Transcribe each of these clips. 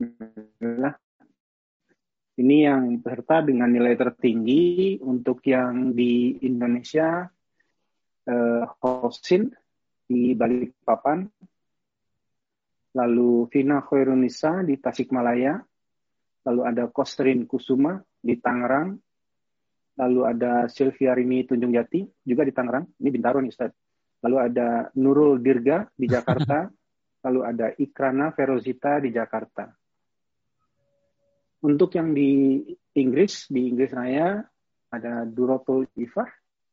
Alhamdulillah. Ini yang peserta dengan nilai tertinggi untuk yang di Indonesia, Hosin di Balikpapan, lalu Vina Khairunisa di Tasikmalaya, lalu ada Kostrin Kusuma di Tangerang, lalu ada Sylvia Rini Tunjung Jati juga di Tangerang, ini Bintaro nih Ustaz. Lalu ada Nurul Dirga di Jakarta, lalu ada Ikrana Ferozita di Jakarta. Untuk yang di Inggris Raya ada Durotul Ifah,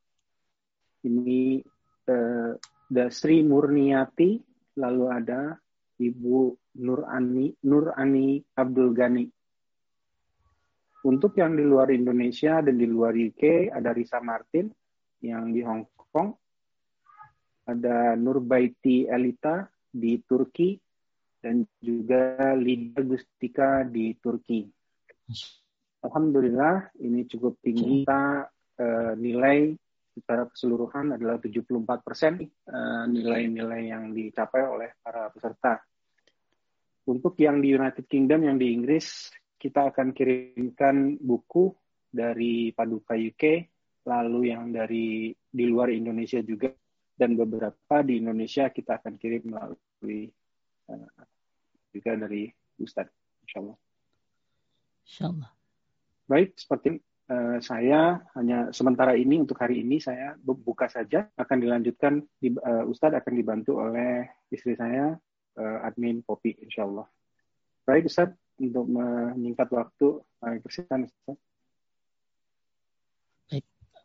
ini ada Sri Murniati, lalu ada Ibu Nur Ani Abdul Ghani. Untuk yang di luar Indonesia dan di luar UK ada Risa Martin yang di Hong Kong, ada Nurbaiti Elita di Turki, dan juga Lida Gustika di Turki. Alhamdulillah ini cukup tinggi. Kita nilai secara keseluruhan adalah 74% nilai-nilai yang dicapai oleh para peserta. Untuk yang di United Kingdom, yang di Inggris, kita akan kirimkan buku dari Paduka UK, lalu yang di luar Indonesia juga, dan beberapa di Indonesia kita akan kirim melalui juga dari Ustadz, insyaallah. Insyaallah. Baik, seperti saya hanya sementara ini untuk hari ini saya buka saja, akan dilanjutkan Ustadz akan dibantu oleh istri saya, admin Popi, insyaallah. Baik Ustadz, untuk menyingkat waktu, persilakan Ustadz. Baik.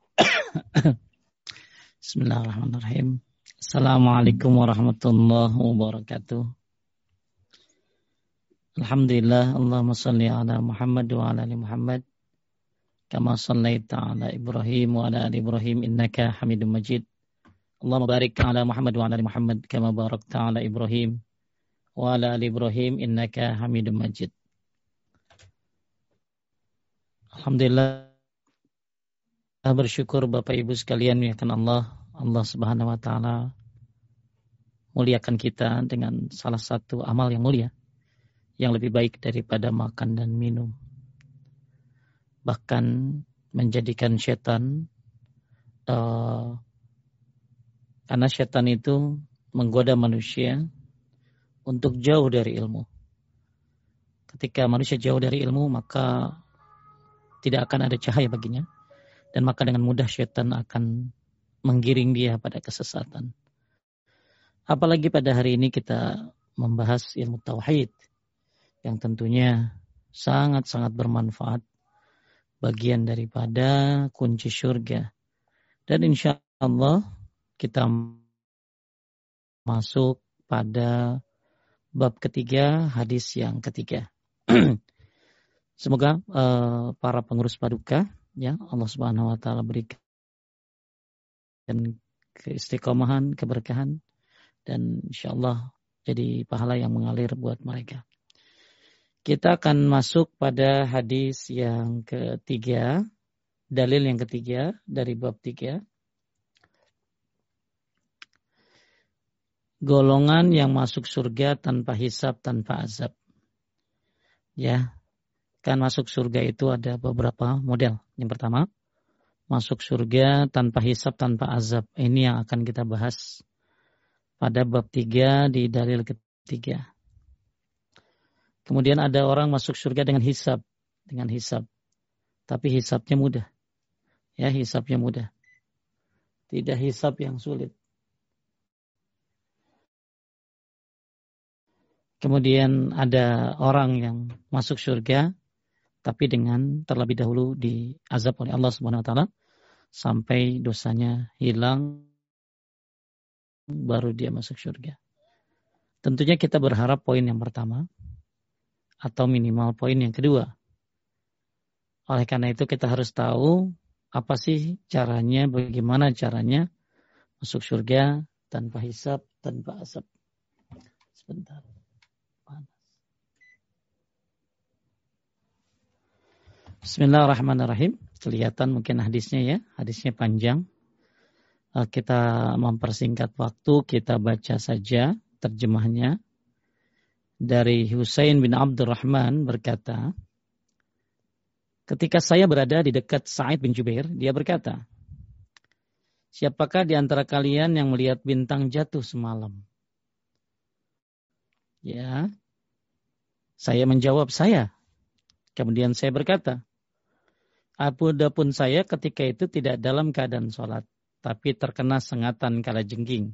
Bismillahirrahmanirrahim. Assalamualaikum warahmatullahi wabarakatuh. Alhamdulillah, Allahumma salli ala Muhammad wa ala ali Muhammad kama sallaita ala Ibrahim wa ala ali Ibrahim innaka Hamidum Majid. Allahumma barik ala Muhammad wa ala ali Muhammad kama barakta ala Ibrahim wa ala ali Ibrahim innaka Hamidum Majid. Alhamdulillah, bersyukur Bapak Ibu sekalian muliakan Allah Subhanahu wa taala muliakan kita dengan salah satu amal yang mulia, yang lebih baik daripada makan dan minum. Bahkan menjadikan setan, karena setan itu menggoda manusia untuk jauh dari ilmu. Ketika manusia jauh dari ilmu, maka tidak akan ada cahaya baginya, dan maka dengan mudah setan akan menggiring dia pada kesesatan. Apalagi pada hari ini kita membahas ilmu tauhid, yang tentunya sangat-sangat bermanfaat, bagian daripada kunci surga. Dan insya Allah kita masuk pada bab ketiga, hadis yang ketiga. Semoga para pengurus paduka, ya Allah Subhanahu wa taala berikan keistiqomahan, keberkahan, dan insya Allah jadi pahala yang mengalir buat mereka. Kita akan masuk pada hadis yang ketiga, dalil yang ketiga dari bab 3. Golongan yang masuk surga tanpa hisab, tanpa azab. Ya, kan masuk surga itu ada beberapa model. Yang pertama, masuk surga tanpa hisab, tanpa azab. Ini yang akan kita bahas pada bab 3 di dalil ketiga. Kemudian ada orang masuk surga dengan hisab. Tapi hisabnya mudah. Ya, hisabnya mudah. Tidak hisab yang sulit. Kemudian ada orang yang masuk surga, tapi dengan terlebih dahulu diazab oleh Allah Subhanahu wa taala sampai dosanya hilang, baru dia masuk surga. Tentunya kita berharap poin yang pertama, atau minimal poin yang kedua. Oleh karena itu kita harus tahu apa sih caranya, bagaimana caranya masuk surga tanpa hisab, tanpa azab. Sebentar. Bismillahirrahmanirrahim. Kelihatan mungkin hadisnya ya, hadisnya panjang. Kita mempersingkat waktu, kita baca saja terjemahnya. dari Husain bin Abdurrahman berkata, ketika saya berada di dekat Sa'id bin Jubair, dia berkata, siapakah di antara kalian yang melihat bintang jatuh semalam? Ya, saya menjawab, saya. Kemudian saya berkata, adapun saya ketika itu tidak dalam keadaan sholat, tapi terkena sengatan kalajengking.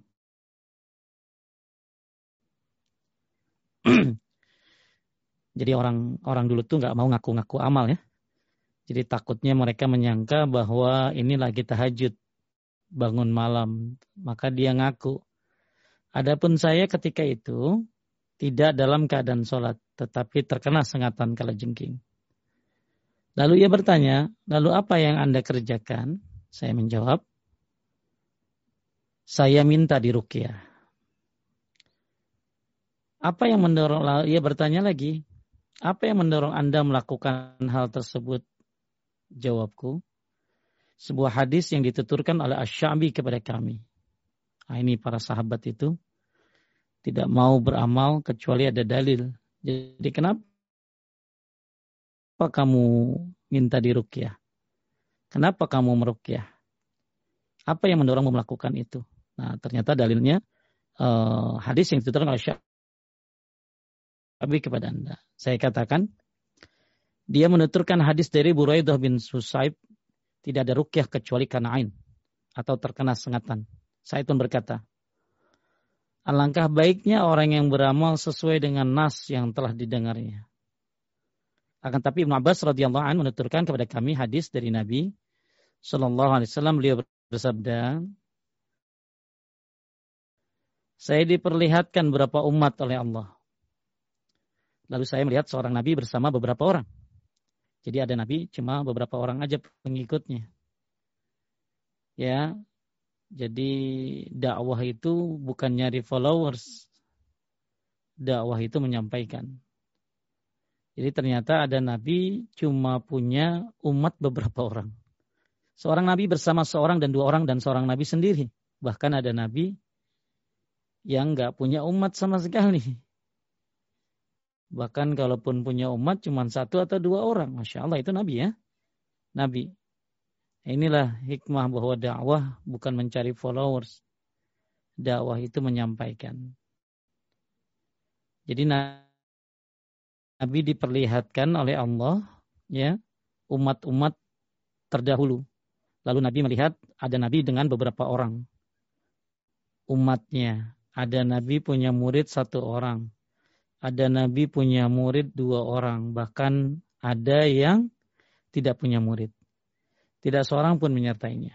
Jadi orang dulu tuh nggak mau ngaku-ngaku amal ya. Jadi takutnya mereka menyangka bahwa ini lagi tahajud, bangun malam, maka dia ngaku. Adapun saya ketika itu tidak dalam keadaan sholat, tetapi terkena sengatan kalajengking. Lalu ia bertanya, lalu apa yang Anda kerjakan? Saya menjawab, saya minta diruqyah. Apa yang mendorong? Ia bertanya lagi, apa yang mendorong Anda melakukan hal tersebut? Jawabku, sebuah hadis yang dituturkan oleh Asy-Sya'bi kepada kami. Nah, ini para sahabat itu tidak mau beramal kecuali ada dalil. Jadi kenapa kamu minta diruqyah? Kenapa kamu meruqyah? Apa yang mendorongmu melakukan itu? Nah, ternyata dalilnya hadis yang dituturkan oleh Asy-Sya'bi kepada Anda. Saya katakan, dia menuturkan hadis dari Buraidah bin Husayb, tidak ada ruqyah kecuali karena ain atau terkena sengatan. Saya pun berkata, alangkah baiknya orang yang beramal sesuai dengan nas yang telah didengarnya. Akan tapi Ibnu Abbas radhiyallahu anhu menuturkan kepada kami hadis dari Nabi sallallahu alaihi wasallam, beliau bersabda, saya diperlihatkan berapa umat oleh Allah. Lalu saya melihat seorang nabi bersama beberapa orang. Jadi ada nabi cuma beberapa orang aja pengikutnya. Ya, jadi dakwah itu bukan nyari followers. Dakwah itu menyampaikan. Jadi ternyata ada nabi cuma punya umat beberapa orang. Seorang nabi bersama seorang dan dua orang dan seorang nabi sendiri. Bahkan ada nabi yang nggak punya umat sama sekali. Bahkan kalaupun punya umat cuma satu atau dua orang. Masya Allah itu nabi ya. Nabi. Inilah hikmah bahwa dakwah bukan mencari followers. Dakwah itu menyampaikan. Jadi Nabi diperlihatkan oleh Allah ya umat-umat terdahulu. Lalu Nabi melihat ada Nabi dengan beberapa orang umatnya. Ada Nabi punya murid satu orang. Ada Nabi punya murid dua orang. Bahkan ada yang tidak punya murid. Tidak seorang pun menyertainya.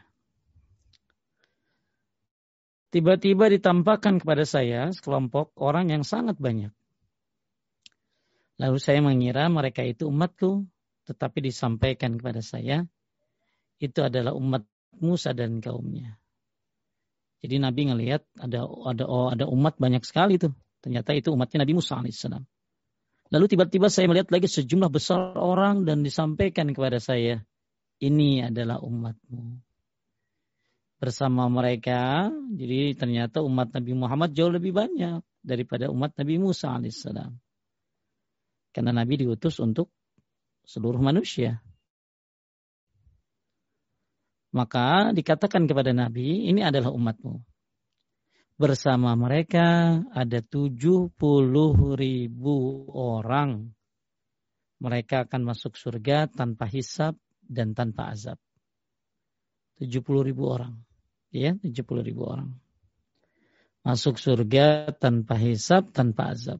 Tiba-tiba ditampakkan kepada saya sekelompok orang yang sangat banyak. Lalu saya mengira mereka itu umatku. Tetapi disampaikan kepada saya, itu adalah umat Musa dan kaumnya. Jadi Nabi ngelihat ada umat banyak sekali tuh. Ternyata itu umatnya Nabi Musa alaihissalam. Lalu tiba-tiba saya melihat lagi sejumlah besar orang dan disampaikan kepada saya, ini adalah umatmu. Bersama mereka, jadi ternyata umat Nabi Muhammad jauh lebih banyak daripada umat Nabi Musa alaihissalam. Karena Nabi diutus untuk seluruh manusia. Maka dikatakan kepada Nabi, ini adalah umatmu. Bersama mereka ada 70.000 orang. Mereka akan masuk surga tanpa hisab dan tanpa azab. 70.000 orang. Ya, 70.000 orang. Masuk surga tanpa hisab, tanpa azab.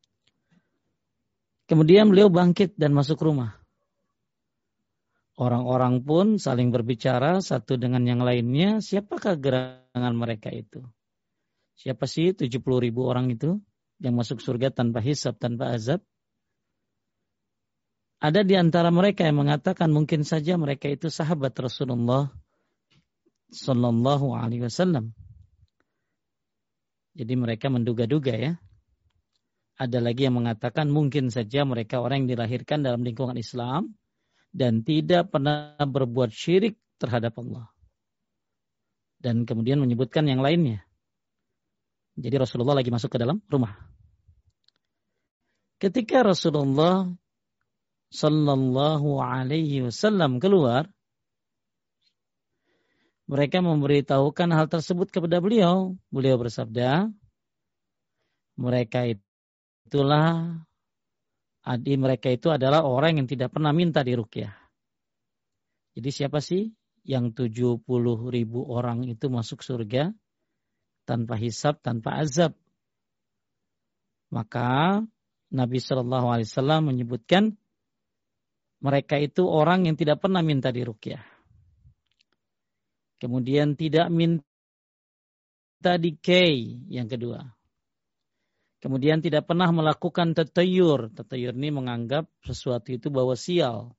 Kemudian beliau bangkit dan masuk rumah. Orang-orang pun saling berbicara satu dengan yang lainnya. Siapakah gerangan mereka itu? Siapa sih 70.000 orang itu yang masuk surga tanpa hisab, tanpa azab? Ada di antara mereka yang mengatakan mungkin saja mereka itu sahabat Rasulullah Sallallahu Alaihi Wasallam. Jadi mereka menduga-duga ya. Ada lagi yang mengatakan mungkin saja mereka orang yang dilahirkan dalam lingkungan Islam dan tidak pernah berbuat syirik terhadap Allah. Dan kemudian menyebutkan yang lainnya. Jadi Rasulullah lagi masuk ke dalam rumah. Ketika Rasulullah Sallallahu Alaihi Wasallam keluar, mereka memberitahukan hal tersebut kepada beliau. Beliau bersabda, mereka itu adalah orang yang tidak pernah minta diruqyah. Jadi siapa sih yang 70.000 orang itu masuk surga tanpa hisab, tanpa azab? Maka Nabi Shallallahu Alaihi Wasallam menyebutkan mereka itu orang yang tidak pernah minta diruqyah. Kemudian tidak minta dikei yang kedua. Kemudian tidak pernah melakukan tatayur. Tatayur ini menganggap sesuatu itu bawa sial.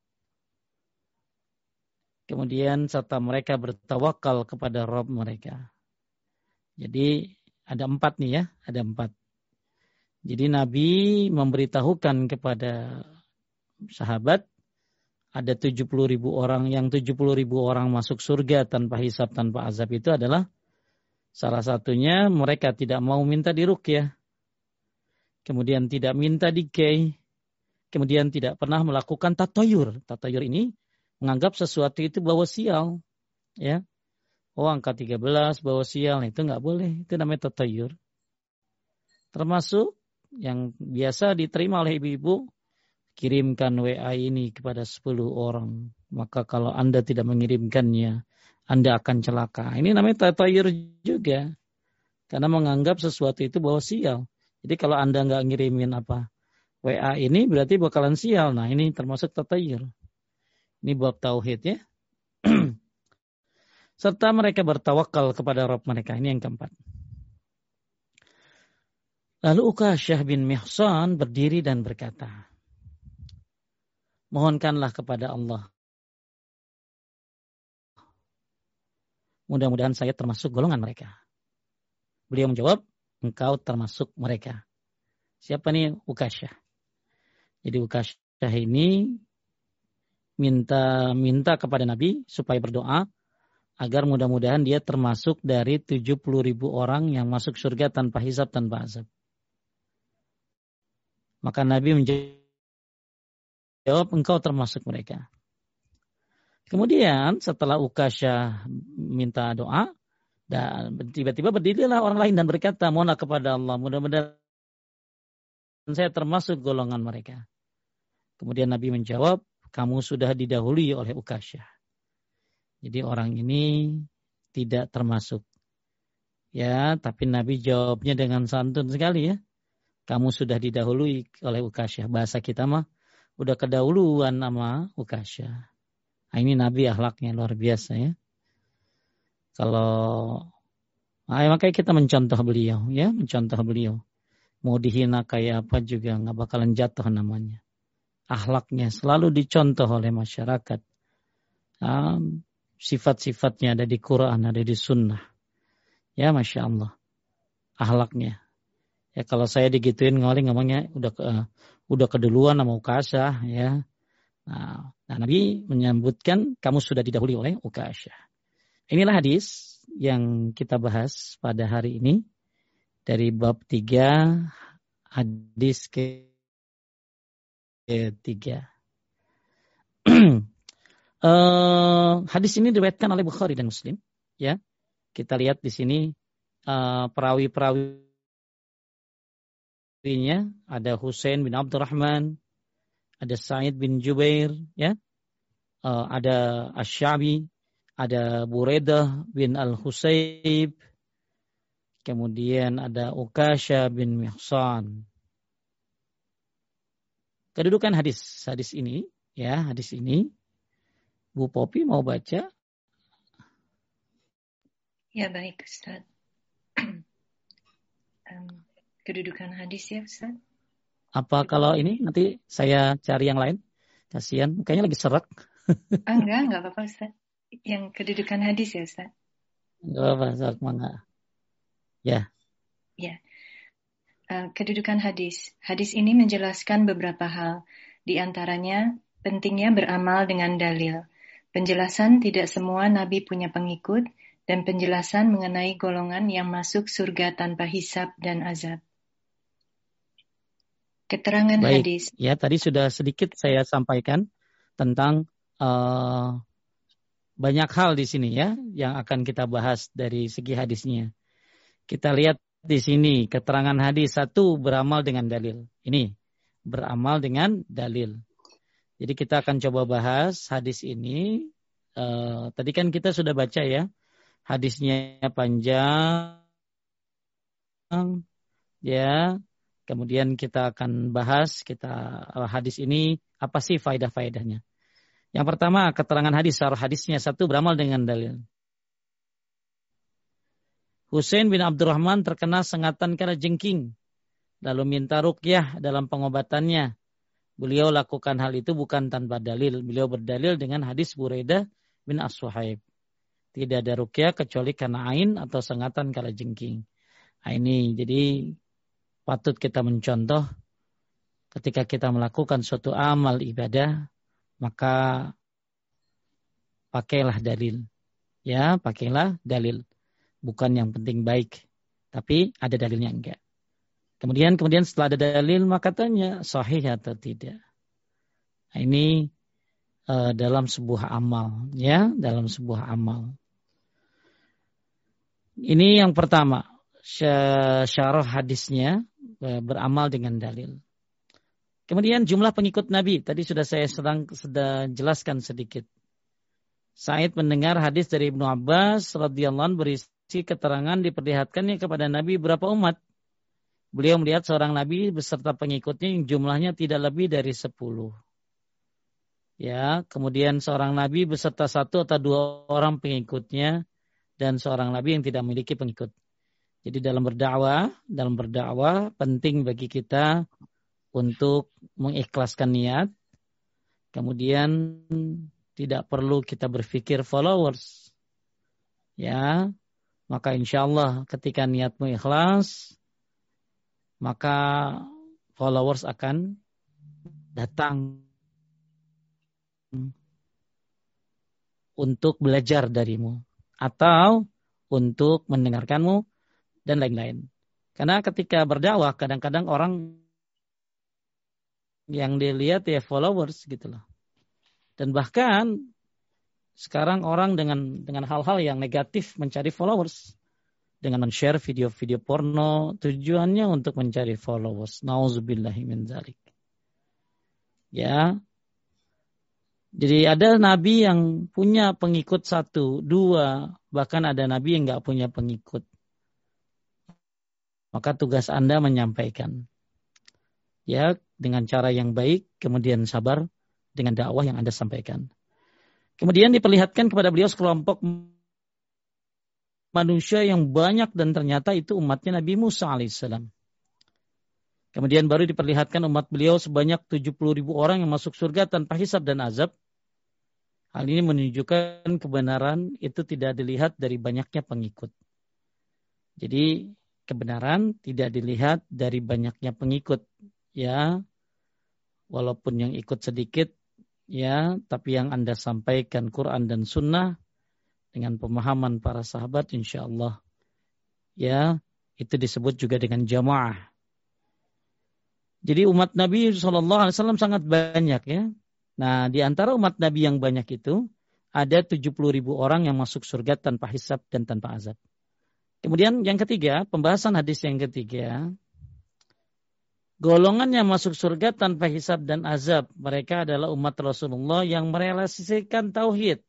Kemudian serta mereka bertawakal kepada Rabb mereka. Jadi ada 4 nih ya, ada 4. Jadi Nabi memberitahukan kepada sahabat ada 70.000 orang, yang 70.000 orang masuk surga tanpa hisab, tanpa azab itu adalah salah satunya mereka tidak mau minta diruqyah. Kemudian tidak minta dikei. Kemudian tidak pernah melakukan tatayur. Tatayur ini menganggap sesuatu itu bawa sial. Ya. Oh, angka 13 bawa sial, itu nggak boleh. Itu namanya tatayur. Termasuk yang biasa diterima oleh ibu-ibu, kirimkan WA ini kepada 10 orang. Maka kalau Anda tidak mengirimkannya, Anda akan celaka. Ini namanya tatayur juga. Karena menganggap sesuatu itu bawa sial. Jadi kalau Anda nggak ngirimin WA ini berarti bakalan sial. Nah ini termasuk tatayur. Ini bab tauhid ya. Serta mereka bertawakal kepada Rabb mereka. Ini yang keempat. Lalu Ukasyah bin Mihsan berdiri dan berkata, mohonkanlah kepada Allah. Mudah-mudahan saya termasuk golongan mereka. Beliau menjawab, engkau termasuk mereka. Siapa nih Ukasyah? Jadi Ukasyah ini minta kepada Nabi supaya berdoa agar mudah-mudahan dia termasuk dari 70.000 orang yang masuk surga tanpa hisab, tanpa azab. Maka Nabi menjawab, engkau termasuk mereka. Kemudian setelah Ukasyah minta doa, dan tiba-tiba berdirilah orang lain dan berkata, mohonlah kepada Allah, mudah-mudahan saya termasuk golongan mereka. Kemudian Nabi menjawab, kamu sudah didahului oleh Ukasyah. Jadi orang ini tidak termasuk. Ya, tapi Nabi jawabnya dengan santun sekali ya. Kamu sudah didahului oleh Ukasyah. Bahasa kita mah udah kedahuluan sama Ukasyah. Nah, ini Nabi akhlaknya luar biasa ya. Makanya kita mencontoh beliau ya, mencontoh beliau. Mau dihina kayak apa juga nggak bakalan jatuh namanya. Akhlaknya selalu dicontoh oleh masyarakat. Sifat-sifatnya ada di Quran, ada di Sunnah. Ya, Masya Allah. Akhlaknya. Ya kalau saya digituin ngomongnya udah keduluan sama Ukasyah ya. Nah, Nabi menyebutkan kamu sudah didahului oleh Ukasyah. Inilah hadis yang kita bahas pada hari ini dari bab 3 hadis ke-3. Hadis ini diriwayatkan oleh Bukhari dan Muslim ya. Kita lihat di sini perawi-perawinya ada Husain bin Abdurrahman, ada Sa'id bin Jubair, ya, ada Asy-Sya'bi, ada Buraidah bin Al-Husayb, kemudian ada Ukasyah bin Mihsan. Kedudukan hadis ini, ya, hadis ini, Bu Popi mau baca? Ya baik Ustaz. Kedudukan hadis ya Ustaz. Apa kalau ini nanti saya cari yang lain? Kasihan, kayaknya lagi serak. Enggak apa-apa Ustaz. Yang kedudukan hadis ya Ustaz. Enggak apa-apa, serak mangga. Ya. Ya. Kedudukan hadis. Hadis ini menjelaskan beberapa hal. Di antaranya, pentingnya beramal dengan dalil. Penjelasan tidak semua nabi punya pengikut, dan penjelasan mengenai golongan yang masuk surga tanpa hisab dan azab. Keterangan Baik, hadis. ya tadi sudah sedikit saya sampaikan tentang banyak hal di sini ya yang akan kita bahas dari segi hadisnya. Kita lihat di sini keterangan hadis satu beramal dengan dalil. Ini beramal dengan dalil. Jadi kita akan coba bahas hadis ini. Tadi kan kita sudah baca ya hadisnya panjang ya. Kemudian kita akan bahas hadis ini apa sih faedah-faedahnya. Yang pertama keterangan hadis, syarah hadisnya satu beramal dengan dalil. Husain bin Abdurrahman terkena sengatan kala jengking, lalu minta ruqyah dalam pengobatannya. Beliau lakukan hal itu bukan tanpa dalil. Beliau berdalil dengan hadis Buraidah bin As-Suhaib. Tidak ada ruqyah kecuali karena ain atau sengatan kala jengking. Nah, ini jadi patut kita mencontoh ketika kita melakukan suatu amal ibadah, maka pakailah dalil. Ya, pakailah dalil. Bukan yang penting baik, tapi ada dalilnya enggak. Kemudian setelah ada dalil, maka tanya sahih atau tidak. Nah, ini dalam sebuah amal, ya, dalam sebuah amal. Ini yang pertama, syarah hadisnya beramal dengan dalil. Kemudian jumlah pengikut Nabi, tadi sudah saya sudah jelaskan sedikit. Said mendengar hadis dari Ibnu Abbas radhiyallahu anhu berisi keterangan diperlihatkannya kepada Nabi berapa umat. Beliau melihat seorang Nabi beserta pengikutnya yang jumlahnya tidak lebih dari 10. Ya, kemudian seorang Nabi beserta 1 atau 2 orang pengikutnya dan seorang Nabi yang tidak memiliki pengikut. Jadi dalam berdakwah penting bagi kita untuk mengikhlaskan niat. Kemudian tidak perlu kita berpikir followers. Ya, maka insya Allah ketika niatmu ikhlas, maka followers akan datang untuk belajar darimu atau untuk mendengarkanmu dan lain-lain. Karena ketika berdakwah kadang-kadang orang yang dilihat ya followers gitu loh. Dan bahkan sekarang orang dengan hal-hal yang negatif mencari followers. Dengan men-share video-video porno, tujuannya untuk mencari followers. Nauzubillahi min dzalik. Ya. Jadi ada nabi yang punya pengikut 1, 2, bahkan ada nabi yang enggak punya pengikut. Maka tugas Anda menyampaikan. Ya, dengan cara yang baik, kemudian sabar dengan dakwah yang Anda sampaikan. Kemudian diperlihatkan kepada beliau sekelompok manusia yang banyak dan ternyata itu umatnya Nabi Musa alaihissalam. Kemudian baru diperlihatkan umat beliau sebanyak 70.000 orang yang masuk surga tanpa hisab dan azab. Hal ini menunjukkan kebenaran itu tidak dilihat dari banyaknya pengikut. Jadi kebenaran tidak dilihat dari banyaknya pengikut. Ya, walaupun yang ikut sedikit, ya, tapi yang Anda sampaikan Quran dan Sunnah dengan pemahaman para sahabat, insya Allah, ya, itu disebut juga dengan jamaah. Jadi umat Nabi SAW sangat banyak, ya. Nah, di antara umat Nabi yang banyak itu ada 70.000 orang yang masuk surga tanpa hisab dan tanpa azab. Kemudian yang ketiga, pembahasan hadis yang ketiga. Golongan yang masuk surga tanpa hisab dan azab. Mereka adalah umat Rasulullah yang merealisasikan tauhid.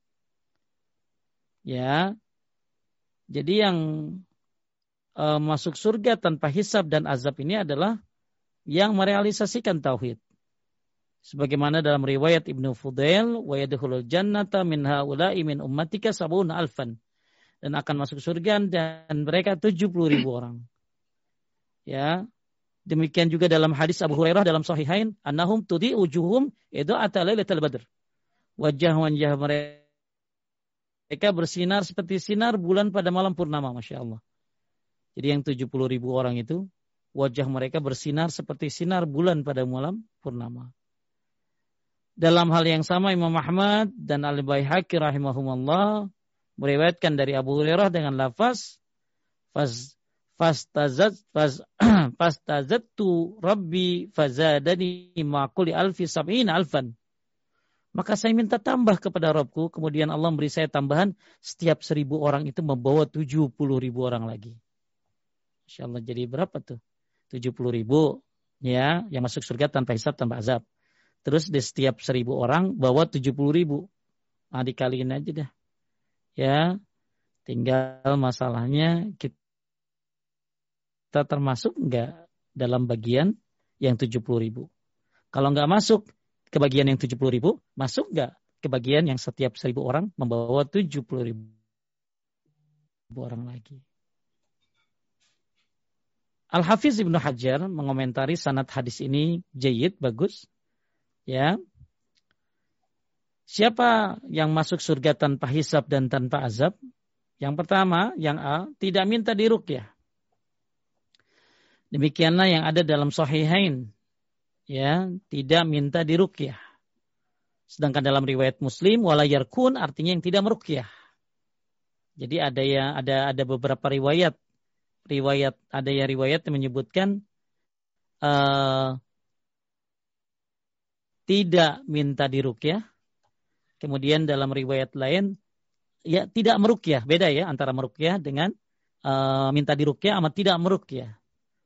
Ya. Jadi yang masuk surga tanpa hisab dan azab ini adalah yang merealisasikan tauhid. Sebagaimana dalam riwayat Ibnu Fudail, wa yadkhulul jannata min haula'i min ummatika 70,000. Dan akan masuk surga dan mereka 70.000 orang. Ya. Demikian juga dalam hadis Abu Hurairah dalam Sahihain, annahum tudhi ujuhum idha'ata lailatul badr. Wajah-wajah mereka bersinar seperti sinar bulan pada malam purnama, Masya Allah. Jadi yang 70.000 orang itu, wajah mereka bersinar seperti sinar bulan pada malam purnama. Dalam hal yang sama Imam Ahmad dan Al-Baihaqi rahimahumullah meriwayatkan dari Abu Hurairah dengan lafaz fastazattu rabbi fazadani ma kulli alfi sab'ina alfan. Maka saya minta tambah kepada Rabbku, kemudian Allah memberi saya tambahan, setiap 1.000 orang itu membawa 70.000 orang lagi. Insya Allah jadi berapa tuh? 70.000 ya, yang masuk surga tanpa hisab, tanpa azab. Terus di setiap 1.000 orang bawa 70.000. Nah, dikaliin aja dah. Ya, tinggal masalahnya kita termasuk enggak dalam bagian yang 70.000. Kalau enggak masuk ke bagian yang 70.000, masuk enggak ke bagian yang setiap 1.000 orang membawa 70.000 orang lagi. Al-Hafiz Ibnu Hajar mengomentari sanad hadis ini jayyid, bagus. Ya. Siapa yang masuk surga tanpa hisab dan tanpa azab? Yang pertama, yang A, tidak minta diruqyah. Demikianlah yang ada dalam Sahihain. Ya, tidak minta diruqyah. Sedangkan dalam riwayat Muslim, wala yarkun artinya yang tidak meruqyah. Jadi ada beberapa riwayat ada yang riwayat yang menyebutkan tidak minta diruqyah. Kemudian dalam riwayat lain ya tidak meruqyah. Beda ya antara meruqyah dengan minta diruqyah sama tidak meruqyah.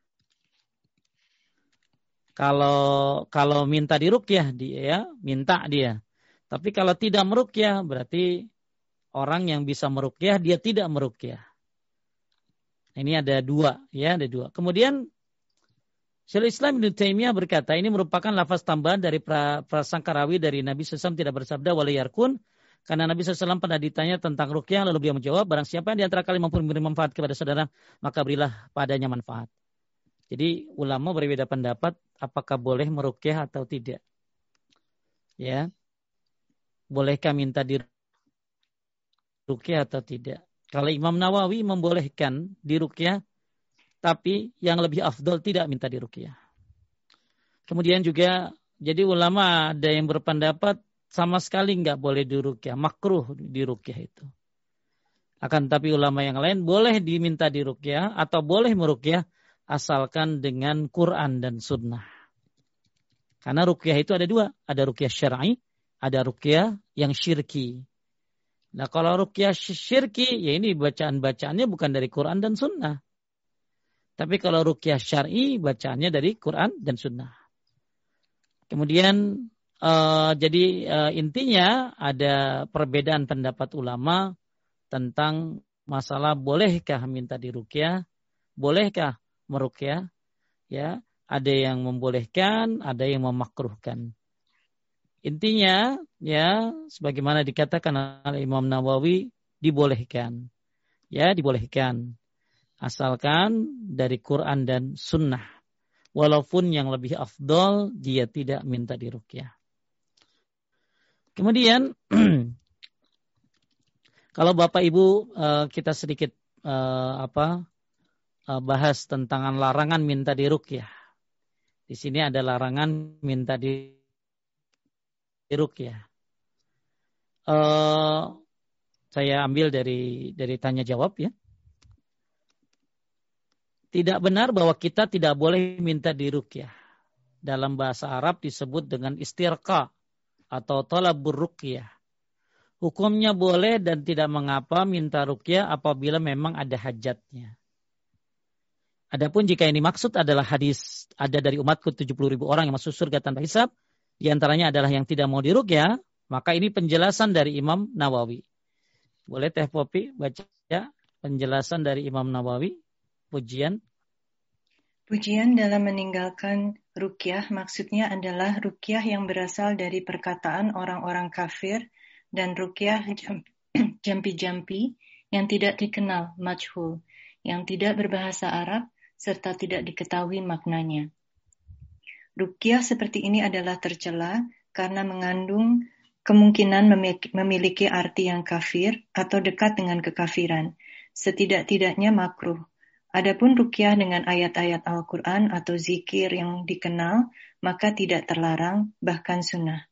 Kalau minta diruqyah dia minta dia. Tapi kalau tidak meruqyah berarti orang yang bisa meruqyah dia tidak meruqyah. Ini ada dua. Kemudian Syekhul Islam Ibnu Taimiyah berkata ini merupakan lafaz tambahan dari prasangka rawi dari Nabi SAW tidak bersabda wala yarkun, karena Nabi SAW pernah ditanya tentang ruqyah lalu beliau menjawab barang siapa yang di antara kalian mampu memberi manfaat kepada saudara maka berilah padanya manfaat. Jadi ulama berbeda pendapat apakah boleh meruqyah atau tidak. Ya. Bolehkah minta diruqyah atau tidak? Kalau Imam Nawawi membolehkan diruqyah, tapi yang lebih afdol tidak minta diruqyah. Kemudian juga jadi ulama ada yang berpendapat sama sekali enggak boleh diruqyah, makruh diruqyah itu. Akan tapi ulama yang lain boleh diminta diruqyah atau boleh meruqyah asalkan dengan Quran dan Sunnah. Karena ruqyah itu ada dua. Ada ruqyah syar'i, ada ruqyah yang syirki. Nah kalau ruqyah syirki, ya ini bacaan-bacaannya bukan dari Quran dan Sunnah. Tapi kalau ruqyah syar'i, bacaannya dari Quran dan Sunnah. Kemudian, intinya ada perbedaan pendapat ulama tentang masalah bolehkah minta diruqyah, bolehkah meruqyah, ya, ada yang membolehkan, ada yang memakruhkan. Intinya, ya, sebagaimana dikatakan oleh Imam Nawawi, dibolehkan, ya, dibolehkan, asalkan dari Quran dan Sunnah, walaupun yang lebih afdol dia tidak minta diruqyah. Kemudian, kalau Bapak Ibu kita sedikit bahas tentang larangan minta diruqyah. Di sini ada larangan minta diruqyah. Saya ambil dari tanya jawab ya. Tidak benar bahwa kita tidak boleh minta diruqyah. Dalam bahasa Arab disebut dengan istirqa atau talabur ruqyah. Hukumnya boleh dan tidak mengapa minta ruqyah apabila memang ada hajatnya. Adapun jika yang dimaksud adalah hadis ada dari umatku 70.000 orang yang masuk surga tanpa hisab, di antaranya adalah yang tidak mau diruqyah, maka ini penjelasan dari Imam Nawawi. Boleh Teh Popi baca penjelasan dari Imam Nawawi, pujian. Pujian dalam meninggalkan ruqyah maksudnya adalah ruqyah yang berasal dari perkataan orang-orang kafir dan ruqyah jampi-jampi yang tidak dikenal, majhul, yang tidak berbahasa Arab, serta tidak diketahui maknanya. Ruqyah seperti ini adalah tercela karena mengandung kemungkinan memiliki arti yang kafir atau dekat dengan kekafiran, setidak-tidaknya makruh. Adapun ruqyah dengan ayat-ayat Al-Quran atau zikir yang dikenal, maka tidak terlarang, bahkan sunnah.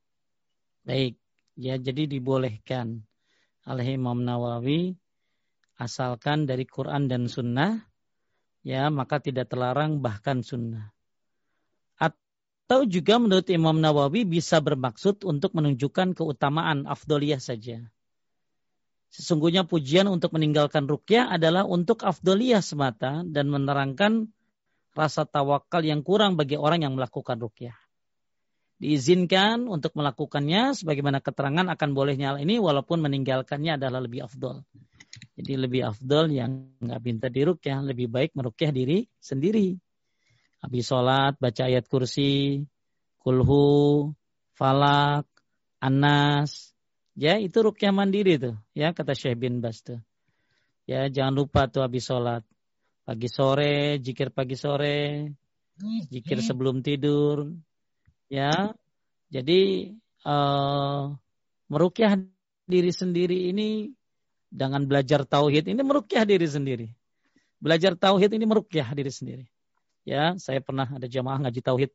Baik, ya jadi dibolehkan oleh Imam Nawawi asalkan dari Quran dan Sunnah, ya maka tidak terlarang bahkan Sunnah. Atau juga menurut Imam Nawawi bisa bermaksud untuk menunjukkan keutamaan afdoliyah saja. Sesungguhnya pujian untuk meninggalkan ruqyah adalah untuk afdoliyah semata dan menerangkan rasa tawakal yang kurang bagi orang yang melakukan ruqyah. Diizinkan untuk melakukannya sebagaimana keterangan akan bolehnya hal ini walaupun meninggalkannya adalah lebih afdol. Jadi lebih afdol yang nggak minta diruqyah, lebih baik meruqyah diri sendiri. Habis sholat baca ayat kursi, kulhu, falak, anas. Ya itu ruqyah mandiri tuh. Ya kata Syekh bin Baz tuh. Ya jangan lupa tuh habis sholat. Pagi sore, zikir pagi sore, zikir sebelum tidur. Ya, jadi meruqyah diri sendiri ini dengan belajar tauhid ini meruqyah diri sendiri. Belajar tauhid ini meruqyah diri sendiri. Ya, saya pernah ada jamaah ngaji tauhid.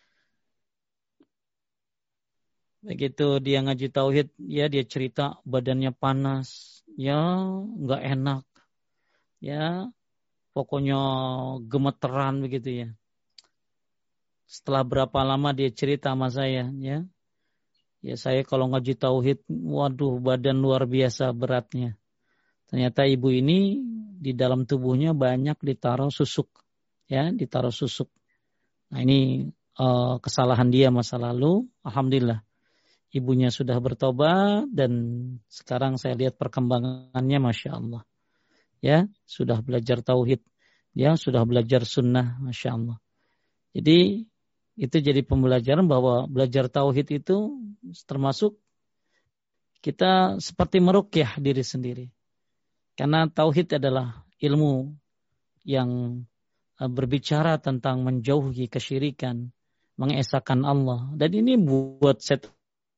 Begitu dia ngaji tauhid, ya dia cerita badannya panas, ya nggak enak, ya pokoknya gemeteran begitu ya. Setelah berapa lama dia cerita sama saya, ya saya kalau ngaji tauhid, waduh badan luar biasa beratnya. Ternyata ibu ini di dalam tubuhnya banyak ditaruh susuk, ya ditaruh susuk. Nah ini kesalahan dia masa lalu. Alhamdulillah, ibunya sudah bertobat dan sekarang saya lihat perkembangannya, masya Allah. Ya sudah belajar tauhid, ya sudah belajar sunnah, masya Allah. Jadi itu jadi pembelajaran bahwa belajar tauhid itu termasuk kita seperti meruqyah diri sendiri. Karena tauhid adalah ilmu yang berbicara tentang menjauhi kesyirikan, mengesahkan Allah. Dan ini buat setan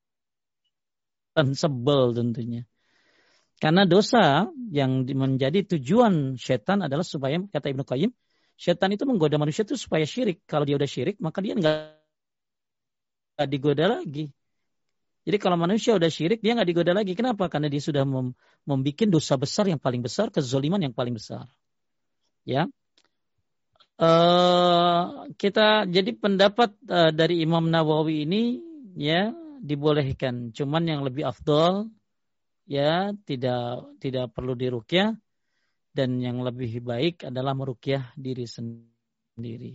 sebel tentunya. Karena dosa yang menjadi tujuan setan adalah supaya, kata Ibnu Qayyim, setan itu menggoda manusia itu supaya syirik. Kalau dia udah syirik, maka dia nggak digoda lagi. Jadi kalau manusia udah syirik, dia nggak digoda lagi. Kenapa? Karena dia sudah membuat dosa besar yang paling besar, kezaliman yang paling besar. Ya, kita jadi pendapat dari Imam Nawawi ini, ya dibolehkan. Cuman yang lebih afdol, ya tidak perlu diruqyah. Dan yang lebih baik adalah meruqyah diri sendiri.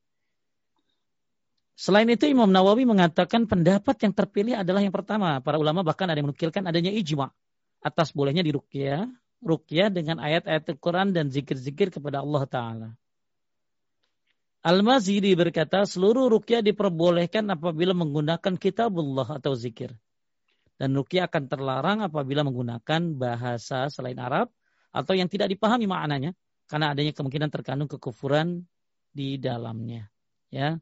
Selain itu Imam Nawawi mengatakan pendapat yang terpilih adalah yang pertama. Para ulama bahkan ada yang menukilkan adanya ijma atas bolehnya ruqyah dengan ayat-ayat Al-Quran dan zikir-zikir kepada Allah Ta'ala. Al-Maziri berkata seluruh ruqyah diperbolehkan apabila menggunakan kitabullah atau zikir. Dan ruqyah akan terlarang apabila menggunakan bahasa selain Arab atau yang tidak dipahami maknanya karena adanya kemungkinan terkandung kekufuran di dalamnya. Ya.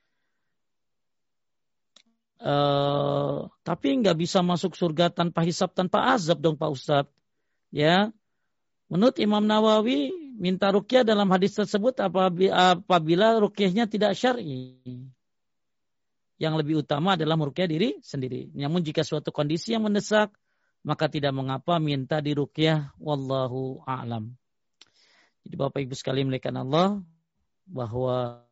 Tapi nggak bisa masuk surga tanpa hisab, tanpa azab dong Pak Ustadz. Ya. Menurut Imam Nawawi minta ruqyah dalam hadis tersebut apabila ruqyahnya tidak syar'i. Yang lebih utama adalah meruqyah diri sendiri. Namun jika suatu kondisi yang mendesak, maka tidak mengapa minta diruqyah, wallahu a'lam. Jadi Bapak Ibu sekalian melihat Allah bahwa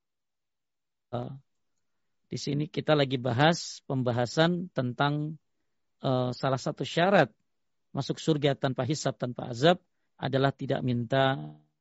di sini kita lagi bahas pembahasan tentang salah satu syarat masuk surga tanpa hisab, tanpa azab adalah tidak minta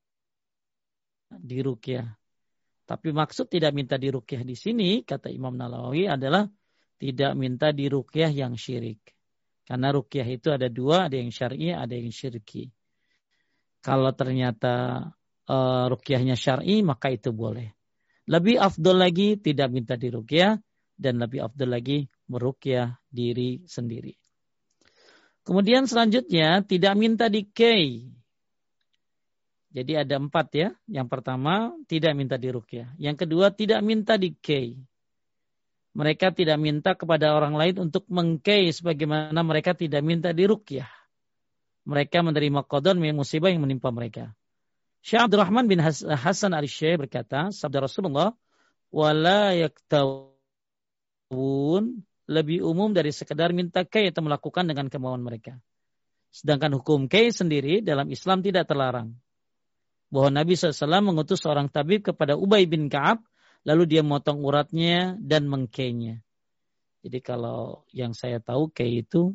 diruqyah. Tapi maksud tidak minta diruqyah di sini kata Imam Nawawi adalah tidak minta diruqyah yang syirik. Karena ruqyah itu ada dua, ada yang syar'i, ada yang syirki. Kalau ternyata ruqyahnya syar'i, maka itu boleh. Lebih afdol lagi tidak minta diruqyah dan lebih afdol lagi meruqyah diri sendiri. Kemudian selanjutnya tidak minta dikei. Jadi ada 4 ya. Yang pertama tidak minta diruqyah. Yang kedua tidak minta dikei. Mereka tidak minta kepada orang lain untuk mengkei sebagaimana mereka tidak minta diruqyah. Mereka menerima qadar musibah yang menimpa mereka. Syekh Abdurrahman bin Hasan al-Syekh berkata, sabda Rasulullah, wala yaktawun, lebih umum dari sekedar minta kei atau melakukan dengan kemauan mereka. Sedangkan hukum kay sendiri dalam Islam tidak terlarang. Bahwa Nabi SAW mengutus seorang tabib kepada Ubay bin Ka'ab, lalu dia memotong uratnya dan mengkaynya. Jadi kalau yang saya tahu kay itu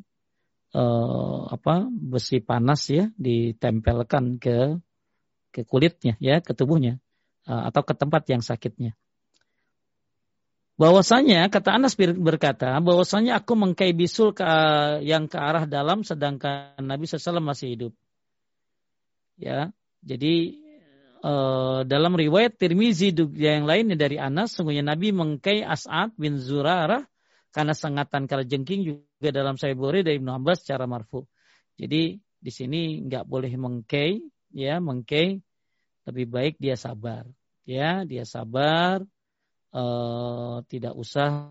besi panas ya, ditempelkan ke kulitnya ya, ke tubuhnya atau ke tempat yang sakitnya. Bahwasanya kata Anas berkata, bahwasanya aku mengkai bisul yang ke arah dalam sedangkan Nabi SAW masih hidup. Ya, jadi dalam riwayat Tirmizi yang lainnya dari Anas, sungguhnya Nabi mengkai As'ad bin Zurarah karena sengatan kalajengking, juga dalam Sahih Bukhari dari Ibnu Abbas secara marfu. Jadi di sini nggak boleh mengkai, ya mengkai, lebih baik dia sabar, ya dia sabar. Tidak usah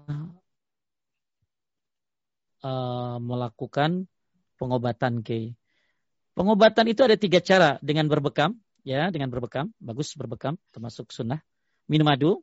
melakukan pengobatan kay. Pengobatan itu ada 3 cara, dengan berbekam, ya, dengan berbekam, bagus berbekam, termasuk sunnah. Minum madu,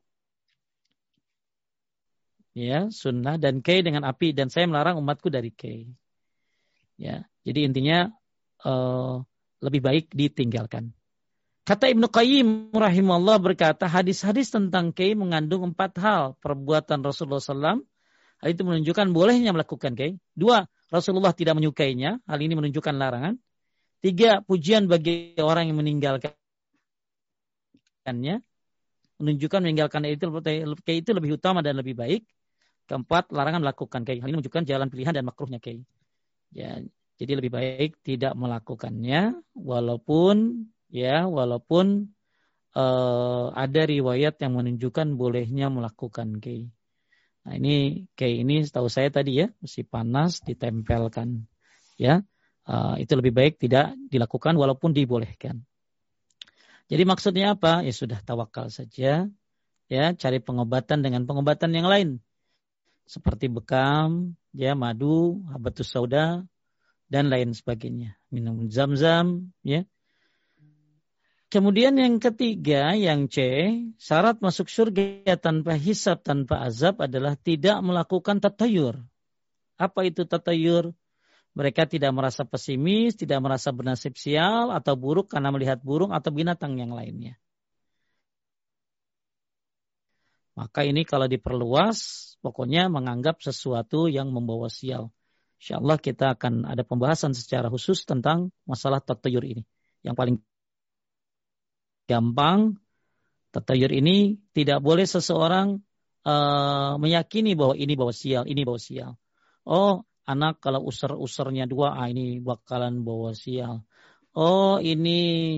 ya, sunnah, dan kay dengan api, dan saya melarang umatku dari kay. Ya, jadi intinya lebih baik ditinggalkan. Kata Ibnu Qayyim rahimahullah berkata, hadis-hadis tentang kay mengandung 4 hal. Perbuatan Rasulullah SAW, hal itu menunjukkan bolehnya melakukan kay. 2, Rasulullah tidak menyukainya, hal ini menunjukkan larangan. 3, pujian bagi orang yang meninggalkannya, menunjukkan meninggalkan kay itu lebih utama dan lebih baik. 4, larangan melakukan kay, hal ini menunjukkan jalan pilihan dan makruhnya kay. Ya, jadi lebih baik tidak melakukannya, walaupun ada riwayat yang menunjukkan bolehnya melakukan kay. Nah ini kay ini setahu saya tadi ya, mesti panas ditempelkan. Ya, itu lebih baik tidak dilakukan walaupun dibolehkan. Jadi maksudnya apa? Ya sudah, tawakal saja. Ya, cari pengobatan dengan pengobatan yang lain. Seperti bekam, ya, madu, habatus sauda, dan lain sebagainya. Minum zam-zam, ya. Kemudian yang ketiga, yang C, syarat masuk surga tanpa hisab, tanpa azab adalah tidak melakukan tatayur. Apa itu tatayur? Mereka tidak merasa pesimis, tidak merasa bernasib sial atau buruk karena melihat burung atau binatang yang lainnya. Maka ini kalau diperluas, pokoknya menganggap sesuatu yang membawa sial. InsyaAllah kita akan ada pembahasan secara khusus tentang masalah tatayur ini. Yang paling gampang, tatayur ini tidak boleh seseorang meyakini bahwa ini bawa sial, ini bawa sial. Oh, anak kalau usur-usurnya 2, ini bakalan bawa sial. Oh, ini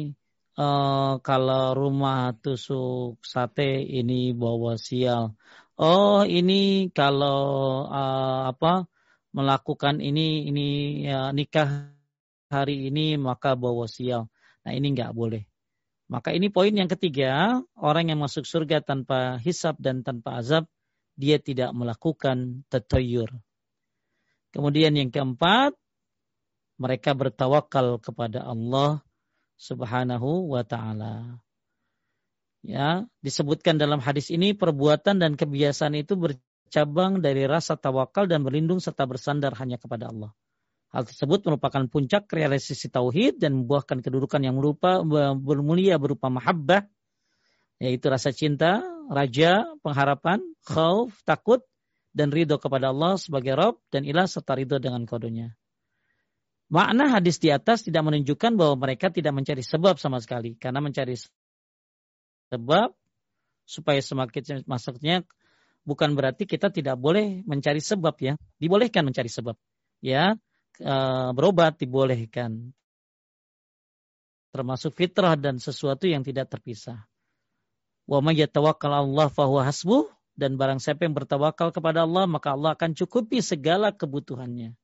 kalau rumah tusuk sate ini bawa sial. Oh, ini kalau melakukan ini nikah hari ini maka bawa sial. Nah, ini nggak boleh. Maka ini poin yang ketiga, orang yang masuk surga tanpa hisab dan tanpa azab, dia tidak melakukan tatayur. Kemudian yang keempat, mereka bertawakal kepada Allah Subhanahu wa ta'ala. Ya, disebutkan dalam hadis ini perbuatan dan kebiasaan itu bercabang dari rasa tawakal dan berlindung serta bersandar hanya kepada Allah. Hal tersebut merupakan puncak realisasi tauhid dan membuahkan kedudukan yang bermulia berupa mahabbah, yaitu rasa cinta, raja, pengharapan, khauf, takut, dan ridho kepada Allah sebagai Rabb dan ilah serta ridho dengan qadanya. Makna hadis di atas tidak menunjukkan bahwa mereka tidak mencari sebab sama sekali, karena mencari sebab supaya semakin masuknya bukan berarti kita tidak boleh mencari sebab, ya. Dibolehkan mencari sebab, ya. Berobat dibolehkan, termasuk fitrah dan sesuatu yang tidak terpisah. Wa may yatawakkal 'ala Allah fa huwa hasbuh, dan barang siapa yang bertawakal kepada Allah maka Allah akan cukupi segala kebutuhannya.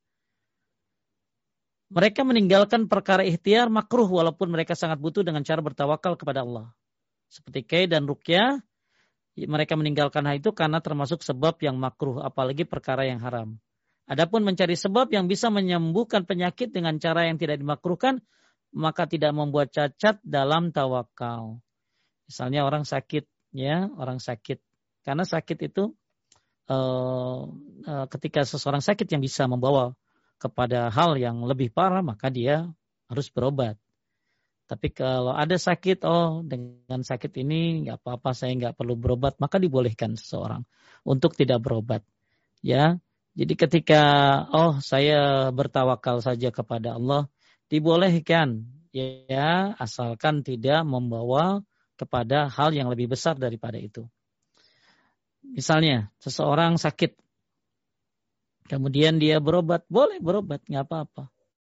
Mereka meninggalkan perkara ikhtiar makruh walaupun mereka sangat butuh dengan cara bertawakal kepada Allah. Seperti kay dan ruqyah, mereka meninggalkan hal itu karena termasuk sebab yang makruh, apalagi perkara yang haram. Adapun mencari sebab yang bisa menyembuhkan penyakit dengan cara yang tidak dimakruhkan, maka tidak membuat cacat dalam tawakal. Misalnya orang sakit, ya, orang sakit. Karena sakit itu ketika seseorang sakit yang bisa membawa kepada hal yang lebih parah, maka dia harus berobat. Tapi kalau ada sakit, dengan sakit ini nggak apa-apa, saya nggak perlu berobat, maka dibolehkan seseorang untuk tidak berobat. Ya, jadi ketika saya bertawakal saja kepada Allah, dibolehkan, ya, asalkan tidak membawa kepada hal yang lebih besar daripada itu. Misalnya seseorang sakit, kemudian dia berobat, boleh berobat, nggak apa-apa.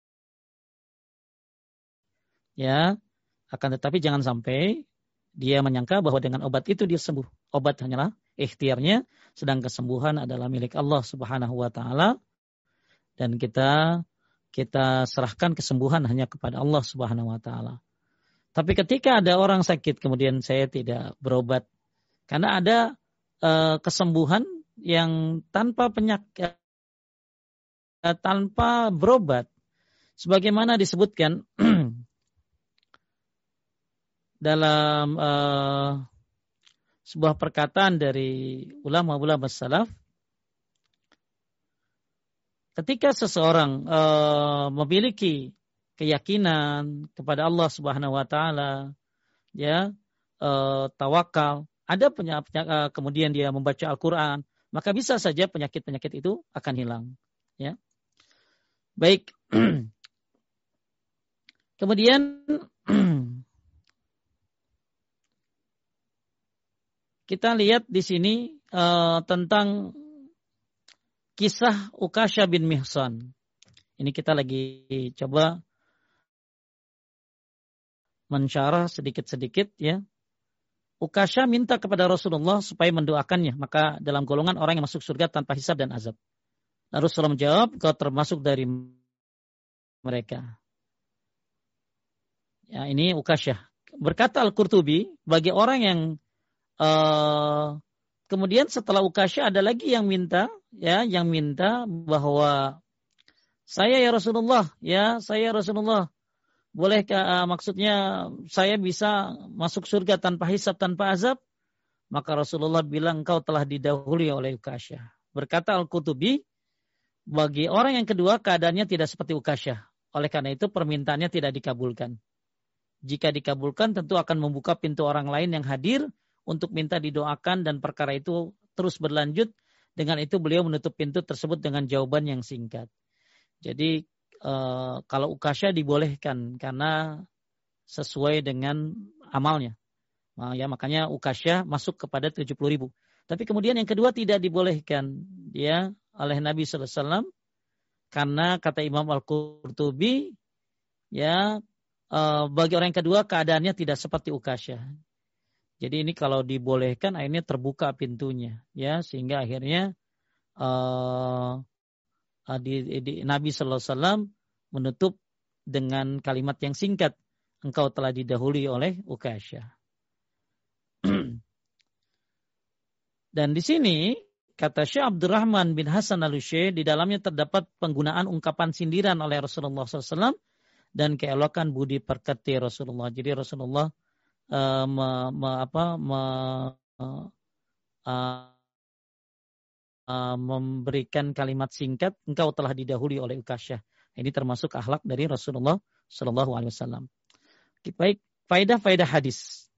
Ya, akan tetapi jangan sampai dia menyangka bahwa dengan obat itu dia sembuh. Obat hanyalah ikhtiarnya, sedang kesembuhan adalah milik Allah Subhanahu wa taala, dan kita serahkan kesembuhan hanya kepada Allah Subhanahu wa taala. Tapi ketika ada orang sakit kemudian saya tidak berobat, karena ada kesembuhan yang tanpa penyakit, tanpa berobat, sebagaimana disebutkan dalam sebuah perkataan dari ulama-ulama salaf, ketika seseorang memiliki keyakinan kepada Allah Subhanahu wa taala, ya, tawakal, ada penyakit, kemudian dia membaca Al-Qur'an, maka bisa saja penyakit-penyakit itu akan hilang, ya. Baik. Kemudian kita lihat di sini tentang kisah Ukasha bin Mihsan. Ini kita lagi coba mensyarah sedikit-sedikit, ya. Ukasha minta kepada Rasulullah supaya mendoakannya, maka dalam golongan orang yang masuk surga tanpa hisab dan azab. Lalu Rasulullah menjawab, kau termasuk dari mereka. Ya, ini Ukasha. Berkata Al-Qurtubi, bagi orang yang kemudian setelah Ukasha ada lagi yang minta, ya, yang minta bahwa saya ya Rasulullah, bolehkah maksudnya saya bisa masuk surga tanpa hisab, tanpa azab? Maka Rasulullah bilang, engkau telah didahului oleh Ukasha. Berkata Al-Qurtubi, bagi orang yang kedua keadaannya tidak seperti Ukasha. Oleh karena itu permintaannya tidak dikabulkan. Jika dikabulkan tentu akan membuka pintu orang lain yang hadir untuk minta didoakan, dan perkara itu terus berlanjut. Dengan itu beliau menutup pintu tersebut dengan jawaban yang singkat. Jadi kalau Ukasha dibolehkan karena sesuai dengan amalnya. Ya, makanya Ukasha masuk kepada 70.000. Tapi kemudian yang kedua tidak dibolehkan, ya, oleh Nabi sallallahu alaihi wasallam, karena kata Imam Al-Qurtubi, ya, bagi orang yang kedua keadaannya tidak seperti Ukasha. Jadi ini kalau dibolehkan akhirnya terbuka pintunya, ya, sehingga akhirnya Nabi sallallahu alaihi wasallam menutup dengan kalimat yang singkat, engkau telah didahului oleh Ukasha. Dan di sini kata Syekh Abdurrahman bin Hasan Al-Utsyair, di dalamnya terdapat penggunaan ungkapan sindiran oleh Rasulullah SAW dan keelokan budi pekerti Rasulullah. Jadi Rasulullah memberikan kalimat singkat, engkau telah didahului oleh Ukasha. Ini termasuk akhlak dari Rasulullah Sallallahu Alaihi Wasallam. Baik, faedah hadis.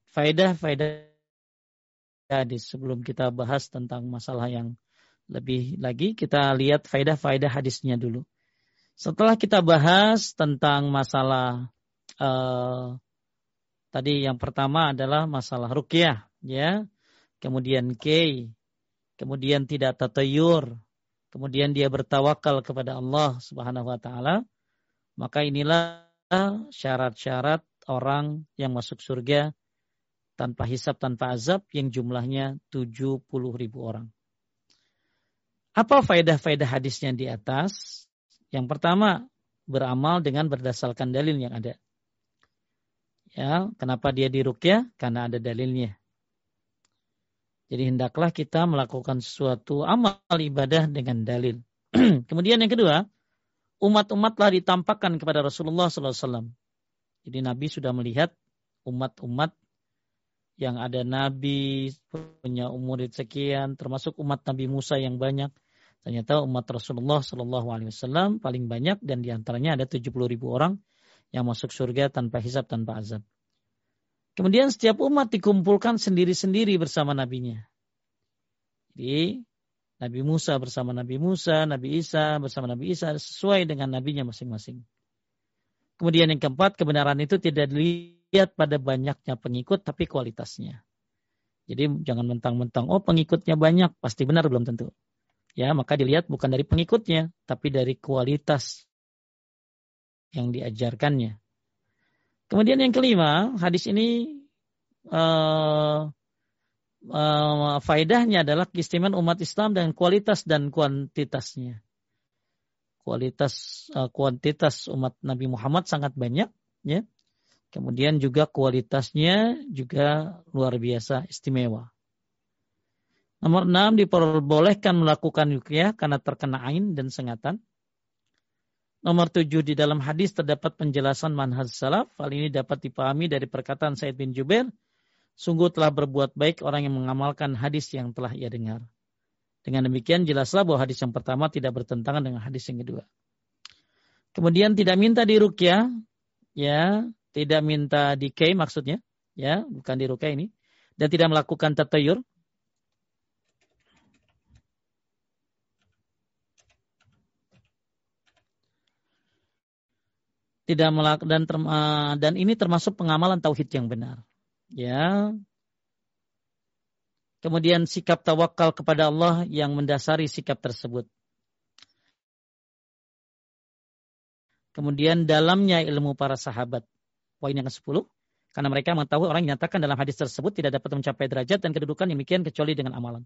Sebelum kita bahas tentang masalah yang lebih lagi, kita lihat faedah hadisnya dulu. Setelah kita bahas tentang masalah tadi, yang pertama adalah masalah ruqyah, ya. Kemudian kemudian tidak tatayur, kemudian dia bertawakal kepada Allah Subhanahu wa taala. Maka inilah syarat-syarat orang yang masuk surga tanpa hisab, tanpa azab, yang jumlahnya 70.000 orang. Apa faedah hadisnya di atas? Yang pertama, beramal dengan berdasarkan dalil yang ada. Ya, kenapa dia diruqyah? Karena ada dalilnya. Jadi hendaklah kita melakukan sesuatu amal ibadah dengan dalil. Kemudian yang kedua, umat-umatlah ditampakkan kepada Rasulullah SAW. Jadi Nabi sudah melihat umat-umat yang ada Nabi punya umur sekian, termasuk umat Nabi Musa yang banyak. Ternyata umat Rasulullah Shallallahu Alaihi Wasallam paling banyak dan diantaranya ada 70.000 orang yang masuk surga tanpa hisab, tanpa azab. Kemudian setiap umat dikumpulkan sendiri-sendiri bersama nabinya. Jadi Nabi Musa bersama Nabi Musa, Nabi Isa bersama Nabi Isa sesuai dengan nabinya masing-masing. Kemudian yang keempat, kebenaran itu tidak dilihat pada banyaknya pengikut tapi kualitasnya. Jadi jangan mentang-mentang pengikutnya banyak pasti benar, belum tentu. Ya, maka dilihat bukan dari pengikutnya tapi dari kualitas yang diajarkannya. Kemudian yang kelima, hadis ini faedahnya adalah keistimewaan umat Islam dan kualitas dan kuantitasnya. Kuantitas umat Nabi Muhammad sangat banyak, ya. Kemudian juga kualitasnya juga luar biasa istimewa. Nomor 6, diperbolehkan melakukan ruqyah karena terkena ain dan sengatan. Nomor 7, di dalam hadis terdapat penjelasan manhaj salaf. Hal ini dapat dipahami dari perkataan Sa'id bin Jubair, sungguh telah berbuat baik orang yang mengamalkan hadis yang telah ia dengar. Dengan demikian jelaslah bahwa hadis yang pertama tidak bertentangan dengan hadis yang kedua. Kemudian tidak minta diruqyah, ya, tidak minta dikei maksudnya, ya, bukan diruqyah ini, dan tidak melakukan tatayur. Tidak melakukan dan ini termasuk pengamalan tauhid yang benar. Ya. Kemudian sikap tawakal kepada Allah yang mendasari sikap tersebut. Kemudian dalamnya ilmu para sahabat. Poin yang ke-10. Karena mereka mengetahui orang yang nyatakan dalam hadis tersebut tidak dapat mencapai derajat dan kedudukan yang demikian kecuali dengan amalan.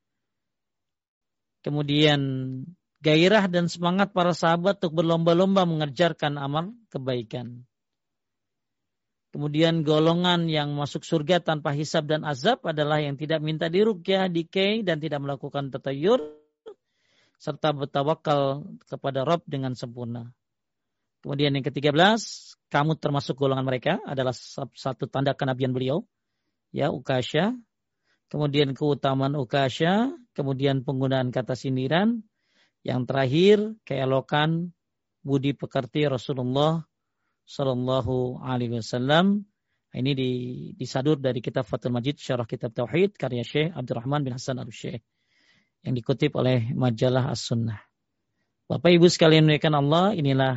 Kemudian gairah dan semangat para sahabat untuk berlomba-lomba mengerjakan amal kebaikan. Kemudian golongan yang masuk surga tanpa hisab dan azab adalah yang tidak minta diruqyah, dikei, dan tidak melakukan tatayur, serta bertawakal kepada Rabb dengan sempurna. Kemudian yang ke-13, kamu termasuk golongan mereka, adalah satu tanda kenabian beliau, ya, Ukasha. Kemudian keutamaan Ukasha, kemudian penggunaan kata sindiran. Yang terakhir, keelokan budi pekerti Rasulullah Sallallahu Alaihi Wasallam. Ini disadur dari kitab Fathul Majid, Syarah Kitab Tauhid, karya Syekh Abdurrahman bin Hasan Al-Syekh, yang dikutip oleh majalah As-Sunnah. Bapak Ibu sekalian muliakan Allah, inilah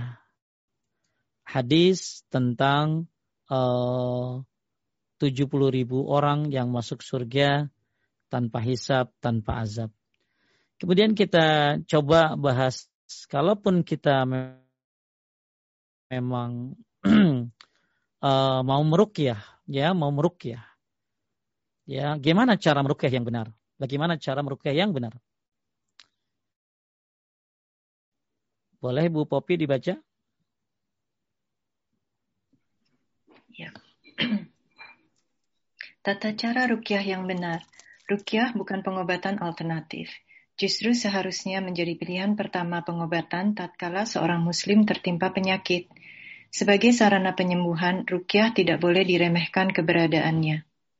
hadis tentang 70.000 orang yang masuk surga tanpa hisab, tanpa azab. Kemudian kita coba bahas, kalaupun kita memang mau meruqyah, ya, ya, gimana cara meruqyah yang benar? Bagaimana cara meruqyah yang benar? Boleh Bu Popi dibaca? Ya. Tata cara ruqyah yang benar. Ruqyah bukan pengobatan alternatif. Justru seharusnya menjadi pilihan pertama pengobatan tatkala seorang muslim tertimpa penyakit. Sebagai sarana penyembuhan, ruqyah tidak boleh diremehkan keberadaannya.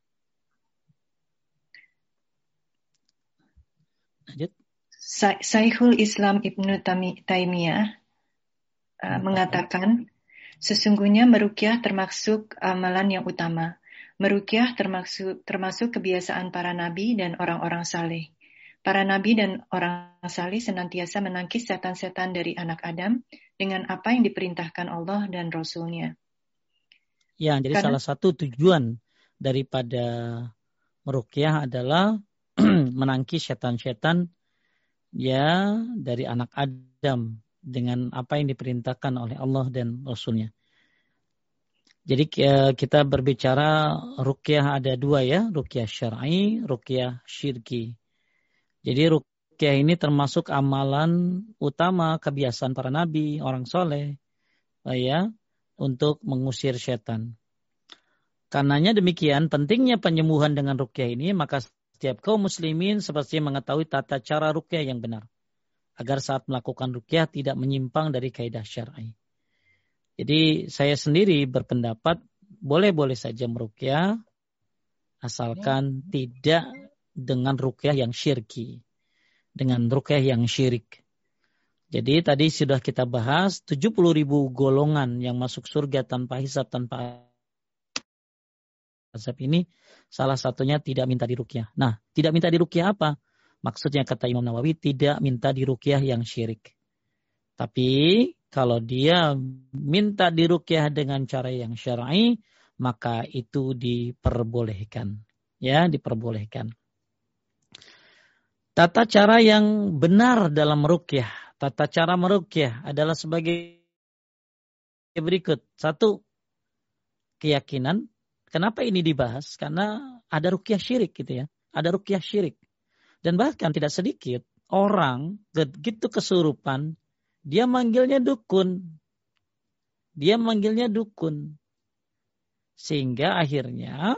Syekhul Islam Ibnu Taimiyah mengatakan, sesungguhnya meruqyah termasuk amalan yang utama. Meruqyah termasuk kebiasaan para nabi dan orang-orang saleh. Para nabi dan orang saleh senantiasa menangkis setan-setan dari anak Adam dengan apa yang diperintahkan Allah dan Rasul-Nya. Ya, jadi salah satu tujuan daripada meruqyah adalah menangkis setan-setan, ya, dari anak Adam dengan apa yang diperintahkan oleh Allah dan Rasul-Nya. Jadi kita berbicara ruqyah ada dua, ya, ruqyah syar'i, ruqyah syirki. Jadi ruqyah ini termasuk amalan utama kebiasaan para nabi, orang soleh, ya, untuk mengusir setan. Karenanya demikian pentingnya penyembuhan dengan ruqyah ini, maka setiap kaum muslimin sepertinya mengetahui tata cara ruqyah yang benar, agar saat melakukan ruqyah tidak menyimpang dari kaidah syar'i. Jadi saya sendiri berpendapat boleh-boleh saja meruqyah asalkan tidak dengan ruqyah yang syirki. dengan ruqyah yang syirik. Jadi tadi sudah kita bahas 70.000 golongan yang masuk surga tanpa hisab, tanpa azab ini, salah satunya tidak minta diruqyah. Nah, tidak minta diruqyah apa? Maksudnya kata Imam Nawawi, tidak minta diruqyah yang syirik. Tapi kalau dia minta diruqyah dengan cara yang syar'i, maka itu diperbolehkan. Ya, diperbolehkan. Tata cara yang benar dalam ruqyah. Tata cara meruqyah adalah sebagai berikut. 1, keyakinan. Kenapa ini dibahas? Karena ada ruqyah syirik gitu ya. Ada ruqyah syirik. Dan bahkan tidak sedikit orang begitu kesurupan, dia manggilnya dukun. Dia manggilnya dukun. Sehingga akhirnya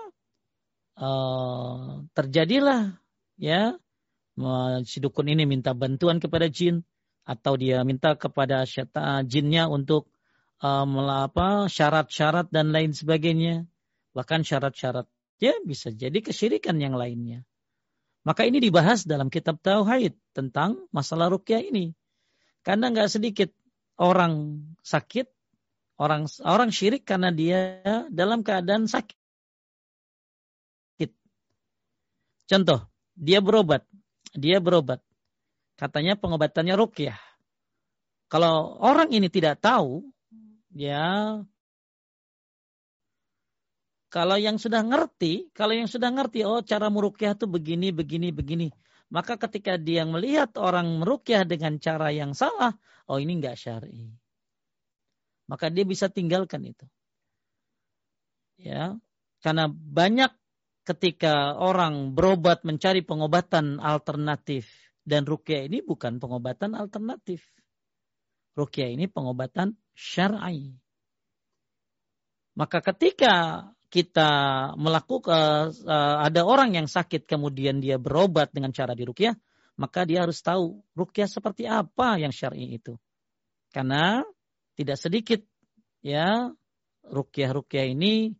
terjadilah ya, si dukun ini minta bantuan kepada jin, atau dia minta kepada jinnya untuk syarat-syarat dan lain sebagainya. Bahkan syarat-syaratnya bisa jadi kesyirikan yang lainnya. Maka ini dibahas dalam kitab Tauhid tentang masalah ruqyah ini. Karena nggak sedikit orang sakit, orang syirik karena dia dalam keadaan sakit. Contoh, dia berobat. Katanya pengobatannya ruqyah. Kalau orang ini tidak tahu, ya, kalau yang sudah ngerti, oh cara meruqyah itu begini. Maka ketika dia melihat orang meruqyah dengan cara yang salah, oh ini enggak syar'i. Maka dia bisa tinggalkan itu. Ya, karena banyak ketika orang berobat mencari pengobatan alternatif, dan ruqyah ini bukan pengobatan alternatif. Ruqyah ini pengobatan syar'i. Maka ketika kita melakukan ada orang yang sakit kemudian dia berobat dengan cara diruqyah, maka dia harus tahu ruqyah seperti apa yang syar'i itu. Karena tidak sedikit ya ruqyah ini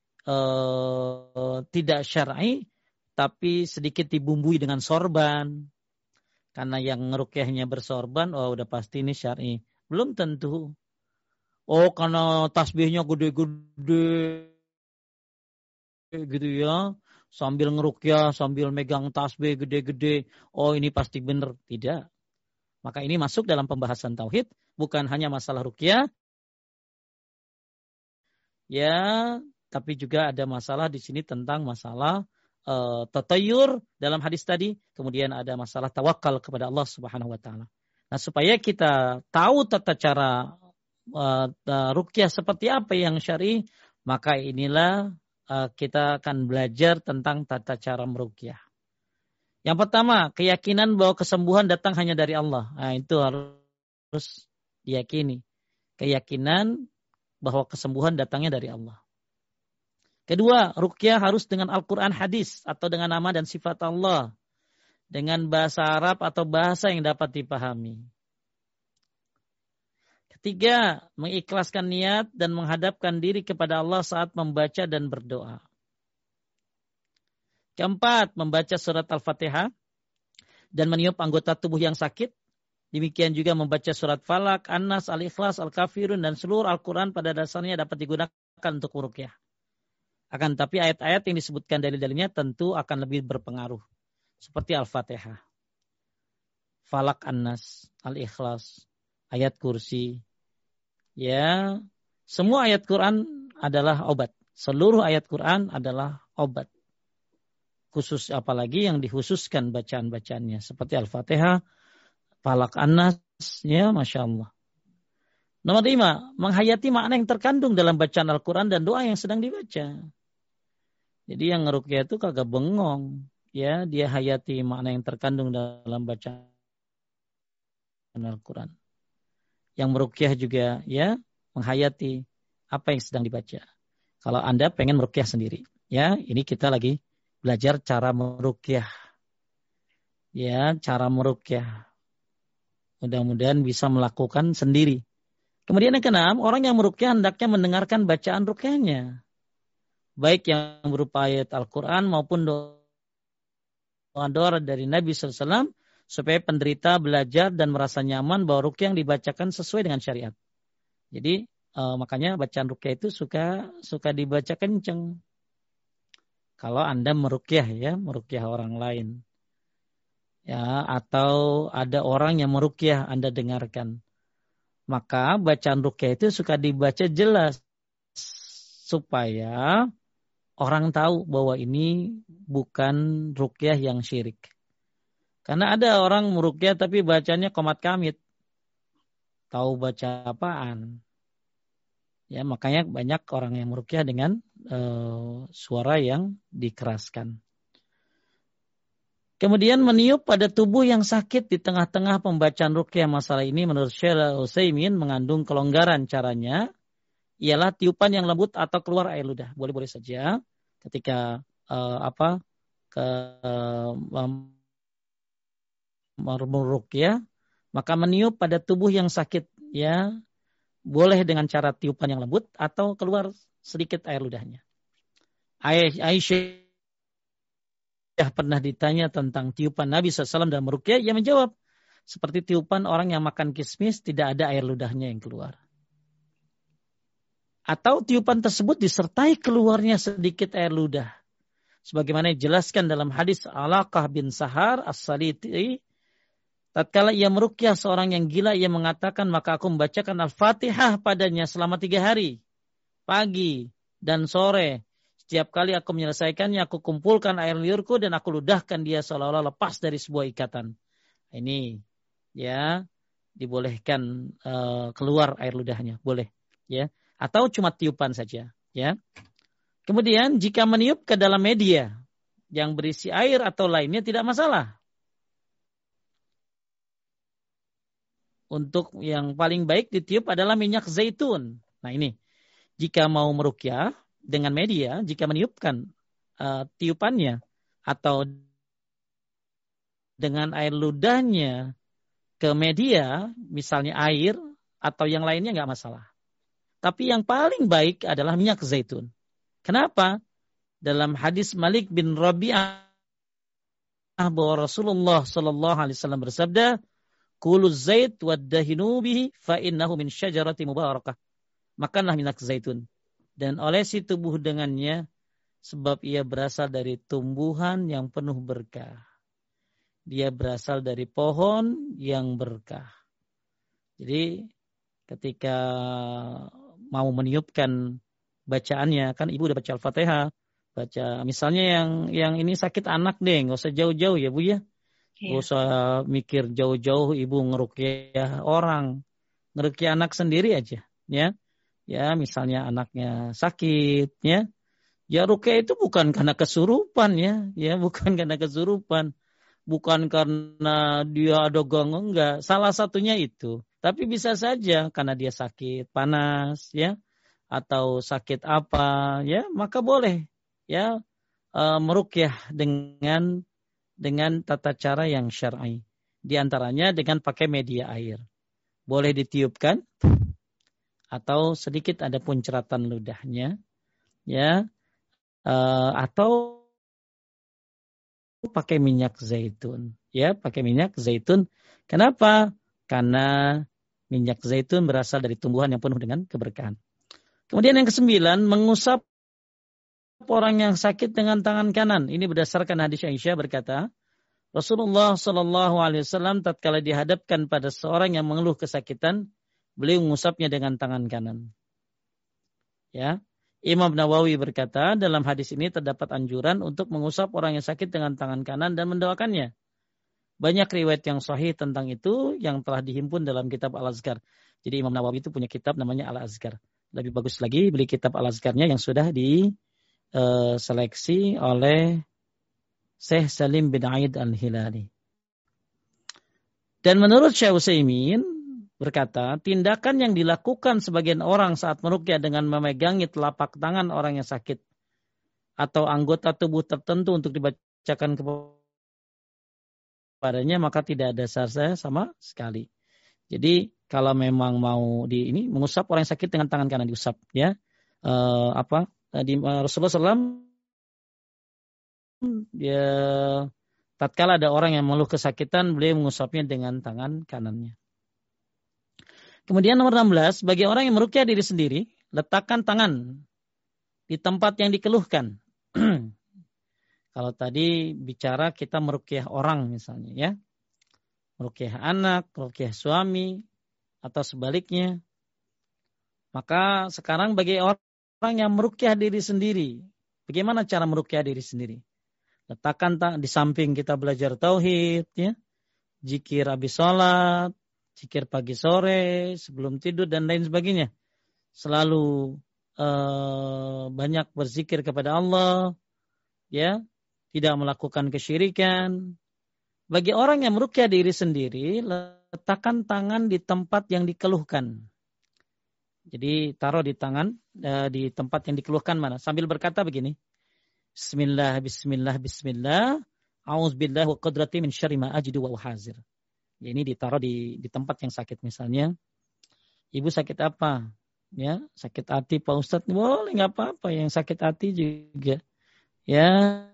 tidak syar'i, tapi sedikit dibumbui dengan sorban. Karena yang ngeruqyahnya bersorban, oh udah pasti ini syar'i. Belum tentu. Oh karena tasbihnya gede-gede gitu ya, sambil ngeruqyah, sambil megang tasbih gede-gede, oh ini pasti benar. Tidak. Maka ini masuk dalam pembahasan tauhid, bukan hanya masalah ruqyah, ya, tapi juga ada masalah di sini tentang masalah tatayur dalam hadis tadi, kemudian ada masalah tawakal kepada Allah Subhanahu wa taala. Nah, supaya kita tahu tata cara ruqyah seperti apa yang syar'i, maka inilah kita akan belajar tentang tata cara meruqyah. Yang pertama, keyakinan bahwa kesembuhan datang hanya dari Allah. Nah, itu harus diyakini. Keyakinan bahwa kesembuhan datangnya dari Allah. Kedua, ruqyah harus dengan Al-Quran hadis atau dengan nama dan sifat Allah. Dengan bahasa Arab atau bahasa yang dapat dipahami. Ketiga, mengikhlaskan niat dan menghadapkan diri kepada Allah saat membaca dan berdoa. Keempat, membaca surat Al-Fatihah dan meniup anggota tubuh yang sakit. Demikian juga membaca surat Falak, An-Nas, Al-Ikhlas, Al-Kafirun, dan seluruh Al-Quran pada dasarnya dapat digunakan untuk meruqyah. Akan tapi ayat-ayat yang disebutkan dalil-dalilnya tentu akan lebih berpengaruh. Seperti Al-Fatihah, Falak, An-Nas, Al-Ikhlas, ayat kursi. Ya, semua ayat Quran adalah obat. Seluruh ayat Quran adalah obat. Khusus apalagi yang dikhususkan bacaan-bacaannya. Seperti Al-Fatihah, Falak, An-Nas, ya Masya Allah. Nomor 5, menghayati makna yang terkandung dalam bacaan Al-Quran dan doa yang sedang dibaca. Jadi yang ngeruqyah itu kagak bengong. Ya, dia hayati makna yang terkandung dalam bacaan Al-Quran. Yang meruqyah juga ya menghayati apa yang sedang dibaca. Kalau Anda pengen meruqyah sendiri, ya ini kita lagi belajar cara meruqyah. Ya, cara meruqyah. Mudah-mudahan bisa melakukan sendiri. Kemudian yang keenam, orang yang meruqyah hendaknya mendengarkan bacaan ruqyahnya. Baik yang berupa ayat Al-Quran maupun doa-doa dari Nabi SAW supaya penderita belajar dan merasa nyaman bahwa ruqyah yang dibacakan sesuai dengan syariat. Jadi makanya bacaan ruqyah itu suka dibaca kenceng. Kalau Anda meruqyah meruqyah orang lain. Ya, atau ada orang yang meruqyah Anda dengarkan. Maka bacaan ruqyah itu suka dibaca jelas supaya orang tahu bahwa ini bukan ruqyah yang syirik. Karena ada orang meruqyah tapi bacanya komat kamit. Tahu baca apaan. Ya, makanya banyak orang yang meruqyah dengan suara yang dikeraskan. Kemudian meniup pada tubuh yang sakit di tengah-tengah pembacaan ruqyah. Masalah ini menurut Syekh Utsaimin mengandung kelonggaran. Caranya ialah tiupan yang lembut atau keluar air ludah. Boleh-boleh saja ketika meruqyah, maka meniup pada tubuh yang sakit, ya boleh dengan cara tiupan yang lembut atau keluar sedikit air ludahnya. Aisyah pernah ditanya tentang tiupan Nabi SAW dalam meruqyah, ia menjawab, seperti tiupan orang yang makan kismis, tidak ada air ludahnya yang keluar. Atau tiupan tersebut disertai keluarnya sedikit air ludah. Sebagaimana dijelaskan dalam hadis Alaqah bin Sahar As-Saliti, tatkala ia meruqyah seorang yang gila, ia mengatakan, maka aku membacakan Al-Fatihah padanya selama 3 hari, pagi dan sore. Setiap kali aku menyelesaikannya, aku kumpulkan air liurku dan aku ludahkan dia seolah-olah lepas dari sebuah ikatan. Ini ya dibolehkan keluar air ludahnya, boleh ya. Atau cuma tiupan saja ya. Kemudian jika meniup ke dalam media yang berisi air atau lainnya tidak masalah. Untuk yang paling baik ditiup adalah minyak zaitun. Nah ini, jika mau meruqyah dengan media, jika meniupkan tiupannya atau dengan air ludahnya ke media, misalnya air atau yang lainnya nggak masalah. Tapi yang paling baik adalah minyak zaitun. Kenapa? Dalam hadis Malik bin Rabi'ah bahwa Rasulullah Sallallahu Alaihi Wasallam bersabda, "Kulu zait waddahinu bihi fa innahu min syajarati mubarakah." Makanlah minyak zaitun dan olesi tubuh dengannya, sebab ia berasal dari tumbuhan yang penuh berkah. Dia berasal dari pohon yang berkah. Jadi ketika mau meniupkan bacaannya, kan ibu udah baca Al-Fatihah, baca misalnya yang ini sakit anak deh, nggak usah jauh-jauh ya Bu ya. Nggak usah mikir jauh-jauh ibu ngeruqyah orang, ngeruqyah anak sendiri aja ya. Ya, misalnya anaknya sakit ya. Ya ruqyah itu bukan karena kesurupan ya, bukan karena kesurupan. Bukan karena dia ada gangguan, enggak. Salah satunya itu. Tapi bisa saja karena dia sakit panas ya, atau sakit apa ya, maka boleh ya meruqyah dengan tata cara yang syar'i. Di antaranya dengan pakai media air. Boleh ditiupkan atau sedikit ada punceratan ludahnya ya, atau pakai minyak zaitun ya, pakai minyak zaitun. Kenapa? Karena minyak zaitun berasal dari tumbuhan yang penuh dengan keberkahan. Kemudian yang ke-9, mengusap orang yang sakit dengan tangan kanan. Ini berdasarkan hadis Aisyah berkata, Rasulullah Shallallahu Alaihi Wasallam tatkala dihadapkan pada seorang yang mengeluh kesakitan, beliau mengusapnya dengan tangan kanan. Ya, Imam Nawawi berkata, dalam hadis ini terdapat anjuran untuk mengusap orang yang sakit dengan tangan kanan dan mendoakannya. Banyak riwayat yang sahih tentang itu yang telah dihimpun dalam kitab Al-Azkar. Jadi Imam Nawawi itu punya kitab namanya Al-Azkar. Lebih bagus lagi beli kitab Al-Azkarnya yang sudah diseleksi oleh Syekh Salim bin Aid Al-Hilali. Dan menurut Syekh Utsaimin berkata, tindakan yang dilakukan sebagian orang saat meruqyah dengan memegangi telapak tangan orang yang sakit atau anggota tubuh tertentu untuk dibacakan kepadanya, maka tidak ada dasar sama sekali. Jadi kalau memang mau mengusap orang yang sakit dengan tangan kanan diusap ya. Di Rasulullah SAW dia Tatkala ada orang yang mengeluh kesakitan, beliau mengusapnya dengan tangan kanannya. Kemudian nomor 16, bagi orang yang meruqyah diri sendiri, letakkan tangan di tempat yang dikeluhkan. Kalau tadi bicara kita meruqyah orang misalnya ya. Meruqyah anak, meruqyah suami, atau sebaliknya. Maka sekarang bagi orang yang meruqyah diri sendiri, bagaimana cara meruqyah diri sendiri? Letakkan di samping kita belajar tauhid, ya, zikir habis sholat, zikir pagi sore, sebelum tidur dan lain sebagainya. Selalu banyak berzikir kepada Allah, ya, tidak melakukan kesyirikan. Bagi orang yang meruqyah diri sendiri, letakkan tangan di tempat yang dikeluhkan. Jadi taruh di tangan di tempat yang dikeluhkan mana? Sambil berkata begini. Bismillah, bismillah, bismillah. A'udzubillahi wa qudrati min syarri ma ajidu wa uhazir. Ya, ini ditaruh di tempat yang sakit misalnya. Ibu sakit apa? Ya, sakit hati Pak Ustadz. Boleh, enggak apa-apa, yang sakit hati juga. Ya.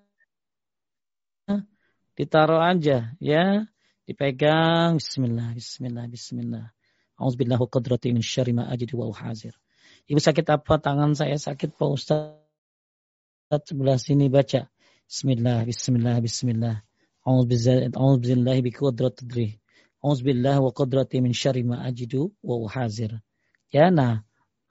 Ditaruh aja, ya. Dipegang, bismillah, bismillah, bismillah. A'udzubillahi wa qudrati min syarri ma ajidu wa uhazir. Ibu sakit apa? Tangan saya sakit Pak Ustadz. Sebelah sini baca bismillah, bismillah, bismillah. A'udzubillahi bi qudratihi. A'udzubillahi wa qudrati min syarri ma ajidu wa uhazir. Ya, nah.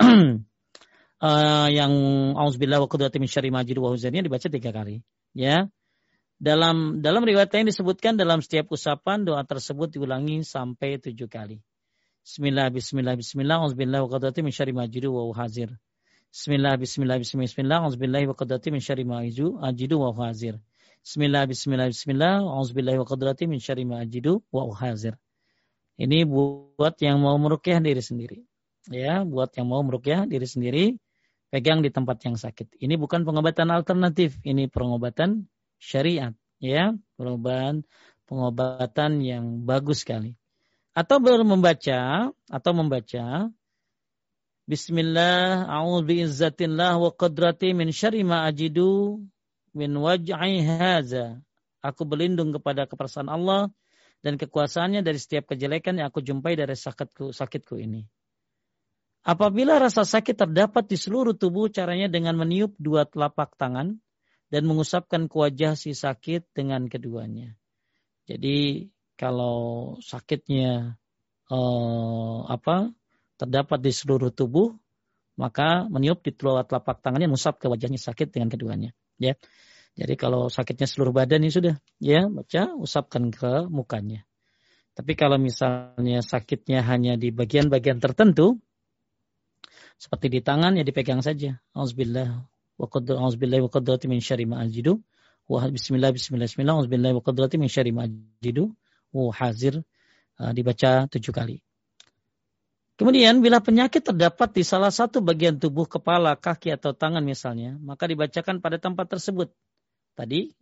Yang a'udzubillahi wa qudrati min syarri ma ajidu wa uhazirnya dibaca 3 kali, ya. Dalam riwayat lain disebutkan dalam setiap usapan doa tersebut diulangi sampai 7 kali. Bismillah, bismillah, bismillah. A'udzubillahi wa qudrati min syarri ma ajidu wa uhazir. Bismillah, bismillah, bismillah, bismillah. A'udzubillahi wa qudrati min syarri ma ajidu wa uhazir. Bismillah, bismillah, bismillah. A'udzubillahi wa qudrati min syarri ma ajidu wa uhazir. Ini buat yang mau meruqyah diri sendiri. Ya, buat yang mau meruqyah diri sendiri, pegang di tempat yang sakit. Ini bukan pengobatan alternatif, ini pengobatan syariat, ya, pengobatan yang bagus sekali. Atau membaca Bismillah, a'udzu bi'izzatillah wa qudrati min syarri ma ajidu min waj'i hadza. Aku berlindung kepada keperkasaan Allah dan kekuasaannya dari setiap kejelekan yang aku jumpai dari sakitku ini. Apabila rasa sakit terdapat di seluruh tubuh, caranya dengan meniup 2 telapak tangan dan mengusapkan ke wajah si sakit dengan keduanya. Jadi kalau sakitnya terdapat di seluruh tubuh, maka meniup di telapak tangannya, mengusap ke wajahnya sakit dengan keduanya. Ya, jadi kalau sakitnya seluruh badan ini sudah, ya, baca, usapkan ke mukanya. Tapi kalau misalnya sakitnya hanya di bagian-bagian tertentu, seperti di tangan, ya dipegang saja. Auzubillahi wa qudrati min syarri ma ajidu. Bismillah, bismillah, bismillah. Auzubillahi wa qudrati min syarri ma ajidu. Hazir, dibaca 7 kali. Kemudian bila penyakit terdapat di salah satu bagian tubuh, kepala, kaki, atau tangan misalnya, maka dibacakan pada tempat tersebut. Tadi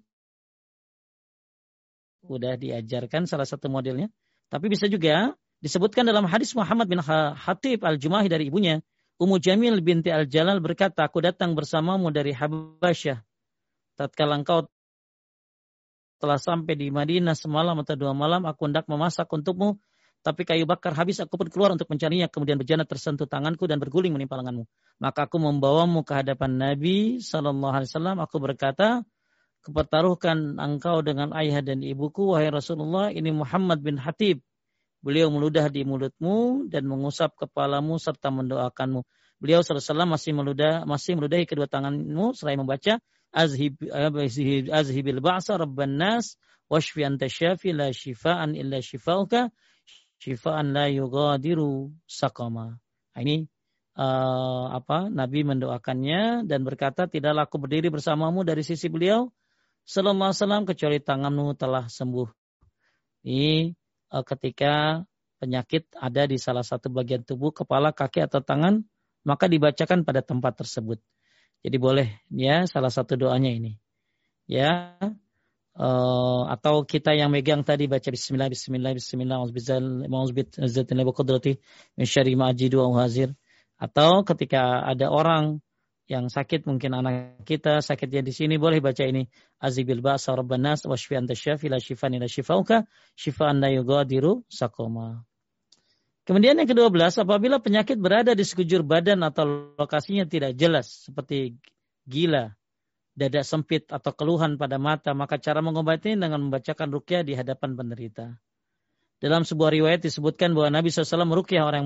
sudah diajarkan salah satu modelnya. Tapi bisa juga disebutkan dalam hadis Muhammad bin Hatib al-Jumahi dari ibunya, Ummu Jamil binti al-Jalal berkata, aku datang bersamamu dari Habasyah. Tatkala engkau telah sampai di Madinah semalam atau 2 malam, aku hendak memasak untukmu. Tapi kayu bakar habis, aku pun keluar untuk mencarinya. Kemudian bejana tersentuh tanganku dan berguling menimpa lenganmu. Maka aku membawamu ke hadapan Nabi SAW. Aku berkata, kupertaruhkan engkau dengan ayah dan ibuku, wahai Rasulullah, ini Muhammad bin Hatib. Beliau meludah di mulutmu dan mengusap kepalamu serta mendoakanmu. Beliau SAW masih meludahi kedua tanganmu seraya membaca, azhibil ba'sa rabban nas washfi anta syafi la shifaan illa shifauka syifaan la yughadiru saqama. Ini Nabi mendoakannya dan berkata, tidaklah aku berdiri bersamamu dari sisi beliau sallallahu alaihi wasallam kecuali tanganmu telah sembuh. Ini ketika penyakit ada di salah satu bagian tubuh, kepala, kaki, atau tangan, maka dibacakan pada tempat tersebut. Jadi boleh, ya, salah satu doanya ini, ya. Atau kita yang megang tadi baca bismillah, bismillah, bismillah, auzubillahi wa qudrati min syarri ma ajidu wa uhazir. Atau ketika ada orang yang sakit, mungkin anak kita sakitnya di sini, boleh baca ini. Azibil ba'sa rabban nas washfi anta syafi la shifaan illa shifauka shifaan la yughadiru saqama. Kemudian yang ke-12, apabila penyakit berada di sekujur badan atau lokasinya tidak jelas seperti gila, dada sempit atau keluhan pada mata, maka cara mengobatinya dengan membacakan ruqyah di hadapan penderita. Dalam sebuah riwayat disebutkan bahwa Nabi SAW meruqyah orang yang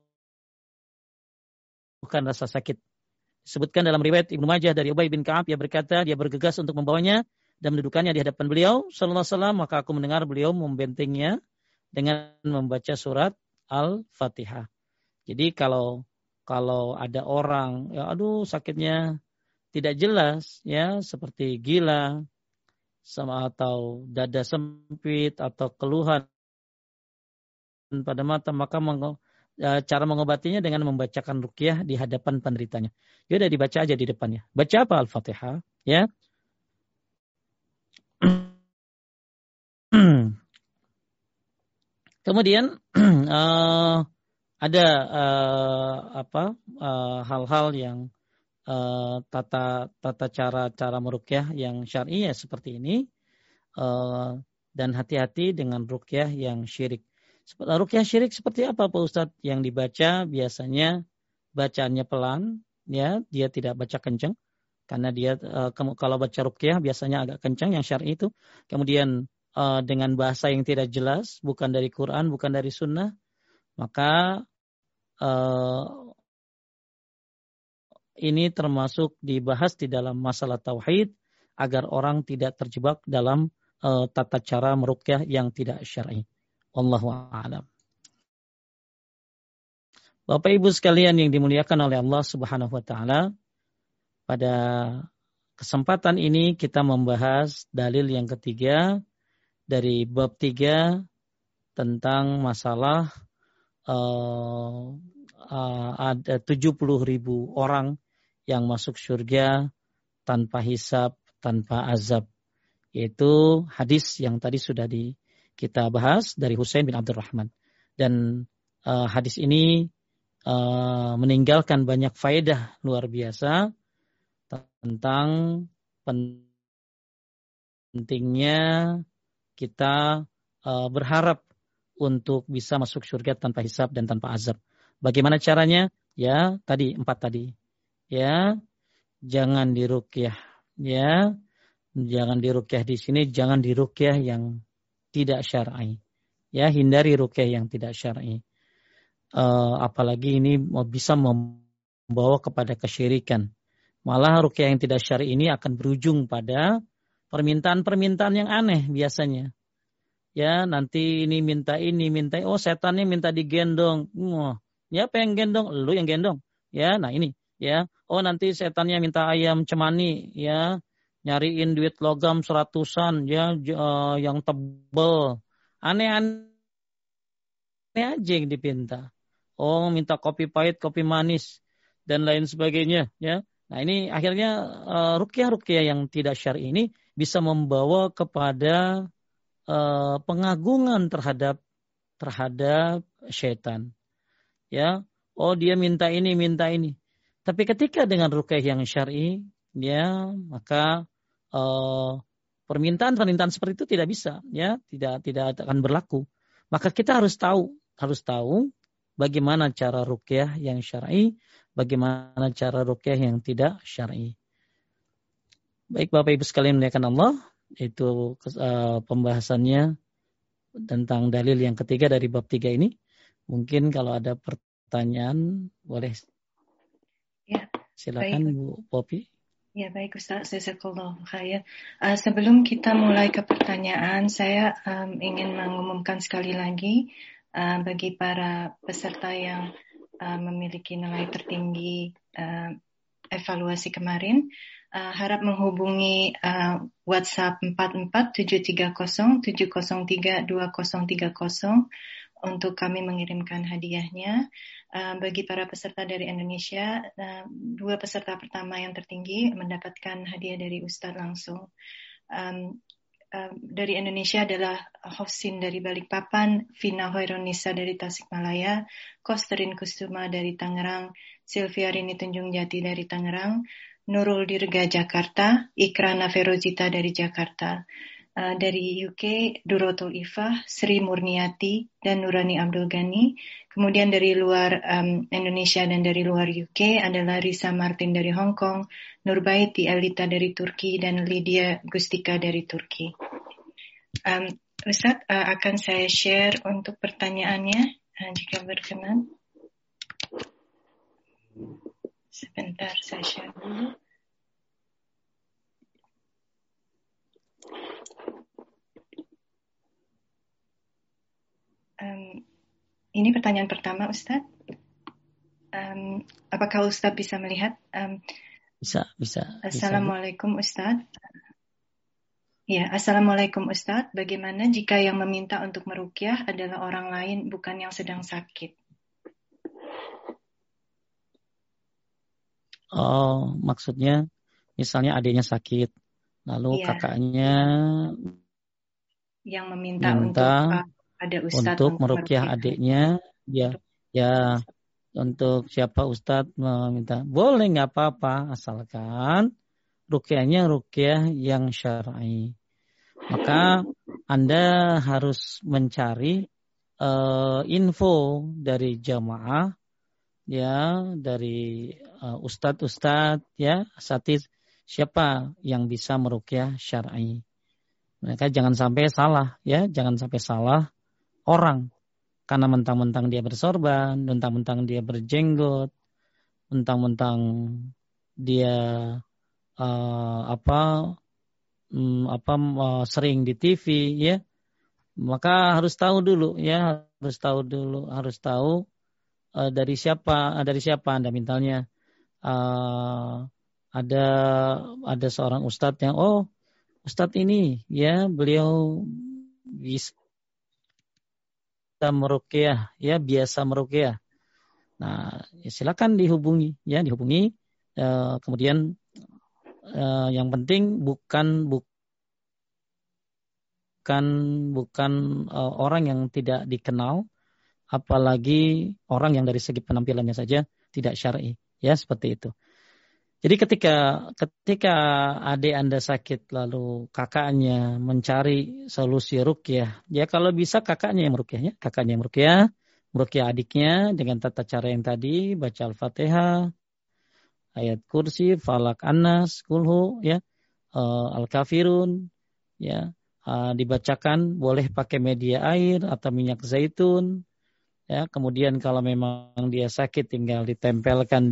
mengeluhkan rasa sakit. Disebutkan dalam riwayat Ibnu Majah dari Ubay bin Ka'ab, dia berkata, dia bergegas untuk membawanya dan mendudukannya di hadapan beliau sallallahu alaihi wasallam, maka aku mendengar beliau membentengnya dengan membaca surat Al-Fatihah. Jadi kalau ada orang, ya aduh sakitnya tidak jelas, ya seperti gila, sama atau dada sempit atau keluhan pada mata, maka cara mengobatinya dengan membacakan ruqyah di hadapan penderitanya. Ya udah dibaca aja di depannya. Baca apa? Al-Fatihah, ya. Kemudian ada hal-hal yang tata cara meruqyah yang syar'i ya seperti ini, dan hati-hati dengan ruqyah yang syirik. Ruqyah syirik seperti apa Pak Ustadz? Yang dibaca biasanya bacaannya pelan, ya, dia tidak baca kencang karena dia kalau baca ruqyah biasanya agak kencang yang syar'i itu. Kemudian dengan bahasa yang tidak jelas, bukan dari Quran, bukan dari Sunnah, maka ini termasuk dibahas di dalam masalah tauhid agar orang tidak terjebak dalam tata cara meruqyah yang tidak syar'i. Wallahu a'lam. Bapak Ibu sekalian yang dimuliakan oleh Allah Subhanahu wa taala, pada kesempatan ini kita membahas dalil yang ketiga dari bab 3 tentang masalah ada 70.000 orang yang masuk surga tanpa hisab, tanpa azab. Yaitu hadis yang tadi sudah kita bahas dari Husain bin Abdurrahman. Dan hadis ini meninggalkan banyak faedah luar biasa tentang pentingnya kita berharap untuk bisa masuk surga tanpa hisab dan tanpa azab. Bagaimana caranya? Ya, 4 tadi. Ya, jangan diruqyah. Ya, jangan diruqyah di sini, jangan diruqyah yang tidak syar'i. Ya, hindari ruqyah yang tidak syar'i. Apalagi ini bisa membawa kepada kesyirikan. Malah ruqyah yang tidak syar'i ini akan berujung pada permintaan-permintaan yang aneh biasanya. Ya, nanti ini, oh setannya minta digendong. Ya, apa yang gendong? Lu yang gendong. Ya, nah ini, ya. Oh, nanti setannya minta ayam cemani, ya. Nyariin duit logam 100-an, ya, yang tebel. Aneh-aneh aja yang dipinta. Oh, minta kopi pahit, kopi manis, dan lain sebagainya, ya. Nah, ini akhirnya ruqyah-ruqyah yang tidak syar'i ini bisa membawa kepada pengagungan terhadap syaitan. Ya, oh dia minta ini. Tapi ketika dengan ruqyah yang syar'i, ya, maka permintaan seperti itu tidak bisa, ya, tidak akan berlaku. Maka kita harus tahu bagaimana cara ruqyah yang syar'i, bagaimana cara ruqyah yang tidak syar'i. Baik Bapak Ibu sekalian muliakan Allah, itu pembahasannya tentang dalil yang ketiga dari bab 3 ini. Mungkin kalau ada pertanyaan boleh. Ya, silakan baik. Bu Popi. Ya, baik Ustaz, jazakallahu khair. Sebelum kita mulai ke pertanyaan, saya ingin mengumumkan sekali lagi bagi para peserta yang memiliki nilai tertinggi evaluasi kemarin, harap menghubungi WhatsApp 44730703230 untuk kami mengirimkan hadiahnya. Bagi para peserta dari Indonesia, 2 peserta pertama yang tertinggi mendapatkan hadiah dari Ustadz langsung. Dari Indonesia adalah Hofsin dari Balikpapan, Vina Hoironisa dari Tasikmalaya, Kosterin Kusuma dari Tangerang, Sylvia Rini Tunjung Jati dari Tangerang, Nurul Dirga Jakarta, Ikrana Ferozita dari Jakarta. Dari UK, Durotul Ifah, Sri Murniati, dan Nurani Abdul Ghani. Kemudian dari luar Indonesia dan dari luar UK adalah Risa Martin dari Hong Kong, Nurbaiti Elita dari Turki, dan Lydia Gustika dari Turki. Ustadz, akan saya share untuk pertanyaannya, jika berkenan. Sebentar, saya share dulu. Ini pertanyaan pertama, Ustadz. Apakah Ustadz bisa melihat? Bisa. Assalamualaikum Ustadz. Ya, Assalamualaikum Ustadz. Bagaimana jika yang meminta untuk meruqyah adalah orang lain, bukan yang sedang sakit? Oh, maksudnya misalnya adiknya sakit, lalu kakaknya yang meminta untuk ada ustadz untuk meruqyah adiknya, ya untuk siapa ustadz meminta, boleh, nggak apa-apa, asalkan ruqyahnya ruqyah yang syar'i. Maka Anda harus mencari info dari jamaah, ya, dari ustadz-ustadz, ya, asatidz, siapa yang bisa meruqyah syar'i. Mereka jangan sampai salah, ya, jangan sampai salah orang karena mentang-mentang dia bersorban, mentang-mentang dia berjenggot, mentang-mentang dia sering di TV, ya, maka harus tahu dulu, ya, harus tahu dari siapa Anda mintanya. Ada seorang ustadz yang ustadz ini, ya, beliau bisa meruqyah, ya, biasa meruqyah. Nah, ya, silakan dihubungi. Kemudian yang penting bukan orang yang tidak dikenal, apalagi orang yang dari segi penampilannya saja tidak syar'i, ya, seperti itu. Jadi ketika adik Anda sakit lalu kakaknya mencari solusi ruqyah, ya kalau bisa kakaknya yang meruqyah adiknya dengan tata cara yang tadi, baca Al-Fatihah, ayat kursi, Falak, An-Nas, Kulhu, ya, Al-Kafirun, ya, dibacakan, boleh pakai media air atau minyak zaitun, ya. Kemudian kalau memang dia sakit tinggal ditempelkan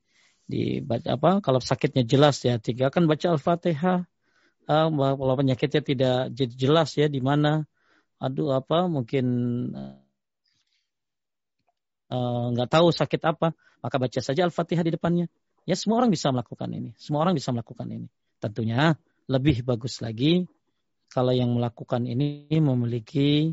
kalau sakitnya jelas, ya, tinggalkan baca Al-Fatihah. Kalau penyakitnya tidak jelas, ya, di mana, mungkin nggak tahu sakit apa, maka baca saja Al-Fatihah di depannya. Ya, semua orang bisa melakukan ini. Tentunya lebih bagus lagi kalau yang melakukan ini memiliki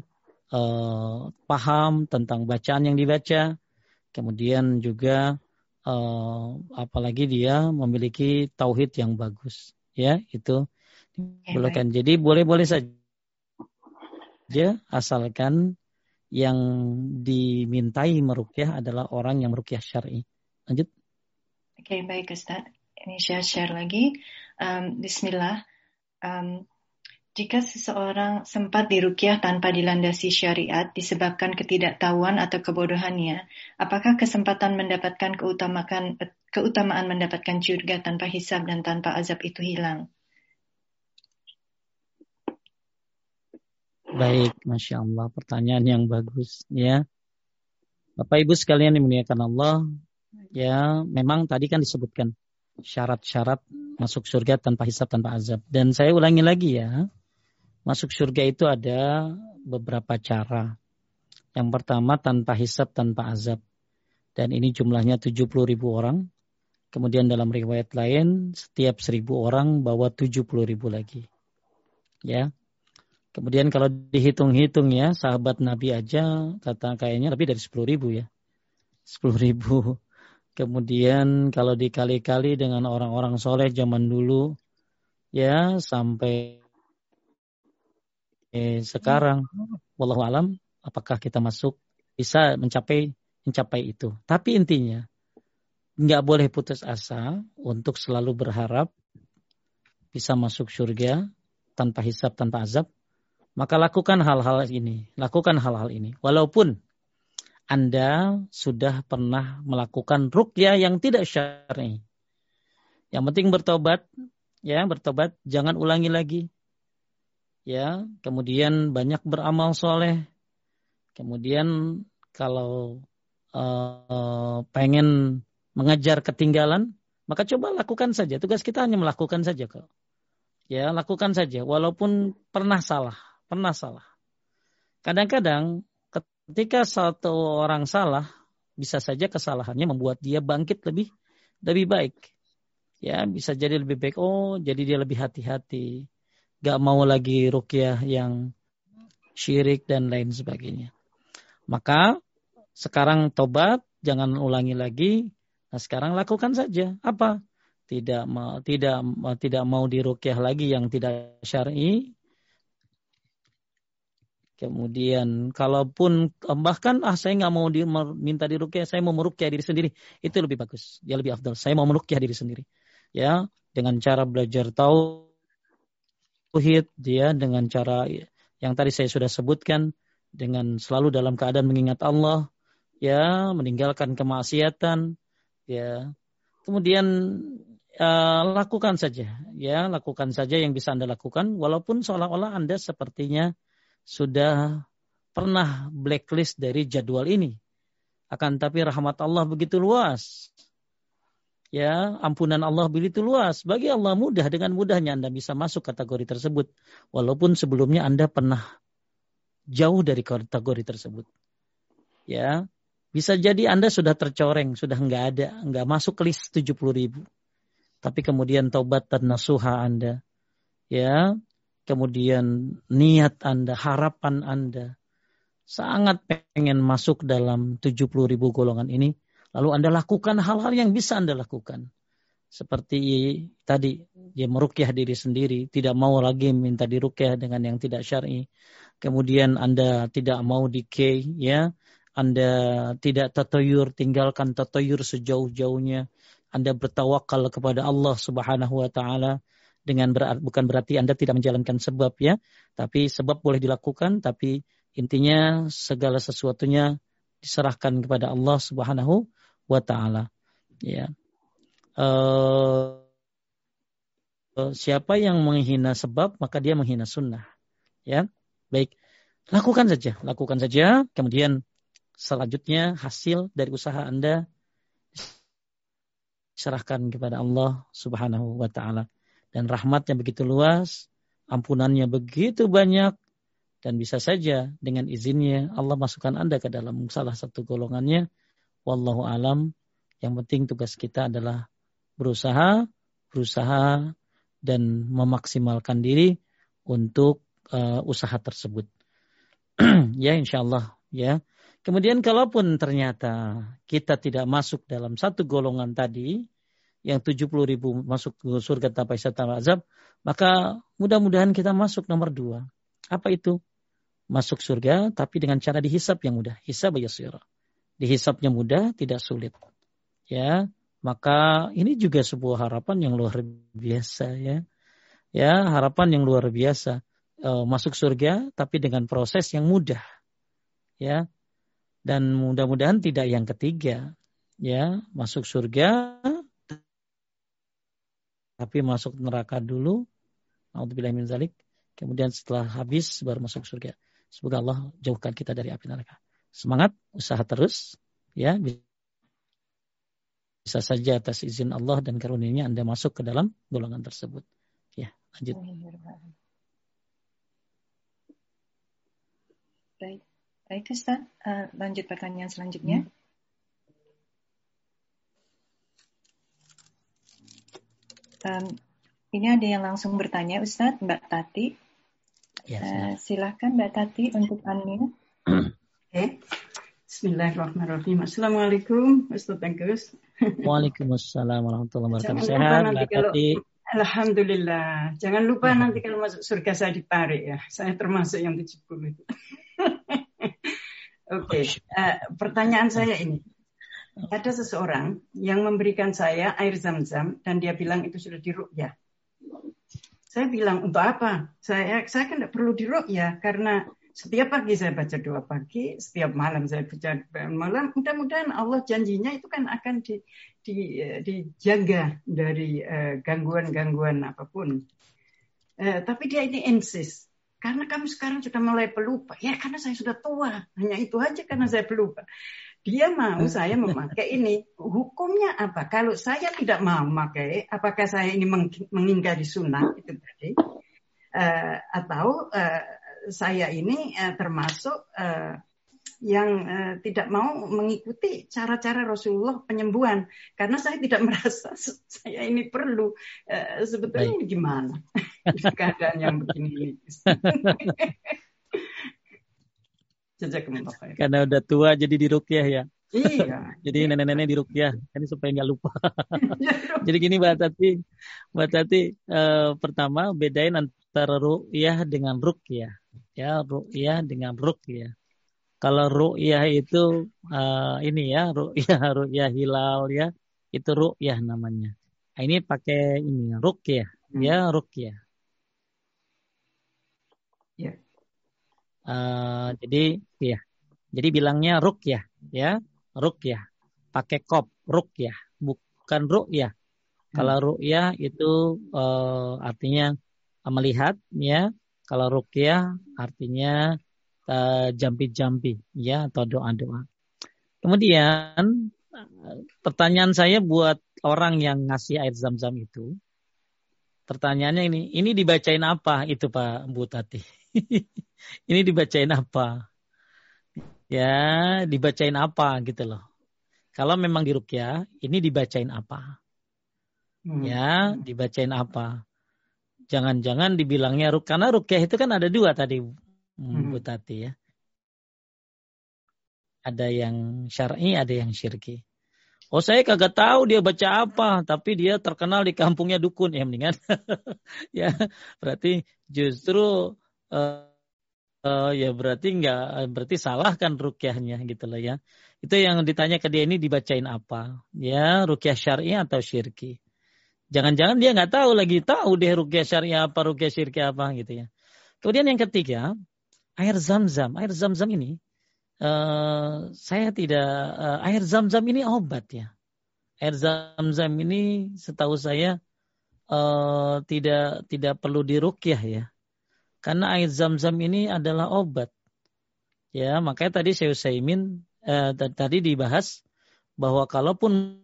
paham tentang bacaan yang dibaca, kemudian juga apalagi dia memiliki tauhid yang bagus, ya, itu diperlukan. Jadi boleh-boleh saja asalkan yang dimintai meruqyah adalah orang yang meruqyah syar'i. Lanjut. Oke, baik Ustaz. Ini saya share lagi. Bismillah. Jika seseorang sempat diruqyah tanpa dilandasi syariat disebabkan ketidaktahuan atau kebodohannya, apakah kesempatan mendapatkan keutamaan mendapatkan surga tanpa hisab dan tanpa azab itu hilang? Baik, Masya Allah, pertanyaan yang bagus, ya. Bapak Ibu sekalian dimuliakan Allah, ya, memang tadi kan disebutkan syarat-syarat masuk surga tanpa hisab, tanpa azab. Dan saya ulangi lagi, ya. Masuk surga itu ada beberapa cara. Yang pertama tanpa hisab, tanpa azab. Dan ini jumlahnya 70.000 orang. Kemudian dalam riwayat lain, setiap 1.000 orang bawa 70.000 lagi. Ya. Kemudian kalau dihitung-hitung, ya, sahabat Nabi aja kayaknya lebih dari 10.000, ya. 10.000. Kemudian kalau dikali-kali dengan orang-orang soleh zaman dulu, ya, sampai sekarang, wallahu alam, apakah kita bisa mencapai itu. Tapi intinya, nggak boleh putus asa untuk selalu berharap bisa masuk surga tanpa hisab, tanpa azab. Maka lakukan hal-hal ini. Walaupun Anda sudah pernah melakukan ruqyah yang tidak syar'i. Yang penting bertobat, jangan ulangi lagi. Ya, kemudian banyak beramal soleh. Kemudian kalau pengen mengejar ketinggalan, maka coba lakukan saja. Tugas kita hanya melakukan saja kok. Ya, lakukan saja walaupun pernah salah. Kadang-kadang ketika satu orang salah, bisa saja kesalahannya membuat dia bangkit lebih baik. Ya, bisa jadi lebih baik. Oh, jadi dia lebih hati-hati. Gak mau lagi ruqyah yang syirik dan lain sebagainya. Maka sekarang tobat, jangan ulangi lagi. Nah, sekarang lakukan saja. Apa? Tidak mau diruqyah lagi yang tidak syar'i. Kemudian kalaupun bahkan saya nggak mau minta diruqyah, saya mau meruqyah diri sendiri, itu lebih bagus. Dia lebih afdal. Saya mau meruqyah diri sendiri. Ya, dengan cara belajar tauhid, dia dengan cara yang tadi saya sudah sebutkan, dengan selalu dalam keadaan mengingat Allah, ya, meninggalkan kemaksiatan, ya. Kemudian lakukan saja yang bisa Anda lakukan, walaupun seolah-olah Anda sepertinya sudah pernah blacklist dari jadwal ini. Akan tapi rahmat Allah begitu luas. Ya, ampunan Allah begitu luas. Bagi Allah mudah, dengan mudahnya Anda bisa masuk kategori tersebut. Walaupun sebelumnya Anda pernah jauh dari kategori tersebut. Ya, bisa jadi Anda sudah tercoreng, sudah nggak masuk list 70.000. Tapi kemudian taubat dan nasuha Anda, ya, kemudian niat Anda, harapan Anda, sangat pengen masuk dalam 70.000 golongan ini, lalu Anda lakukan hal-hal yang bisa Anda lakukan. Seperti tadi, ya, meruqyah diri sendiri, tidak mau lagi minta diruqyah dengan yang tidak syar'i. Kemudian Anda tidak mau decay, ya, Anda tidak tatayur, tinggalkan tatayur sejauh-jauhnya. Anda bertawakal kepada Allah Subhanahu wa taala, dengan bukan berarti Anda tidak menjalankan sebab, ya, tapi sebab boleh dilakukan, tapi intinya segala sesuatunya diserahkan kepada Allah Subhanahu wa taala, ya. Siapa yang menghina sebab, maka dia menghina sunnah, ya. Baik, lakukan saja, kemudian selanjutnya hasil dari usaha Anda serahkan kepada Allah Subhanahu wa taala, dan rahmatnya begitu luas, ampunannya begitu banyak, dan bisa saja dengan izinnya Allah masukkan Anda ke dalam salah satu golongannya. Wallahu alam. Yang penting tugas kita adalah berusaha dan memaksimalkan diri untuk usaha tersebut. Ya, insyaallah, ya. Kemudian kalaupun ternyata kita tidak masuk dalam satu golongan tadi, yang 70.000 masuk ke surga tanpa hisab tanpa azab, maka mudah-mudahan kita masuk nomor 2. Apa itu? Masuk surga tapi dengan cara dihisab yang mudah. Hisab yasir. Dihisabnya mudah, tidak sulit. Ya, maka ini juga sebuah harapan yang luar biasa, ya. Ya, harapan yang luar biasa. Masuk surga tapi dengan proses yang mudah. Ya. Dan mudah-mudahan tidak yang ketiga, ya, masuk surga tapi masuk neraka dulu, naudzubillahi min dzalik, kemudian setelah habis baru masuk surga. Semoga Allah jauhkan kita dari api neraka. Semangat, usaha terus, ya. Bisa saja atas izin Allah dan karunia-Nya Anda masuk ke dalam golongan tersebut. Ya, lanjut. Baik Ustaz, lanjut pertanyaan selanjutnya. Ini ada yang langsung bertanya, Ustaz, Mbak Tati. Ya, silahkan Mbak Tati untuk unmute. Okay. Bismillahirrahmanirrahim. Assalamualaikum, Ustaz Tengkus. Waalaikumsalam warahmatullahi wabarakatuh. Sehat, Mbak Tati. Alhamdulillah. Jangan lupa nanti kalau masuk surga saya ditarik, ya. Saya termasuk yang 70 itu. Oke, pertanyaan saya ini. ada seseorang yang memberikan saya air zam-zam dan dia bilang itu sudah diruqyah. Saya bilang, untuk apa? Saya kan tidak perlu diruqyah karena setiap pagi saya baca doa pagi, setiap malam saya baca doa malam. Mudah-mudahan Allah janjinya itu kan akan dijaga dari gangguan-gangguan apapun. Tapi dia ini insist. Karena kamu sekarang sudah mulai pelupa. Ya karena saya sudah tua. Hanya itu aja karena saya pelupa. Dia mau saya memakai ini. Hukumnya apa? Kalau saya tidak mau memakai, apakah saya ini mengingkari sunnah itu tadi? Atau saya ini termasuk yang tidak mau mengikuti cara-cara Rasulullah penyembuhan. Karena saya tidak merasa saya ini perlu. Sebetulnya gimana? Keadaan yang begini. Karena udah tua jadi diruqyah ya. Iya. Jadi nenek-nenek diruqyah. Ini supaya nggak lupa. Jadi gini Mbak Tati, pertama bedain antara ruqyah dengan ruqyah. Ya, ruqyah dengan ruqyah. Kalau ruqyah itu ini ya, ruqyah hilal ya, itu ruqyah namanya. Nah, ini pakai ini ruqyah, ya ruqyah. Ya. Jadi bilangnya ruqyah, ya ruqyah. Pakai kop ruqyah, bukan ruqyah. Kalau ruqyah itu artinya melihat, ya. Kalau ruqyah artinya jampi-jampi, ya, atau doa-doa. Kemudian pertanyaan saya buat orang yang ngasih air zam-zam itu, pertanyaannya ini dibacain apa itu Pak Bu Tati? Ini dibacain apa? Ya, dibacain apa gitu loh. Kalau memang diruqyah, ini dibacain apa? Ya, dibacain apa? Jangan-jangan dibilangnya karena ruqyah itu kan ada dua tadi Bu Tati ya. Ada yang syar'i, ada yang syirki. Oh saya kagak tahu dia baca apa, tapi dia terkenal di kampungnya dukun ya mendingan. Ya berarti justru ya berarti salah kan ruqyahnya gitu loh ya. Itu yang ditanya ke dia ini dibacain apa? Ya ruqyah syar'i atau syirki. Jangan-jangan dia nggak tahu lagi, tahu deh ruqyah syar'i apa, ruqyah syirki apa gitu ya. Kemudian yang ketiga, air zam-zam. Air zam-zam ini air zam-zam ini obat ya. Air zam-zam ini setahu saya tidak perlu diruqyah ya. Karena air zam-zam ini adalah obat. Ya, makanya tadi Syekh Utsaimin tadi dibahas bahwa kalaupun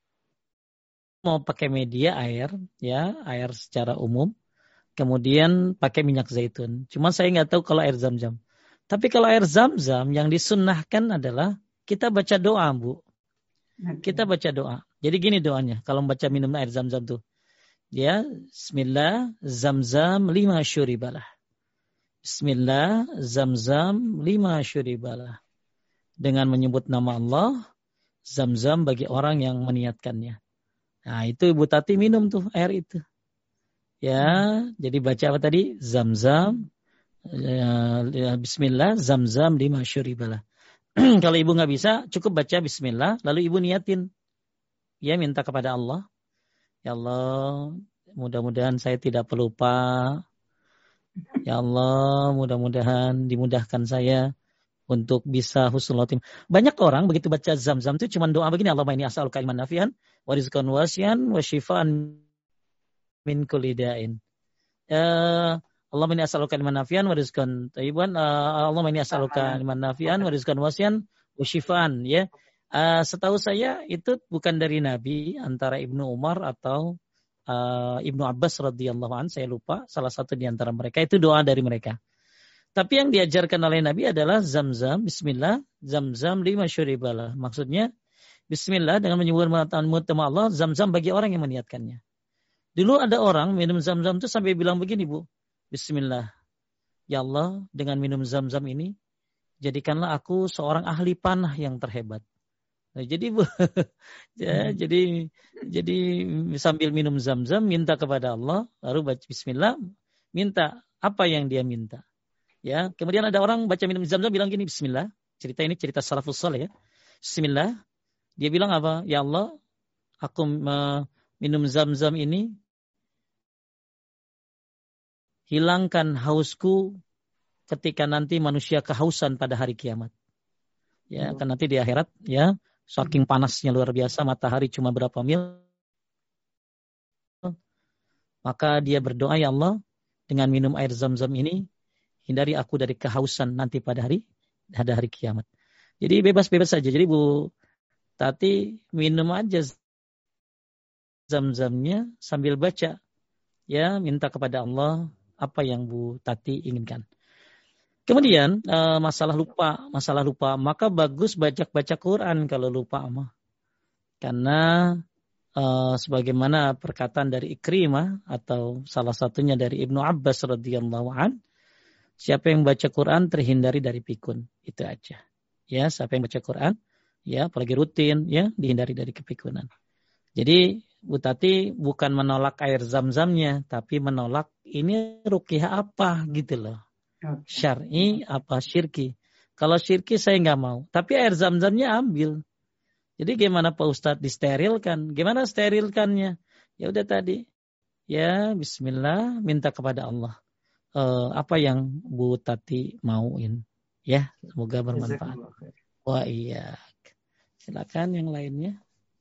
mau pakai media air, ya, air secara umum, kemudian pakai minyak zaitun. Cuma saya nggak tahu kalau air zam-zam. Tapi kalau air zam-zam yang disunnahkan adalah kita baca doa, Bu. Kita baca doa. Jadi gini doanya, kalau membaca minum air zam-zam tuh. Ya, bismillah, zam-zam 5 syuribalah. Bismillah, zam-zam 5 syuribalah. Dengan menyebut nama Allah, zam-zam bagi orang yang meniatkannya. Nah, itu Ibu Tati minum tuh air itu. Ya, jadi baca apa tadi? Zam-zam. Bismillah, zam-zam 5 syuribalah. Kalau ibu nggak bisa, cukup baca bismillah, lalu ibu niatin. Ya, minta kepada Allah. Ya Allah, mudah-mudahan saya tidak pelupa. Ya Allah, mudah-mudahan dimudahkan saya untuk bisa husnul khotimah. Banyak orang begitu baca zam-zam itu cuma doa begini, Allahumma inni as'aluka ilman nafi'an wa rizqan wasi'an wa syifaan min kulli da'in. Allahumma inni as'aluka ilman nafi'an wa rizqan thayyiban. Allahumma inni as'aluka ilman nafi'an wa rizqan wasi'an wa syifaan, ya. Setahu saya itu bukan dari Nabi, antara Ibnu Umar atau Ibnu Abbas radhiyallahu anhu, saya lupa, salah satu di antara mereka, itu doa dari mereka. Tapi yang diajarkan oleh Nabi adalah zam-zam, bismillah, zam-zam 5 syuribalah. Maksudnya bismillah dengan menyebut nama Allah, zam-zam bagi orang yang meniatkannya. Dulu ada orang minum zam-zam itu sampai bilang begini, Bu. Bismillah. Ya Allah, dengan minum zam-zam ini jadikanlah aku seorang ahli panah yang terhebat. Nah, jadi Bu, jadi sambil minum zam-zam minta kepada Allah, lalu baca bismillah, minta apa yang dia minta. Ya, kemudian ada orang baca minum zam-zam bilang gini, bismillah. Cerita ini cerita salafus saleh ya. Bismillah. Dia bilang apa? Ya Allah, aku minum zam-zam ini, hilangkan hausku ketika nanti manusia kehausan pada hari kiamat. Ya, kan nanti di akhirat, ya, saking panasnya luar biasa, matahari cuma berapa mil, maka dia berdoa, ya Allah, dengan minum air zam-zam ini, hindari aku dari kehausan nanti pada hari kiamat. Jadi bebas-bebas saja. Jadi Bu Tati minum aja zam-zamnya sambil baca, ya, minta kepada Allah apa yang Bu Tati inginkan. Kemudian masalah lupa, maka bagus baca Quran kalau lupa mah. Karena sebagaimana perkataan dari Ikrimah atau salah satunya dari Ibnu Abbas radhiyallahu an, siapa yang baca Quran terhindari dari pikun. Itu aja. Ya, siapa yang baca Quran, ya, apalagi rutin, ya, dihindari dari kepikunan. Jadi Bu Tati bukan menolak air zam-zamnya, tapi menolak ini ruqyah apa gitu loh. Syar'i apa syirki. Kalau syirki saya nggak mau. Tapi air zam-zamnya ambil. Jadi gimana Pak Ustadz disterilkan? Gimana sterilkannya? Ya udah tadi. Ya bismillah, minta kepada Allah. Apa yang Bu Tati mauin. Ya, semoga bermanfaat. Wah iya. Silakan yang lainnya.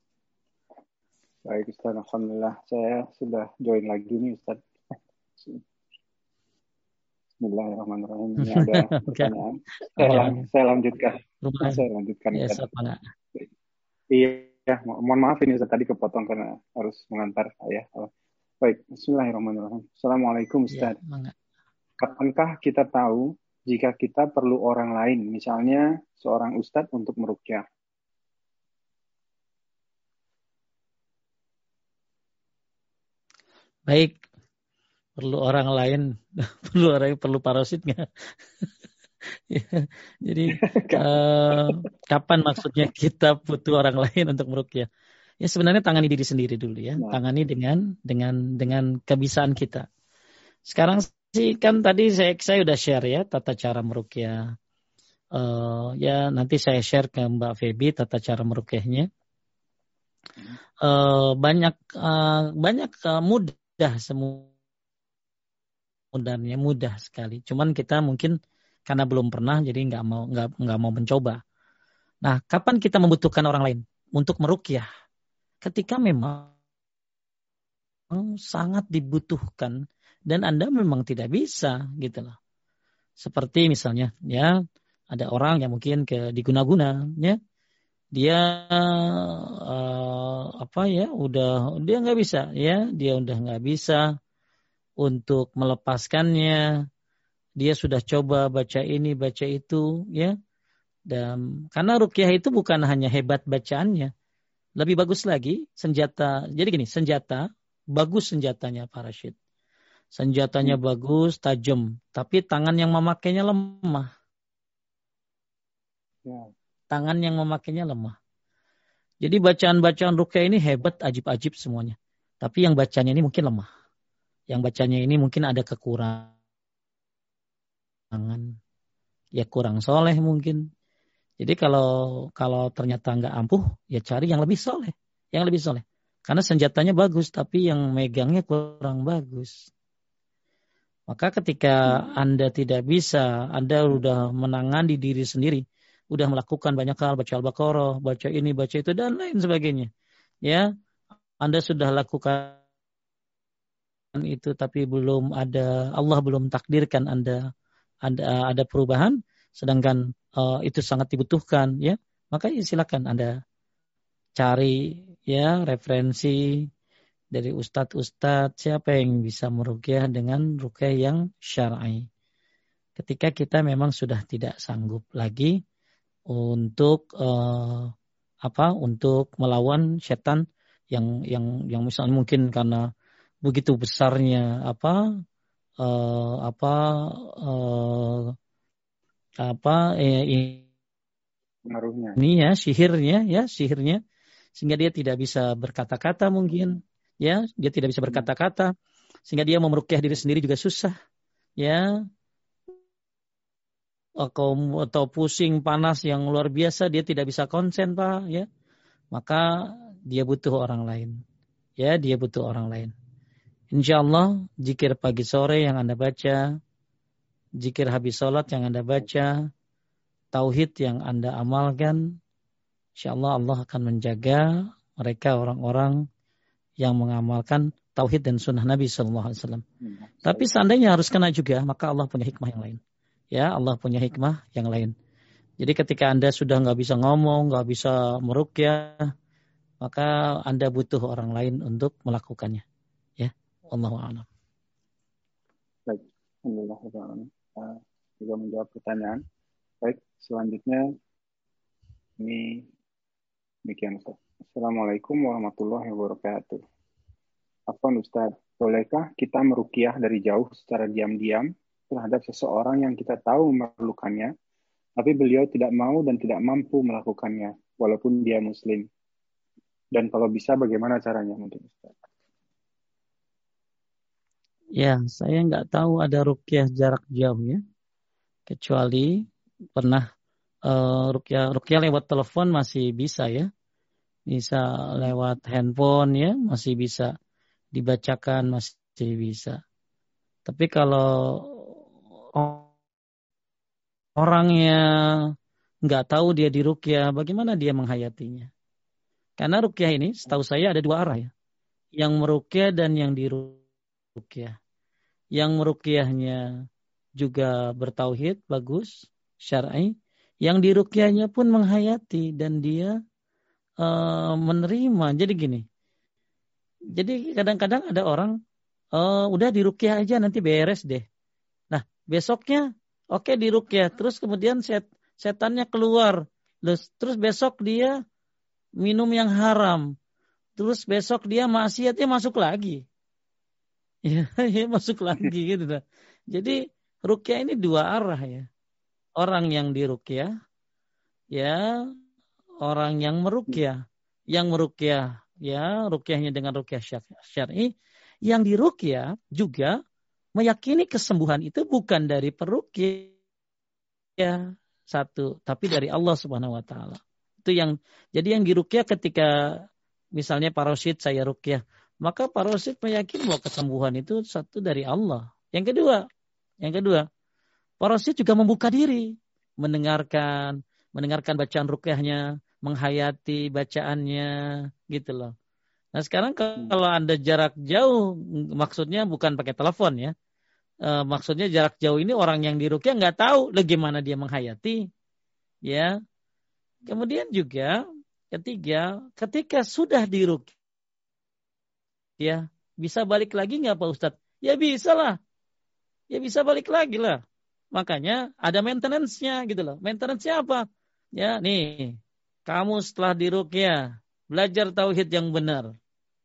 Baik Ustaz, alhamdulillah saya sudah join lagi nih Ustaz. Bismillahirrahmanirrahim. Ini ada pertanyaan. Saya lanjutkan. Ya, siapa Iya, mohon maaf ini Ustaz, tadi kepotong karena harus mengantar saya. Baik, Bismillahirrahmanirrahim. Assalamualaikum Ustaz. Ya, kapankah kita tahu jika kita perlu orang lain, misalnya seorang Ustaz untuk meruqyah? Baik. Perlu orang lain, perlu parasit nggak? Ya, jadi kapan maksudnya kita butuh orang lain untuk meruqyah? Ya sebenarnya tangani diri sendiri dulu ya, tangani dengan kebisaan kita. Sekarang sih kan tadi saya udah share ya tata cara meruqyah. Ya nanti saya share ke Mbak Feby tata cara meruqyahnya. Banyak mudah semua. Mudahnya mudah sekali. Cuman kita mungkin karena belum pernah jadi nggak mau mencoba. Nah, kapan kita membutuhkan orang lain untuk meruqyah? Ketika memang sangat dibutuhkan dan Anda memang tidak bisa gitu loh. Seperti misalnya ya ada orang yang mungkin diguna-guna ya. Dia dia nggak bisa ya, dia udah nggak bisa untuk melepaskannya, dia sudah coba baca ini, baca itu, ya. Dan karena ruqyah itu bukan hanya hebat bacaannya, lebih bagus lagi senjata. Jadi gini, bagus senjatanya Pak Rashid. Senjatanya bagus, tajam, tapi tangan yang memakainya lemah. Tangan yang memakainya lemah. Jadi bacaan-bacaan ruqyah ini hebat, ajib-ajib semuanya. Tapi yang bacanya ini mungkin lemah. Yang bacanya ini mungkin ada kekurangan. Ya kurang soleh mungkin. Jadi kalau ternyata nggak ampuh, ya cari yang lebih soleh. Yang lebih soleh. Karena senjatanya bagus, tapi yang megangnya kurang bagus. Maka ketika Anda tidak bisa, Anda udah menangani diri sendiri. Udah melakukan banyak hal, baca Al-Baqarah, baca ini, baca itu, dan lain sebagainya. Ya, Anda sudah lakukan itu tapi Allah belum takdirkan Anda ada perubahan, sedangkan itu sangat dibutuhkan ya, maka silakan Anda cari ya referensi dari ustadz siapa yang bisa meruqyah dengan ruqyah yang syar'i. Ketika kita memang sudah tidak sanggup lagi untuk untuk melawan setan yang misalnya mungkin karena begitu besarnya ini ya sihirnya sehingga dia tidak bisa berkata-kata mungkin ya, dia tidak bisa berkata-kata sehingga dia meruqyah diri sendiri juga susah ya, atau pusing panas yang luar biasa, dia tidak bisa konsen Pak ya, maka dia butuh orang lain. Ya, dia butuh orang lain. Insya Allah, zikir pagi sore yang Anda baca, zikir habis sholat yang Anda baca, tauhid yang Anda amalkan, insya Allah Allah akan menjaga mereka orang-orang yang mengamalkan tauhid dan sunnah Nabi SAW. Tapi seandainya harus kena juga, maka Allah punya hikmah yang lain. Ya, Allah punya hikmah yang lain. Jadi ketika Anda sudah nggak bisa ngomong, nggak bisa meruqyah, maka Anda butuh orang lain untuk melakukannya. Ya, Wallahu a'lam. Baik, alhamdulillah juga menjawab pertanyaan. Baik, selanjutnya ini demikian Ustaz. Assalamualaikum warahmatullahi wabarakatuh. Afwan Ustaz, bolehkah kita meruqyah dari jauh secara diam-diam terhadap seseorang yang kita tahu memerlukannya, tapi beliau tidak mau dan tidak mampu melakukannya, walaupun dia Muslim? Dan kalau bisa, bagaimana caranya mungkin Ustaz? Ya, saya nggak tahu ada ruqyah jarak jauh ya, kecuali pernah ruqyah lewat telepon masih bisa ya, bisa lewat handphone ya, masih bisa dibacakan, masih bisa. Tapi kalau orangnya nggak tahu dia diruqyah, bagaimana dia menghayatinya? Karena ruqyah ini, setahu saya ada dua arah ya, yang meruqyah dan yang diruqyah. Yang meruqyahnya juga bertauhid, bagus, syar'i. Yang diruqyahnya pun menghayati dan dia menerima. Jadi gini. Jadi kadang-kadang ada orang, udah diruqyah aja nanti beres deh. Nah besoknya, oke diruqyah. Terus kemudian setannya keluar. Terus besok dia minum yang haram. Terus besok dia maksiatnya masuk lagi. Ya, masuk lagi gitu. Jadi ruqyah ini dua arah ya. Orang yang diruqyah, ya, orang yang meruqyah. Yang meruqyah, ya, ruqyahnya dengan ruqyah syar'i. Yang diruqyah juga meyakini kesembuhan itu bukan dari peruqyah satu, tapi dari Allah Subhanahu wa taala. Itu yang jadi yang diruqyah ketika misalnya parasit saya ruqyah, maka parasit meyakini bahwa kesembuhan itu satu dari Allah. Yang kedua, parasit juga membuka diri, mendengarkan bacaan ruqyahnya, menghayati bacaannya, gitu loh. Nah sekarang kalau Anda jarak jauh, maksudnya bukan pakai telepon ya, maksudnya jarak jauh ini orang yang diruqyah nggak tahu bagaimana dia menghayati, ya. Kemudian juga ketiga, ketika sudah diruqyah, ya, bisa balik lagi nggak Pak Ustadz? Ya bisa lah. Ya bisa balik lagi lah. Makanya ada maintenance-nya gitu loh. Maintenance-nya apa? Ya nih, kamu setelah diruqyah, belajar tauhid yang benar.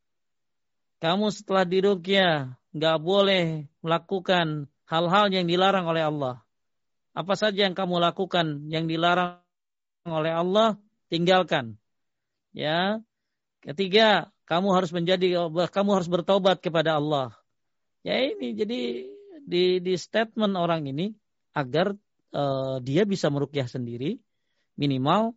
Kamu setelah diruqyah, nggak boleh melakukan hal-hal yang dilarang oleh Allah. Apa saja yang kamu lakukan yang dilarang oleh Allah, tinggalkan. Ya. Ketiga, kamu harus bertobat kepada Allah. Ya ini jadi di statement orang ini agar dia bisa meruqyah sendiri, minimal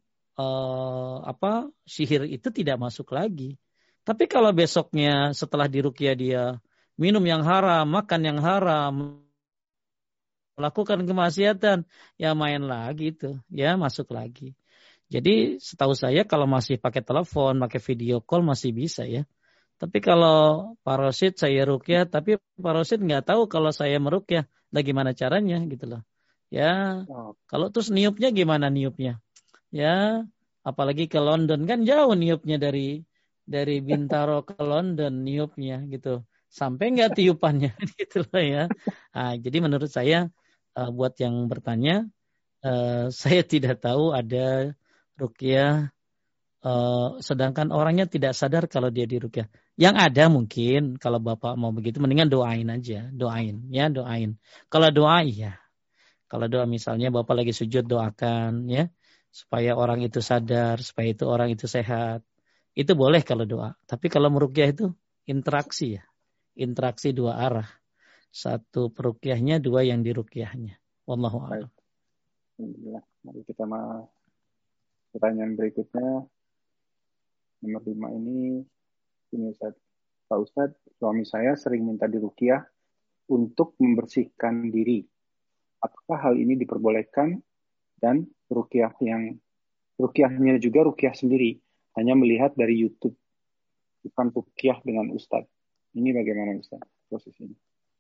sihir itu tidak masuk lagi. Tapi kalau besoknya setelah diruqyah dia minum yang haram, makan yang haram, melakukan kemaksiatan, ya main lagi itu, ya masuk lagi. Jadi setahu saya kalau masih pakai telepon, pakai video call masih bisa ya. Tapi kalau parasit saya ruqyah, tapi parasit nggak tahu kalau saya meruqyah, bagaimana caranya gitu loh. Ya, kalau terus niupnya gimana niupnya? Ya, apalagi ke London kan jauh niupnya dari Bintaro ke London niupnya gitu. Sampai nggak tiupannya gitu loh ya. Nah, jadi menurut saya buat yang bertanya, saya tidak tahu ada ruqyah sedangkan orangnya tidak sadar kalau dia diruqyah. Yang ada mungkin kalau Bapak mau begitu mendingan doain aja, doain. Kalau doa iya. Kalau doa misalnya Bapak lagi sujud doakan ya supaya orang itu sadar, supaya itu orang itu sehat. Itu boleh kalau doa. Tapi kalau meruqyah itu interaksi ya. Interaksi dua arah. Satu peruqyahnya, dua yang diruqyahnya. Wallahu a'lam. Alhamdulillah. Mari kita pertanyaan berikutnya. Nomor 5 ini Ustaz. Pak Ustadz, suami saya sering minta diruqyah untuk membersihkan diri. Apakah hal ini diperbolehkan? Dan ruqyahnya juga ruqyah sendiri, hanya melihat dari YouTube, bukan ruqyah dengan Ustadz. Ini bagaimana Ustadz posisinya?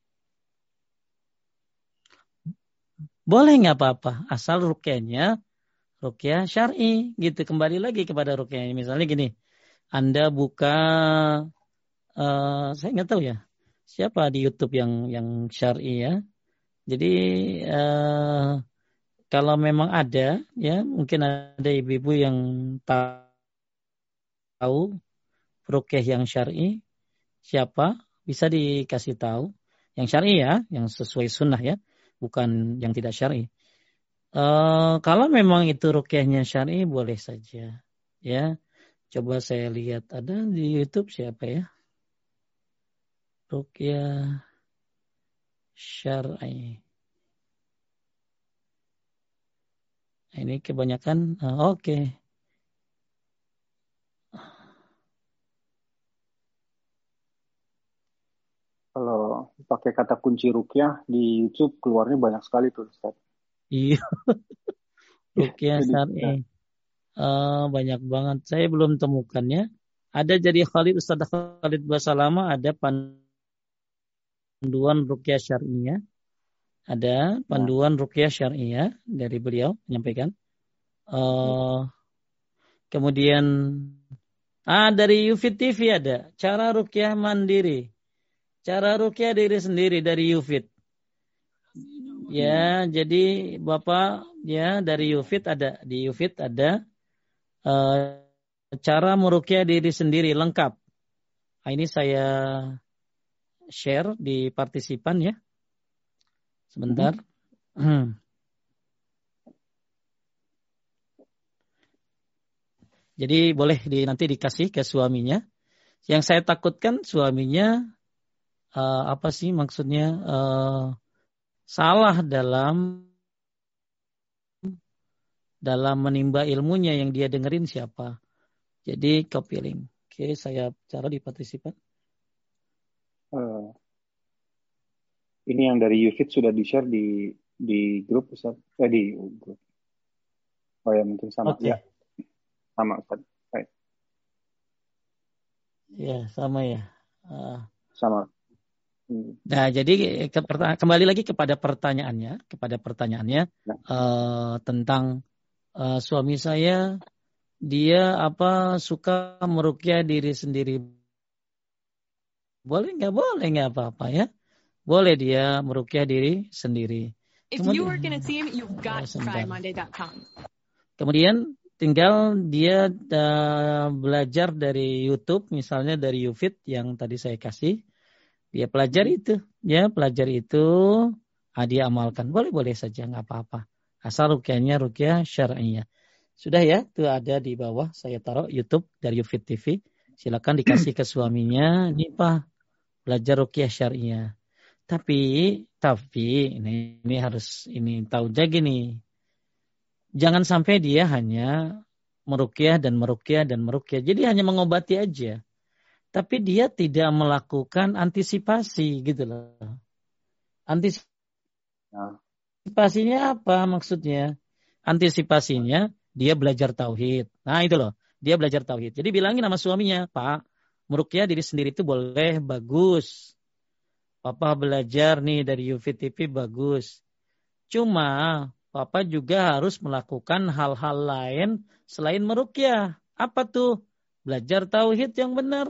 Boleh nggak apa-apa, asal ruqyahnya ruqyah syar'i gitu. Kembali lagi kepada ruqyahnya. Misalnya gini, Anda buka, saya nggak tahu ya, siapa di YouTube yang syar'i ya. Jadi kalau memang ada, ya mungkin ada ibu-ibu yang tahu ruqyah yang syar'i siapa, bisa dikasih tahu. Yang syar'i ya, yang sesuai sunnah ya, bukan yang tidak syar'i. Kalau memang itu ruqyahnya syar'i boleh saja, ya. Coba saya lihat ada di YouTube siapa ya, ruqyah syar'i. Ini kebanyakan, oke. Kalau pakai kata kunci ruqyah di YouTube keluarnya banyak sekali tuh Ustaz. Iya, ruqyah syar'i. Banyak banget. Saya belum temukannya. Ada jadi Ustaz Khalid Basalamah, ada panduan ruqyah syar'iyah. Ada panduan ruqyah syar'iyah dari beliau menyampaikan. Kemudian dari Yufid TV ada cara ruqyah mandiri. Cara ruqyah diri sendiri dari Yufid. Ya, jadi Bapak ya dari Yufid ada, di Yufid ada cara meruqyah diri sendiri lengkap. Nah, ini saya share di partisipan ya. Sebentar. Jadi boleh nanti dikasih ke suaminya. Yang saya takutkan suaminya apa sih maksudnya salah dalam menimba ilmunya yang dia dengerin siapa. Jadi copy link. Oke, saya cara di partisipan. Ini yang dari Yufid sudah di-share di grup Ustaz. Di grup. Oh ya, mungkin sama. Okay. Ya. Sama Ustaz. Baik. Ya, sama ya. Sama. Nah, jadi kembali lagi kepada pertanyaannya, tentang suami saya, dia suka meruqyah diri sendiri. Boleh nggak apa-apa ya? Boleh dia meruqyah diri sendiri. Kemudian tinggal dia belajar dari YouTube, misalnya dari Yufid yang tadi saya kasih. Dia pelajari itu, dia amalkan. Boleh saja, nggak apa-apa. Asal ruqyahnya ruqyah syar'iyah. Sudah ya, itu ada di bawah. Saya taruh YouTube dari Yufid TV. Silakan dikasih ke suaminya. Ini Pak, belajar ruqyah syar'iyah. Tapi ini harus tahu aja gini. Jangan sampai dia hanya meruqyah dan meruqyah. Jadi hanya mengobati aja. Tapi dia tidak melakukan antisipasi gitu loh. Antisipasinya apa maksudnya? Antisipasinya dia belajar tauhid. Nah itu loh, dia belajar tauhid. Jadi bilangin sama suaminya, Pak, meruqyah diri sendiri itu boleh, bagus. Papa belajar nih dari Yufid TV bagus. Cuma Papa juga harus melakukan hal-hal lain selain meruqyah. Apa tuh? Belajar tauhid yang benar.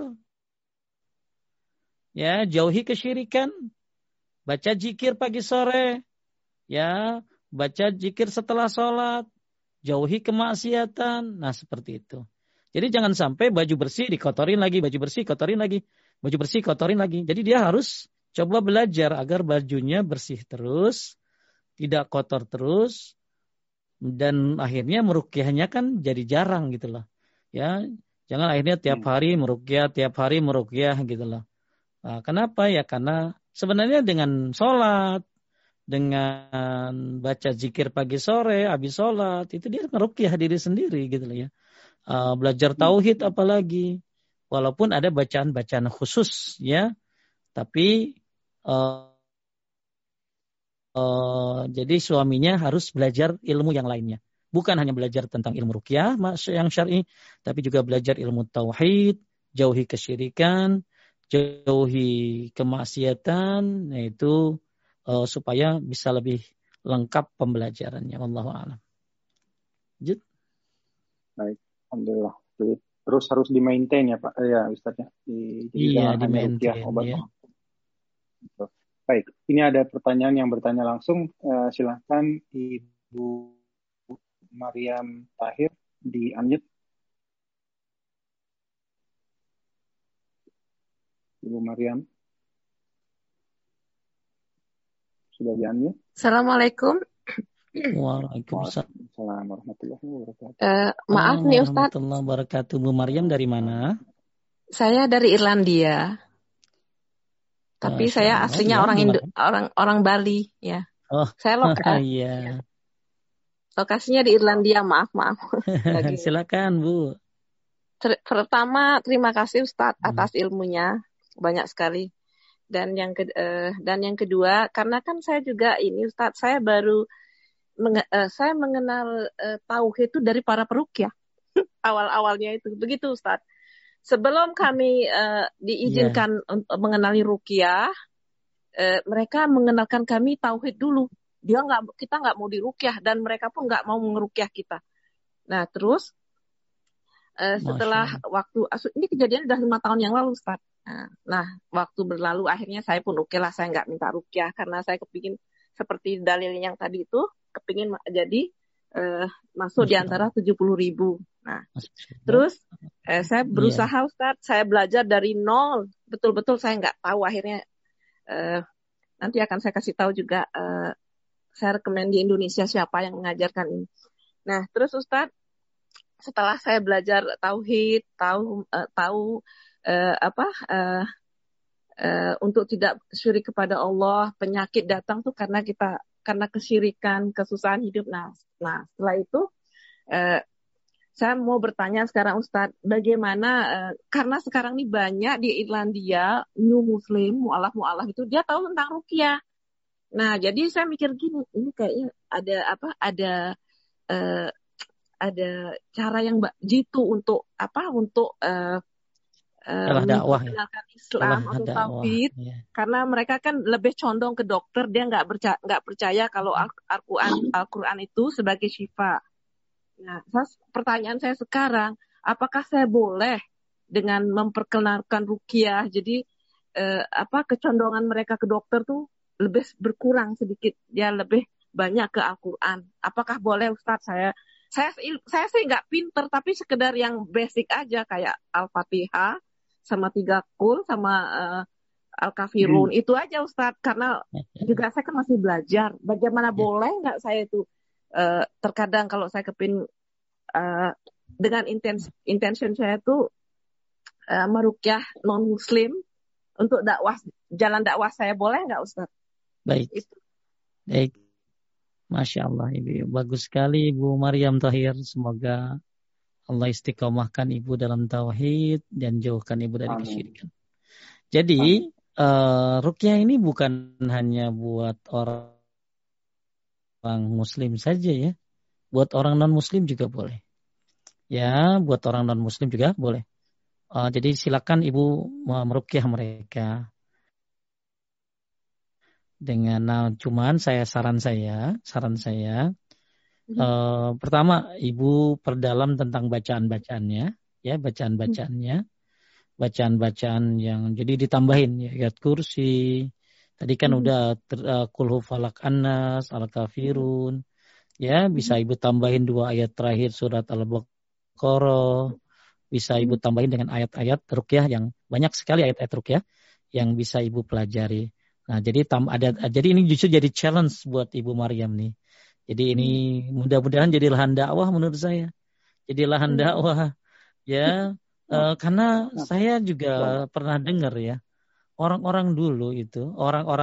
Ya, jauhi kesyirikan. Baca zikir pagi sore. Ya, baca zikir setelah sholat. Jauhi kemaksiatan. Nah, seperti itu. Jadi jangan sampai baju bersih dikotorin lagi, baju bersih kotorin lagi, baju bersih kotorin lagi. Jadi dia harus coba belajar agar bajunya bersih terus, tidak kotor terus, dan akhirnya meruqyahnya kan jadi jarang gitu loh. Ya, jangan akhirnya tiap hari meruqyah gitu loh. Nah, kenapa ya? Karena sebenarnya dengan sholat, dengan baca zikir pagi sore, habis sholat, itu dia meruqyah diri sendiri gitu loh ya. belajar tauhid apalagi. Walaupun ada bacaan-bacaan khusus ya, tapi jadi suaminya harus belajar ilmu yang lainnya. Bukan hanya belajar tentang ilmu ruqyah yang syar'i, tapi juga belajar ilmu tauhid, jauhi kesyirikan, jauhi kemaksiatan, yaitu supaya bisa lebih lengkap pembelajarannya. Wallahu a'lam. Baik, alhamdulillah. Terus harus di-maintain ya Pak, ya Ustaz ya. Iya, jangan hanya ruqyah di-maintain obat. ya. Baik, ini ada pertanyaan yang bertanya langsung. Silahkan Ibu Maryam Tahir di-unmute. Ibu Maryam. Sudah di-unmute? Assalamualaikum. Waalaikumsalam warahmatullahi wabarakatuh. Maaf nih Ustaz. Warahmatullahi wabarakatuh. Bu Maryam dari mana? Saya dari Irlandia. Tapi saya aslinya orang Bali ya. Oh, saya iya. Lokasinya di Irlandia, maaf. Silakan Bu. Pertama terima kasih Ustaz atas ilmunya, banyak sekali. Dan yang kedua, karena kan saya juga ini Ustaz, saya baru saya mengenal tauhid itu dari para peruqyah. Awal-awalnya itu begitu Ustaz. Sebelum kami diizinkan untuk mengenali ruqyah, mereka mengenalkan kami tauhid dulu. Kita nggak mau diruqyah dan mereka pun nggak mau mengeruqyah kita. Nah terus setelah waktu ini kejadian udah 5 tahun yang lalu Ustaz. Nah waktu berlalu akhirnya saya pun oke lah, saya nggak minta ruqyah karena saya kepingin seperti dalil yang tadi itu, kepingin jadi masuk di antara 70.000. Nah, terus saya berusaha Ustaz, saya belajar dari nol, betul-betul saya nggak tahu. Akhirnya nanti akan saya kasih tahu juga, saya rekomen di Indonesia siapa yang mengajarkan ini. Nah, terus Ustaz, setelah saya belajar tauhid, untuk tidak syirik kepada Allah, penyakit datang tuh karena kesyirikan, kesusahan hidup. Nah setelah itu saya mau bertanya sekarang Ustadz, bagaimana karena sekarang ini banyak di Irlandia new muslim, mu'alaf itu dia tahu tentang ruqyah. Nah, jadi saya mikir gini, ini kayaknya ada cara yang jitu untuk memperkenalkan Islam atau tauhid, karena mereka kan lebih condong ke dokter, dia nggak percaya kalau Al-Quran itu sebagai syifa. Nah, pertanyaan saya sekarang, apakah saya boleh dengan memperkenalkan ruqyah, jadi kecondongan mereka ke dokter tuh lebih berkurang sedikit, dia lebih banyak ke Al-Quran. Apakah boleh Ustadz? Saya sih nggak pinter, tapi sekedar yang basic aja kayak Al-Fatihah sama 3 Qul sama Al-Kafirun itu aja Ustadz, karena juga saya kan masih belajar. Bagaimana boleh nggak saya itu terkadang kalau saya kepin dengan intention saya tuh meruqyah non muslim untuk jalan dakwah saya, boleh nggak Ustaz? Baik. Masya Allah Ibu, bagus sekali Ibu Maryam Tahir. Semoga Allah istiqomahkan Ibu dalam tauhid dan jauhkan Ibu dari kesyirikan. Jadi ruqyah ini bukan hanya buat orang muslim saja ya, buat orang non muslim juga boleh. Ya, buat orang non muslim juga boleh. Jadi silakan Ibu meruqyah mereka. Cuman saran saya pertama Ibu perdalam tentang bacaan-bacaannya, ya bacaan yang jadi ditambahin ya, ayat kursi. Tadi kan udah Qul hu falaq annas, Al-Kafirun. Ya, bisa Ibu tambahin 2 ayat terakhir surat Al-Baqarah. Bisa Ibu tambahin dengan ayat-ayat ruqyah yang banyak sekali ayat-ayat ruqyah yang bisa Ibu pelajari. Nah, jadi jadi ini justru jadi challenge buat Ibu Maryam nih. Jadi ini mudah-mudahan jadi lahan dakwah menurut saya. Jadi lahan dakwah ya, karena saya juga pernah dengar ya, orang-orang dulu itu,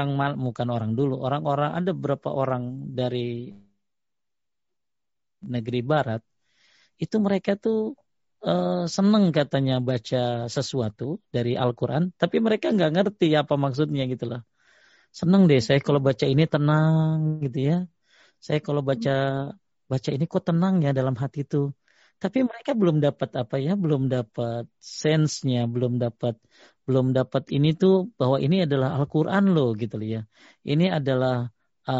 ada beberapa orang dari negeri barat itu mereka tuh seneng katanya baca sesuatu dari Al-Quran, tapi mereka nggak ngerti apa maksudnya gitu loh. Seneng deh saya kalau baca ini tenang gitu ya. Saya kalau baca ini kok tenang ya dalam hati itu. Tapi mereka belum dapat belum dapat sense-nya, belum dapat ini tuh bahwa ini adalah Al-Quran loh gitu loh ya. Ini adalah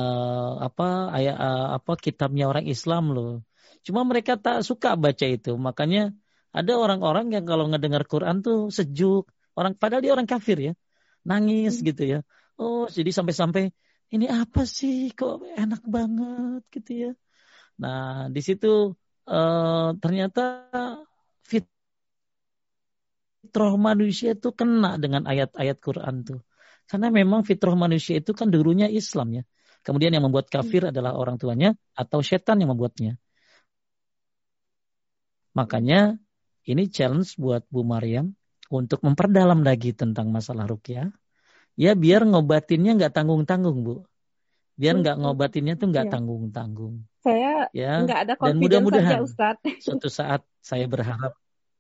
kitabnya orang Islam loh. Cuma mereka tak suka baca itu, makanya ada orang-orang yang kalau ngedengar Quran tuh sejuk. Padahal dia orang kafir ya. Nangis gitu ya. Oh, jadi sampai-sampai ini apa sih kok enak banget gitu ya. Nah, di situ ternyata fitrah manusia itu kena dengan ayat-ayat Quran tuh. Karena memang fitrah manusia itu kan dulunya Islam ya. Kemudian yang membuat kafir adalah orang tuanya atau setan yang membuatnya. Makanya ini challenge buat Bu Maryam untuk memperdalam lagi tentang masalah ruqyah. Ya biar ngobatinnya nggak tanggung-tanggung, Bu. Biar nggak ngobatinnya tuh nggak tanggung-tanggung. Saya ya. nggak ada Dan confidence mudah-mudahan saja, Ustadz. suatu saat saya berharap.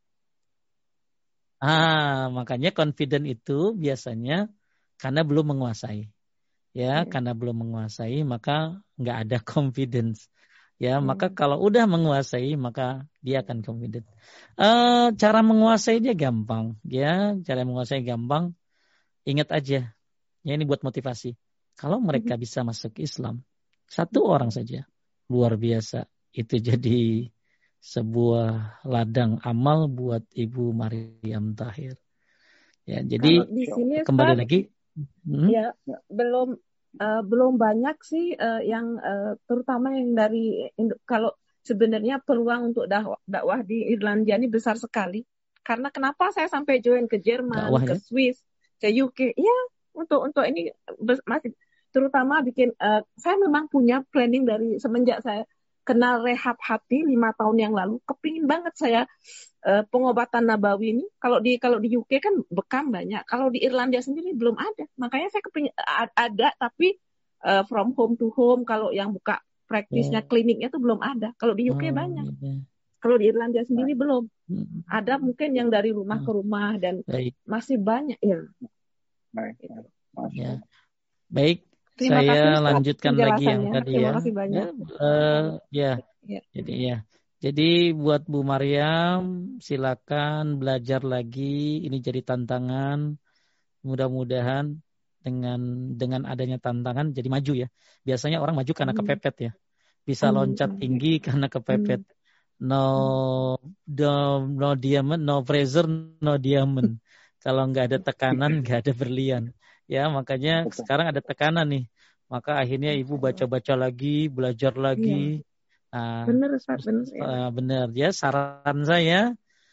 Makanya confident itu biasanya karena belum menguasai. Ya, karena belum menguasai maka nggak ada confidence. Ya, maka kalau udah menguasai maka dia akan confident. Cara menguasainya gampang, ya. Cara menguasai gampang. Ingat aja, ya ini buat motivasi. Kalau mereka bisa masuk Islam, satu orang saja, luar biasa. Itu jadi sebuah ladang amal buat Ibu Maryam Tahir. Ya, jadi di sini, kembali Ustaz, lagi. Ya, belum banyak sih yang terutama yang dari kalau sebenarnya peluang untuk dakwah di Irlandia ini besar sekali. Karena kenapa saya sampai join ke Jerman, ke Swiss, ke UK? Ya, untuk ini masih terutama bikin saya memang punya planning dari semenjak saya kenal rehab hati 5 tahun yang lalu. Kepingin banget saya pengobatan nabawi ini. Kalau di UK kan bekam banyak. Kalau di Irlandia sendiri belum ada. Makanya saya kepingin ada, tapi from home to home. Kalau yang buka praktisnya kliniknya itu belum ada. Kalau di UK banyak. Kalau di Irlandia sendiri belum. Ada mungkin yang dari rumah ke rumah dan masih banyak ya. Baik. Terima saya kasih, lanjutkan lagi yang tadi Terima kasih banyak. Jadi buat Bu Maryam silakan belajar lagi. Ini jadi tantangan. Mudah-mudahan dengan adanya tantangan jadi maju ya. Biasanya orang maju karena kepepet ya. Bisa loncat tinggi karena kepepet. No diamond, no pressure, no diamond. Kalau nggak ada tekanan, nggak ada berlian. Ya, makanya sekarang ada tekanan nih. Maka akhirnya Ibu baca-baca lagi, belajar lagi. Nah, benar, Ustaz, benar ya. Saran saya,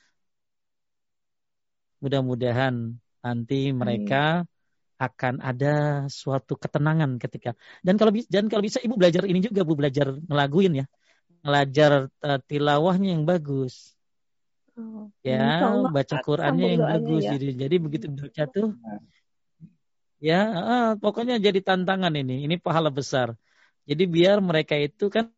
mudah-mudahan nanti mereka akan ada suatu ketenangan ketika. Dan kalau bisa Ibu belajar ini juga, Bu, belajar ngelaguin ya. Belajar tilawahnya yang bagus. Baca Qurannya yang bagus. Ya. Jadi begitu baca tuh pokoknya jadi tantangan ini. Ini pahala besar. Jadi biar mereka itu kan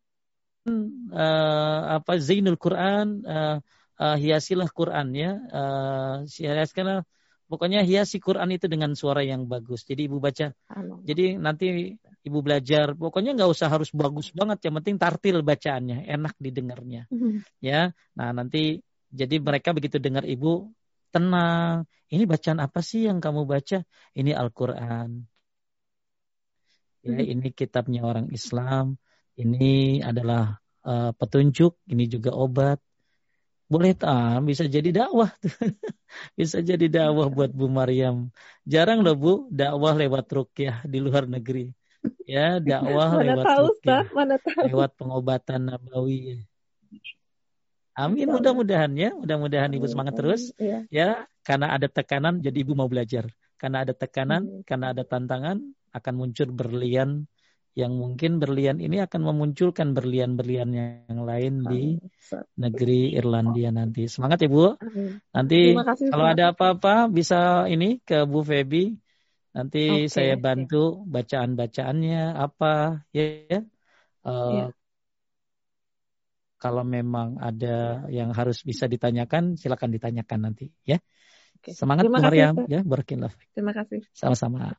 Zainul Quran, hiasilah Quran ya. Hiaskanlah, pokoknya hiasi Quran itu dengan suara yang bagus. Jadi Ibu baca. Jadi nanti Ibu belajar, pokoknya nggak usah harus bagus banget, yang penting tartil bacaannya, enak didengarnya. Ya. Nah, nanti jadi mereka begitu dengar Ibu tenang. Ini bacaan apa sih yang kamu baca? Ini Al-Quran. Ya, ini kitabnya orang Islam. Ini adalah petunjuk. Ini juga obat. Boleh bisa jadi dakwah. Bisa jadi dakwah buat Bu Maryam. Jarang loh Bu, dakwah lewat ruqyah di luar negeri. Ya, dakwah lewat ruqyah. Lewat pengobatan nabawi. Amin, mudah-mudahan ya. Mudah-mudahan Ibu semangat terus. Ya, karena ada tekanan jadi Ibu mau belajar. Karena ada tekanan, karena ada tantangan, akan muncul berlian yang mungkin berlian ini akan memunculkan berlian-berlian yang lain di negeri Irlandia nanti. Semangat ya Bu. Nanti kalau ada apa-apa bisa ini ke Bu Feby. Nanti saya bantu bacaan-bacaannya apa ya. kalau memang ada yang harus bisa ditanyakan, silakan ditanyakan nanti ya. Oke. Semangat Bu Maryam ya, barakallahu. Terima kasih. Sama-sama.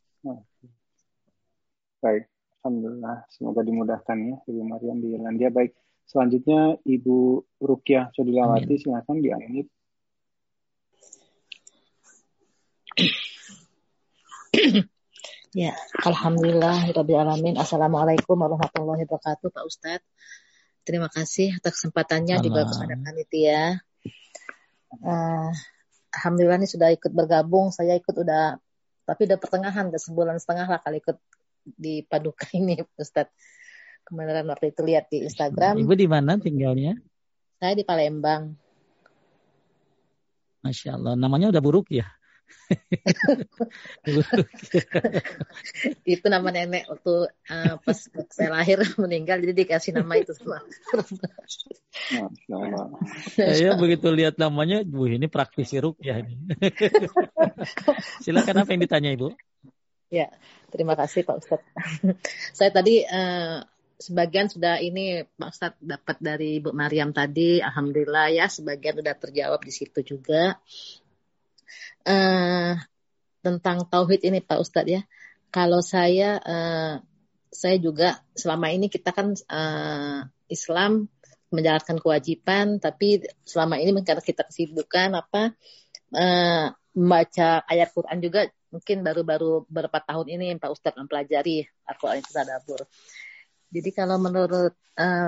Baik, alhamdulillah. Semoga dimudahkan ya Ibu Maryam di Irlandia. Baik, selanjutnya Ibu Rukyah Sodilawati, silakan di-unmute. Ya, alhamdulillah rabbil alamin. Assalamualaikum warahmatullahi wabarakatuh, Pak Ustadz. Terima kasih atas kesempatannya juga kepada panitia. Alhamdulillah ini sudah ikut bergabung. Saya ikut tapi udah pertengahan, udah 1,5 bulan lah kali ikut di Paduka ini, Ustadz. Kemarin waktu itu lihat di Instagram. Ibu di mana tinggalnya? Saya di Palembang. Masya Allah, namanya udah buruk ya? Itu nama nenek waktu pas saya lahir meninggal, jadi dikasih nama itu semua. Saya begitu lihat namanya, ini praktisi rukyah ini. Silakan, apa yang ditanya Ibu? Ya, terima kasih Pak Ustadz. Saya tadi sebagian sudah ini Pak Ustadz dapat dari Ibu Maryam tadi, alhamdulillah ya, sebagian sudah terjawab di situ juga. Tentang tauhid ini Pak Ustadz ya. Kalau saya juga selama ini kita kan Islam menjalankan kewajiban, tapi selama ini karena kita kesibukan membaca ayat Quran juga mungkin baru beberapa tahun ini Pak Ustadz mempelajari Al-Quran itu tadabbur. Jadi kalau menurut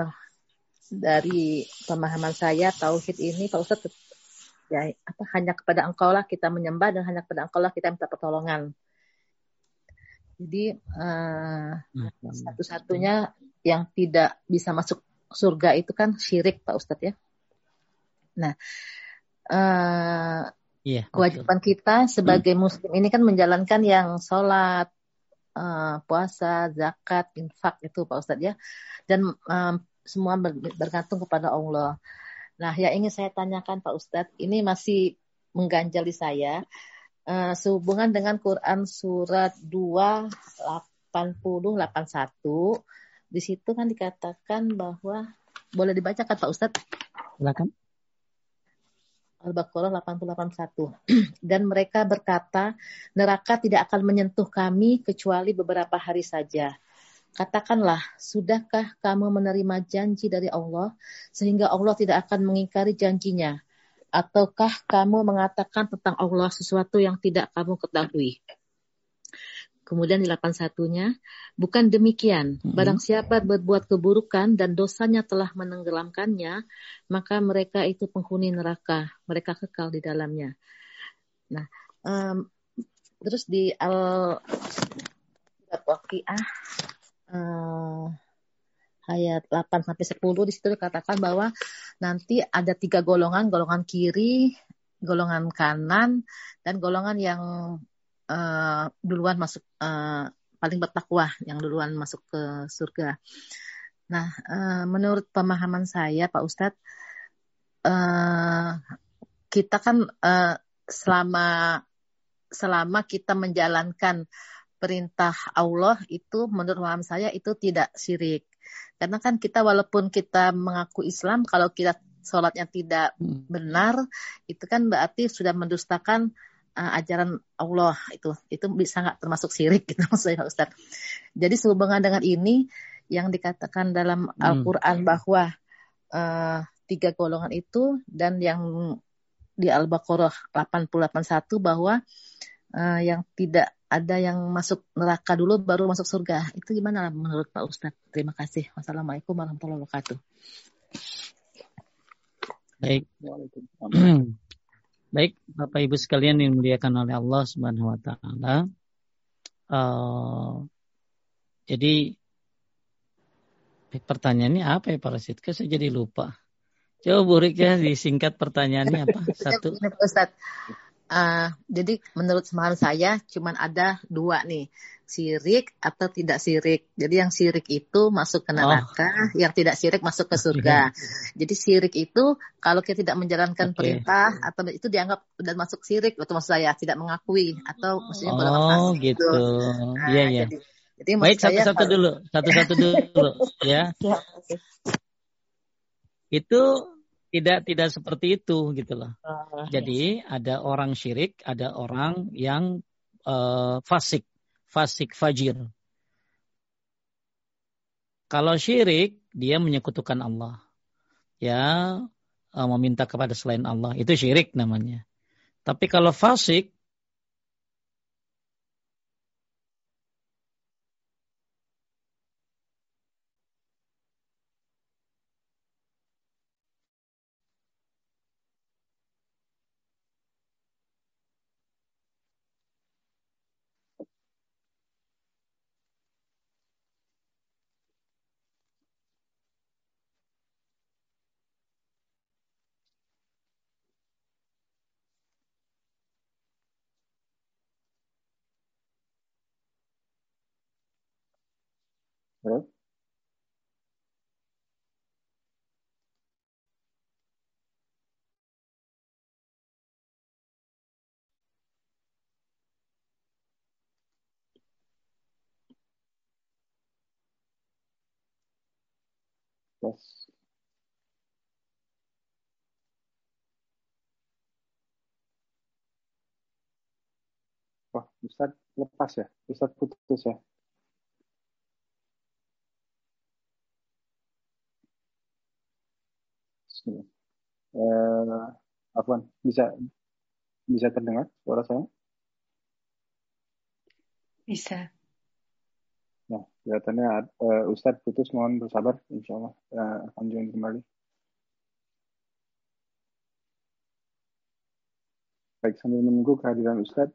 dari pemahaman saya tauhid ini Pak Ustadz ya hanya kepada Engkau lah kita menyembah dan hanya kepada Engkau lah kita minta pertolongan. Jadi satu-satunya yang tidak bisa masuk surga itu kan syirik Pak Ustadz ya. Nah kewajiban kita sebagai muslim ini kan menjalankan yang sholat, puasa, zakat, infak itu Pak Ustadz ya. Dan semua bergantung kepada Allah. Nah, yang ingin saya tanyakan Pak Ustadz, ini masih mengganjal di saya, sehubungan dengan Quran surat 2:80-81, di situ kan dikatakan bahwa, boleh dibacakan Pak Ustadz? Silakan. Al-Baqarah 80-81. Dan mereka berkata, neraka tidak akan menyentuh kami kecuali beberapa hari saja. Katakanlah, sudahkah kamu menerima janji dari Allah sehingga Allah tidak akan mengingkari janjinya? Ataukah kamu mengatakan tentang Allah sesuatu yang tidak kamu ketahui? Kemudian di 81-nya, bukan demikian. Barang siapa berbuat keburukan dan dosanya telah menenggelamkannya, maka mereka itu penghuni neraka. Mereka kekal di dalamnya. Nah, terus di Al-Waqiah, ayat 8-10 di situ dikatakan bahwa nanti ada 3 golongan kiri, golongan kanan, dan golongan yang duluan masuk, paling bertakwa, yang duluan masuk ke surga. Nah, menurut pemahaman saya Pak Ustadz, kita kan selama kita menjalankan perintah Allah itu menurut paham saya itu tidak syirik. Karena kan kita walaupun kita mengaku Islam, kalau kita sholatnya tidak benar, itu kan berarti sudah mendustakan ajaran Allah itu bisa nggak termasuk syirik gitu maksudnya Pak Ustadz. Jadi sehubungan dengan ini yang dikatakan dalam Al-Quran bahwa 3 golongan itu dan yang di Al-Baqarah 80-81 bahwa yang tidak ada yang masuk neraka dulu baru masuk surga. Itu gimana menurut Pak Ustadz? Terima kasih. Wassalamualaikum warahmatullahi wabarakatuh. Baik. Baik, Bapak Ibu sekalian yang dimuliakan oleh Allah Subhanahu wa taala. Jadi pertanyaannya apa ya Pak Rasid? Kok saya jadi lupa. Coba Bu Rika disingkat pertanyaannya apa? Satu. Ustadz. Jadi menurut pemahaman saya cuma ada 2 nih, syirik atau tidak syirik. Jadi yang syirik itu masuk ke neraka, yang tidak syirik masuk ke surga. Jadi syirik itu kalau kita tidak menjalankan perintah atau itu dianggap sudah masuk syirik, itu maksud saya tidak mengakui atau maksudnya gitu. Iya. Jadi baik, satu-satu dulu ya. itu tidak seperti itu gitu loh. Jadi ada orang syirik, ada orang yang fasik fajir. Kalau syirik dia menyekutukan Allah, ya meminta kepada selain Allah, itu syirik namanya. Tapi kalau fasik Yes. Wah, Ustaz lepas ya? Ustaz putus ya? Afwan, bisa terdengar suara saya? Bisa. Nah, kelihatannya Ustadz putus, mohon bersabar, insya Allah akan join kembali. Baik, sambil menunggu kehadiran Ustadz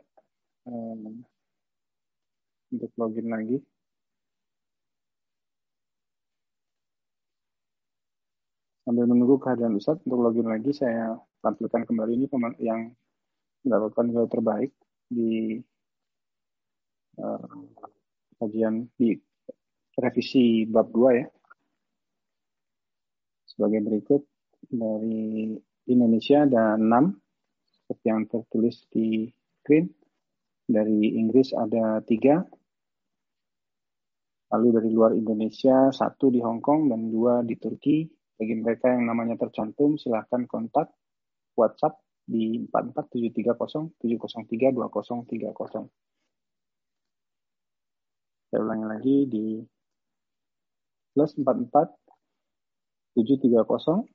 untuk login lagi. Sambil menunggu kehadiran Ustadz untuk login lagi, saya tampilkan kembali ini yang mendapatkan nilai terbaik di kajian di revisi bab 2 ya. Sebagai berikut, dari Indonesia ada 6 seperti yang tertulis di screen. Dari Inggris ada 3, lalu dari luar Indonesia 1 di Hong Kong dan 2 di Turki. Bagi mereka yang namanya tercantum, silahkan kontak WhatsApp di 44730703230. Saya ulangi lagi di plus 44 730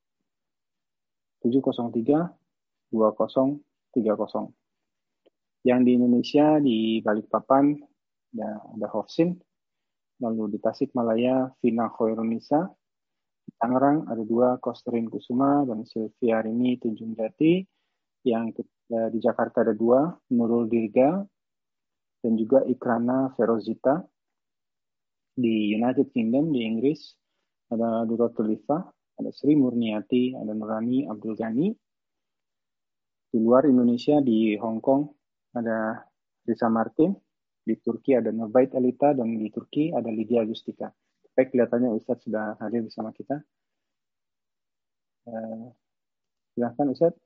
703 2030. Yang di Indonesia di Balikpapan ada Hofsin, lalu di Tasikmalaya Vina Khairunisa, di Tangerang ada 2 Kosterin Kusuma dan Sylvia Rini Tunjung Jati, yang di Jakarta ada 2 Nurul Dirga dan juga Ikrana Ferozita. Di United Kingdom di Inggris ada Duratul Lifa, ada Sri Murniati, ada Nurani Abdul Ghani. Di luar Indonesia di Hong Kong ada Risa Martin, di Turki ada Nurbait Elita, dan di Turki ada Lydia Agustika. Baik, kelihatannya Ustadz sudah hadir bersama kita. Silahkan Ustadz.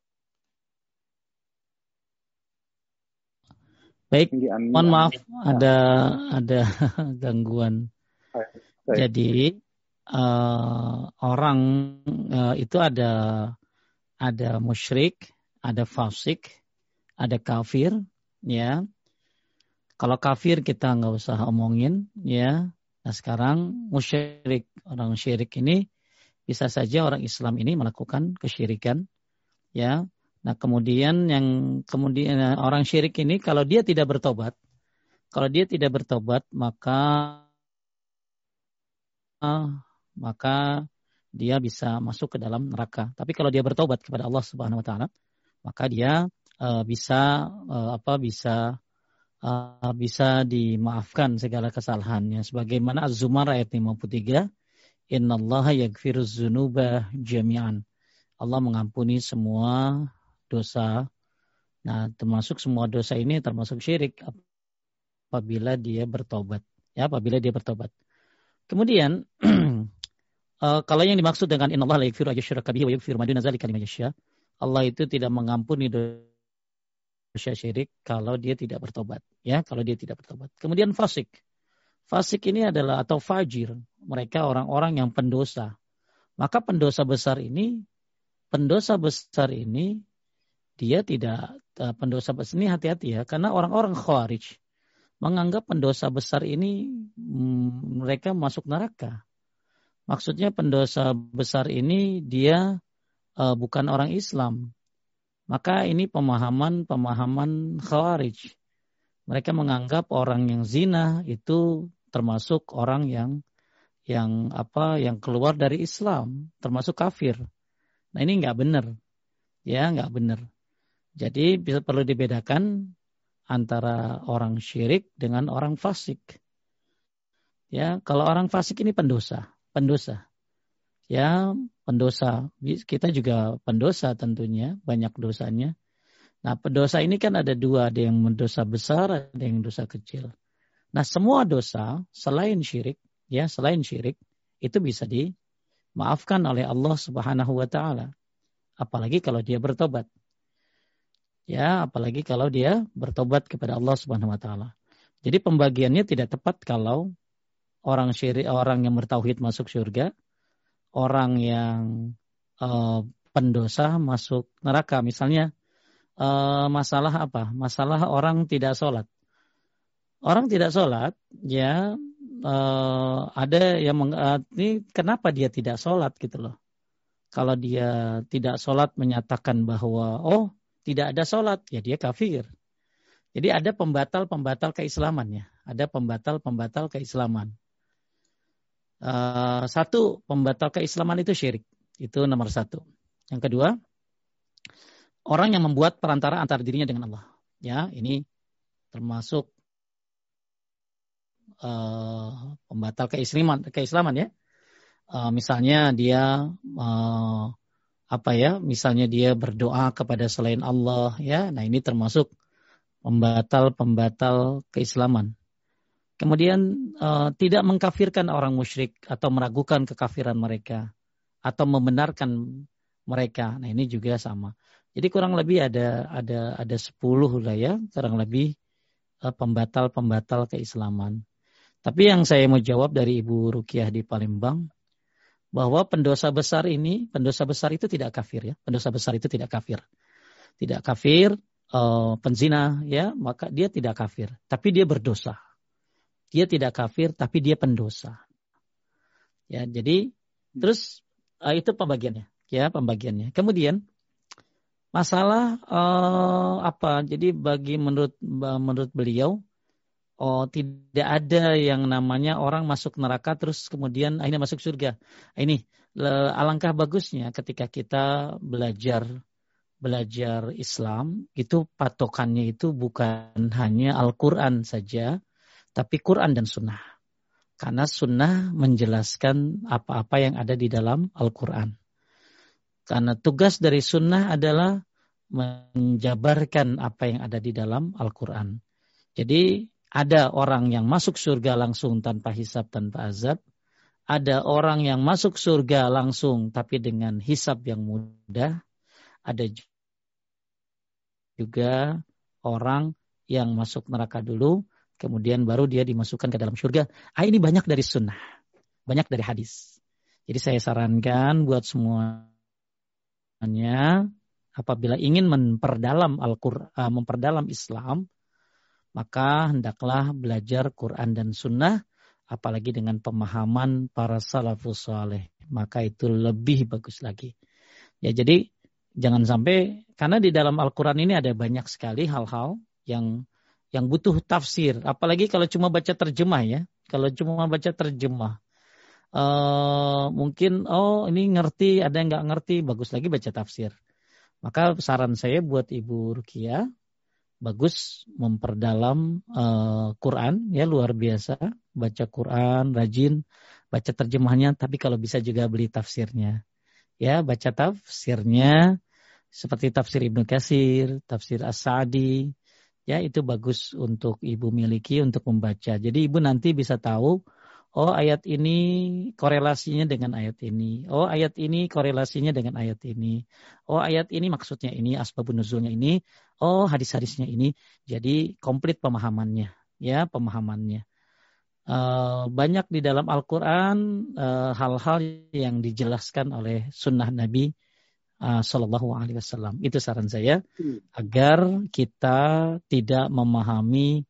Baik, mohon maaf ada gangguan. Baik. Jadi orang itu ada musyrik, ada fasik, ada kafir, ya. Kalau kafir kita nggak usah omongin, ya. Nah sekarang musyrik, orang syirik ini bisa saja orang Islam ini melakukan kesyirikan, ya. Nah kemudian orang syirik ini kalau dia tidak bertobat maka dia bisa masuk ke dalam neraka. Tapi kalau dia bertobat kepada Allah Subhanahu wa taala, maka dia bisa dimaafkan segala kesalahannya. Sebagaimana Az-Zumar ayat 53, innallaha yaghfiruz dzunuba jami'an. Allah mengampuni semua dosa. Nah, termasuk semua dosa ini termasuk syirik apabila dia bertobat. Ya, apabila dia bertobat. Kemudian kalau yang dimaksud dengan innallaha la yaghfiru ayyushraka bihi wa yaghfiru ma duna dzalika liman yasha, Allah itu tidak mengampuni dosa syirik kalau dia tidak bertobat, ya, kalau dia tidak bertobat. Kemudian fasik. Fasik ini adalah atau fajir, mereka orang-orang yang pendosa. Maka pendosa besar ini dia tidak, pendosa besar ini hati-hati ya, karena orang-orang Khawarij menganggap pendosa besar ini mereka masuk neraka. Maksudnya pendosa besar ini dia bukan orang Islam. Maka ini pemahaman Khawarij. Mereka menganggap orang yang zina itu termasuk orang yang keluar dari Islam, termasuk kafir. Nah, ini nggak benar. Ya, nggak benar. Jadi perlu dibedakan antara orang syirik dengan orang fasik. Ya, kalau orang fasik ini pendosa. Ya, pendosa. Kita juga pendosa tentunya, banyak dosanya. Nah, pendosa ini kan ada dua, ada yang mendosa besar, ada yang dosa kecil. Nah, semua dosa selain syirik itu bisa dimaafkan oleh Allah Subhanahu wa taala. Apalagi kalau dia bertobat. Ya, apalagi kalau dia bertobat kepada Allah Subhanahu wa taala. Jadi pembagiannya tidak tepat kalau orang syirik, orang yang bertauhid masuk surga, orang yang pendosa masuk neraka. Misalnya masalah apa? Masalah orang tidak sholat. Orang tidak sholat, ya ada yang ini kenapa dia tidak sholat gitu loh. Kalau dia tidak sholat menyatakan bahwa tidak ada sholat, ya dia kafir. Jadi ada pembatal keislamannya. Ada pembatal keislaman. Satu, pembatal keislaman itu syirik. Itu nomor satu. Yang kedua, orang yang membuat perantara antara dirinya dengan Allah. Ya, ini termasuk pembatal keislaman ya. Misalnya dia misalnya dia berdoa kepada selain Allah ya. Nah, ini termasuk pembatal keislaman. Kemudian tidak mengkafirkan orang musyrik atau meragukan kekafiran mereka atau membenarkan mereka. Nah, ini juga sama. Jadi kurang lebih ada 10 lah ya, kurang lebih pembatal keislaman. Tapi yang saya mau jawab dari Ibu Rukiah di Palembang, bahwa pendosa besar itu tidak kafir ya. Pendosa besar itu tidak kafir. Tidak kafir, penzina ya, maka dia tidak kafir. Tapi dia berdosa. Dia tidak kafir, tapi dia pendosa. Ya, jadi terus itu pembagiannya. Ya, pembagiannya. Kemudian masalah Jadi menurut beliau, tidak ada yang namanya orang masuk neraka terus kemudian akhirnya masuk surga. Ini alangkah bagusnya ketika kita belajar Islam, itu patokannya itu bukan hanya Al-Quran saja, tapi Quran dan Sunnah. Karena Sunnah menjelaskan apa-apa yang ada di dalam Al-Quran. Karena tugas dari Sunnah adalah menjabarkan apa yang ada di dalam Al-Quran. Jadi ada orang yang masuk surga langsung tanpa hisab, tanpa azab. Ada orang yang masuk surga langsung tapi dengan hisab yang mudah. Ada juga orang yang masuk neraka dulu, kemudian baru dia dimasukkan ke dalam surga. Ini banyak dari sunnah, banyak dari hadis. Jadi saya sarankan buat semuanya, apabila ingin memperdalam Al-Quran, memperdalam Islam, maka hendaklah belajar Quran dan Sunnah, apalagi dengan pemahaman para salafus saleh. Maka itu lebih bagus lagi. Ya, jadi jangan sampai, karena di dalam Al-Quran ini ada banyak sekali hal-hal yang butuh tafsir. Apalagi kalau cuma baca terjemah ya. Kalau cuma baca terjemah, mungkin ini ngerti, ada yang nggak ngerti, bagus lagi baca tafsir. Maka saran saya buat Ibu Rukiah, bagus memperdalam Quran ya, luar biasa, baca Quran, rajin baca terjemahnya, tapi kalau bisa juga beli tafsirnya. Ya, baca tafsirnya seperti tafsir Ibnu Katsir, tafsir As-Sa'di. Ya, itu bagus untuk Ibu miliki untuk membaca. Jadi Ibu nanti bisa tahu, ayat ini korelasinya dengan ayat ini. Ayat ini korelasinya dengan ayat ini. Ayat ini maksudnya ini, asbabun nuzulnya ini. Hadis-hadisnya ini. Jadi komplit pemahamannya. Ya, pemahamannya. banyak di dalam Al-Quran hal-hal yang dijelaskan oleh sunnah Nabi Sallallahu Alaihi Wasallam. Itu saran saya agar kita tidak memahami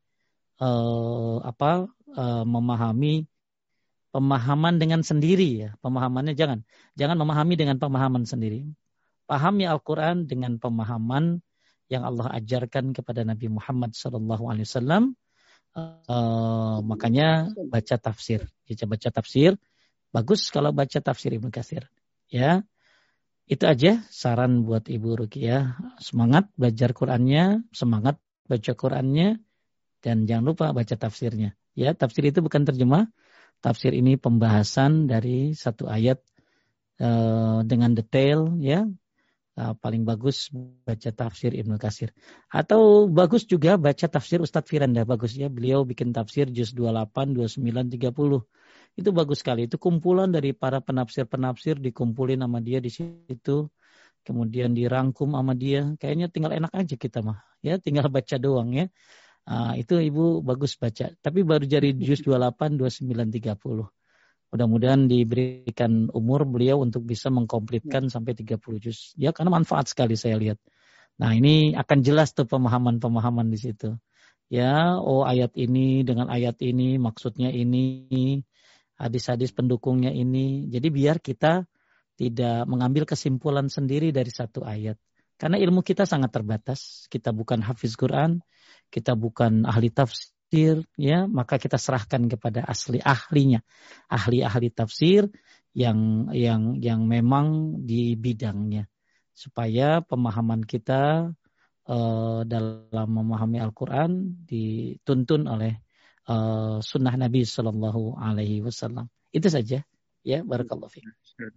memahami pemahaman dengan sendiri ya. Pemahamannya jangan memahami dengan pemahaman sendiri. Pahami Al-Quran dengan pemahaman yang Allah ajarkan kepada Nabi Muhammad Sallallahu Alaihi Wasallam. Makanya baca tafsir. Baca tafsir. Bagus kalau baca tafsir Ibnu Katsir. Ya. Itu aja saran buat Ibu Ruqyah. Semangat belajar Qur'annya, semangat baca Qur'annya, dan jangan lupa baca tafsirnya. Ya, tafsir itu bukan terjemah. Tafsir ini pembahasan dari satu ayat dengan detail, ya. Paling bagus baca tafsir Ibnu Katsir. Atau bagus juga baca tafsir Ustadz Firanda. Bagus ya, beliau bikin tafsir juz 28, 29, 30. Itu bagus sekali. Itu kumpulan dari para penafsir-penafsir dikumpulin sama dia di situ. Kemudian dirangkum sama dia. Kayaknya tinggal enak aja kita mah. Ya, tinggal baca doang ya. Itu Ibu bagus baca. Tapi baru dari juz 28, 29, 30. Mudah-mudahan diberikan umur beliau untuk bisa mengkomplitkan sampai 30 juz. Ya, karena manfaat sekali saya lihat. Nah, ini akan jelas tuh pemahaman-pemahaman di situ. Ya, ayat ini dengan ayat ini maksudnya ini, hadis-hadis pendukungnya ini. Jadi biar kita tidak mengambil kesimpulan sendiri dari satu ayat. Karena ilmu kita sangat terbatas. Kita bukan hafiz Quran, kita bukan ahli tafsir. Ya, maka kita serahkan kepada ahlinya, ahli tafsir yang memang di bidangnya, supaya pemahaman kita dalam memahami Al-Quran dituntun oleh sunnah Nabi Sallallahu Alaihi Wasallam. Itu saja, ya. Barakallahu fiik.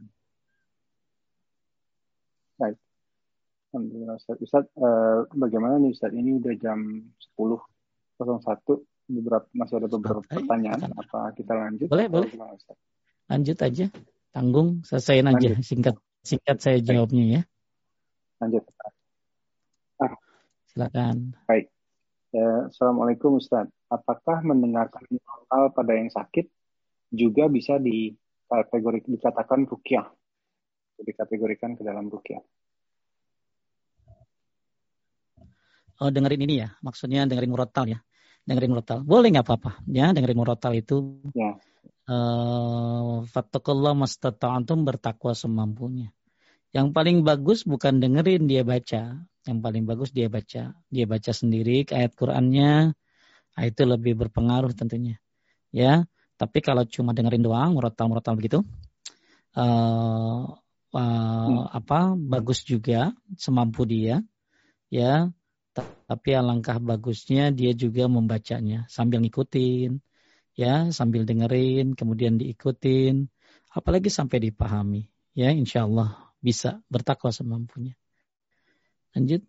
Baik. Alhamdulillah Ustaz. Bagaimana nih Ustaz? Ini udah jam 10.01, masih ada beberapa pertanyaan. Apa kita lanjut? Boleh. Lanjut aja. Tanggung, selesaiin aja. Singkat saya jawabnya ya. Lanjut. Silakan. Baik. Assalamualaikum Ustaz. Apakah mendengarkan murotal pada yang sakit juga bisa dikatakan ruqyah? Dikategorikan ke dalam ruqyah. Dengerin ini ya. Maksudnya dengerin murotal ya. Dengerin murotal. Boleh nggak apa-apa. Ya, dengerin murotal itu. Ya. Fattakullah mastata'antum, bertakwa semampunya. Yang paling bagus bukan dengerin dia baca. Yang paling bagus dia baca. Dia baca sendiri ayat Qur'annya. Itu lebih berpengaruh tentunya. Ya. Tapi kalau cuma dengerin doang, murotal begitu. Bagus juga semampu dia. Ya. Tapi alangkah bagusnya dia juga membacanya sambil ngikutin, ya, sambil dengerin, kemudian diikutin, apalagi sampai dipahami, ya, insya Allah bisa bertakwa semampunya. Lanjut.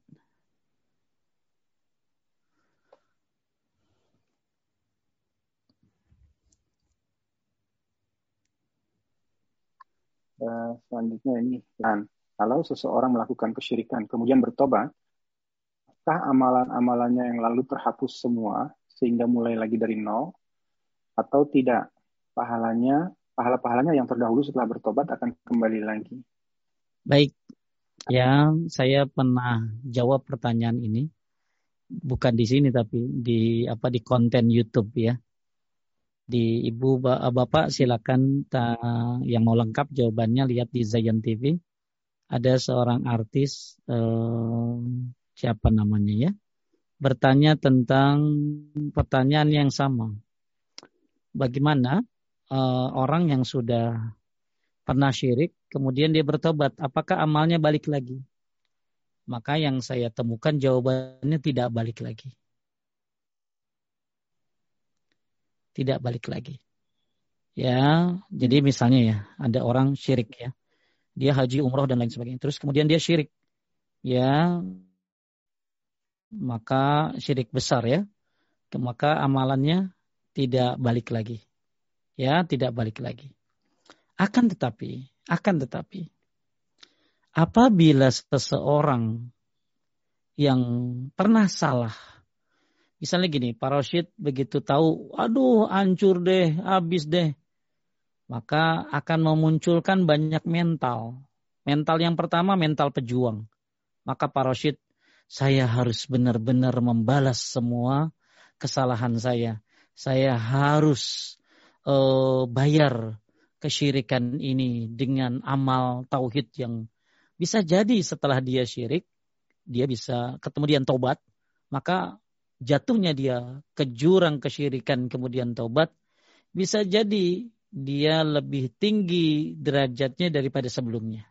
Selanjutnya ini, kalau seseorang melakukan kesyirikan kemudian bertobat, apakah amalan-amalannya yang lalu terhapus semua sehingga mulai lagi dari nol, atau tidak? Pahala-pahalanya yang terdahulu setelah bertobat akan kembali lagi. Baik, ya, saya pernah jawab pertanyaan ini, bukan di sini tapi di konten YouTube ya. Di Ibu Bapak silakan yang mau lengkap jawabannya lihat di Zayan TV. Ada seorang artis siapa namanya ya, bertanya tentang pertanyaan yang sama. Bagaimana orang yang sudah pernah syirik, kemudian dia bertobat, apakah amalnya balik lagi? Maka yang saya temukan jawabannya tidak balik lagi. Tidak balik lagi. Ya, jadi misalnya ya, ada orang syirik ya. Dia haji, umroh dan lain sebagainya. Terus kemudian dia syirik. Ya, maka syirik besar ya. Maka amalannya tidak balik lagi. Ya, tidak balik lagi. Akan tetapi apabila seseorang yang pernah salah Misalnya gini, Pak Rashid begitu tahu, aduh hancur deh, habis deh. Maka akan memunculkan banyak mental. Mental yang pertama, mental pejuang. Maka Pak Rashid, saya harus benar-benar membalas semua kesalahan saya. Saya harus bayar kesyirikan ini dengan amal tauhid yang bisa jadi setelah dia syirik, dia bisa kemudian tobat, maka jatuhnya dia ke jurang kesyirikan kemudian tobat, bisa jadi dia lebih tinggi derajatnya daripada sebelumnya.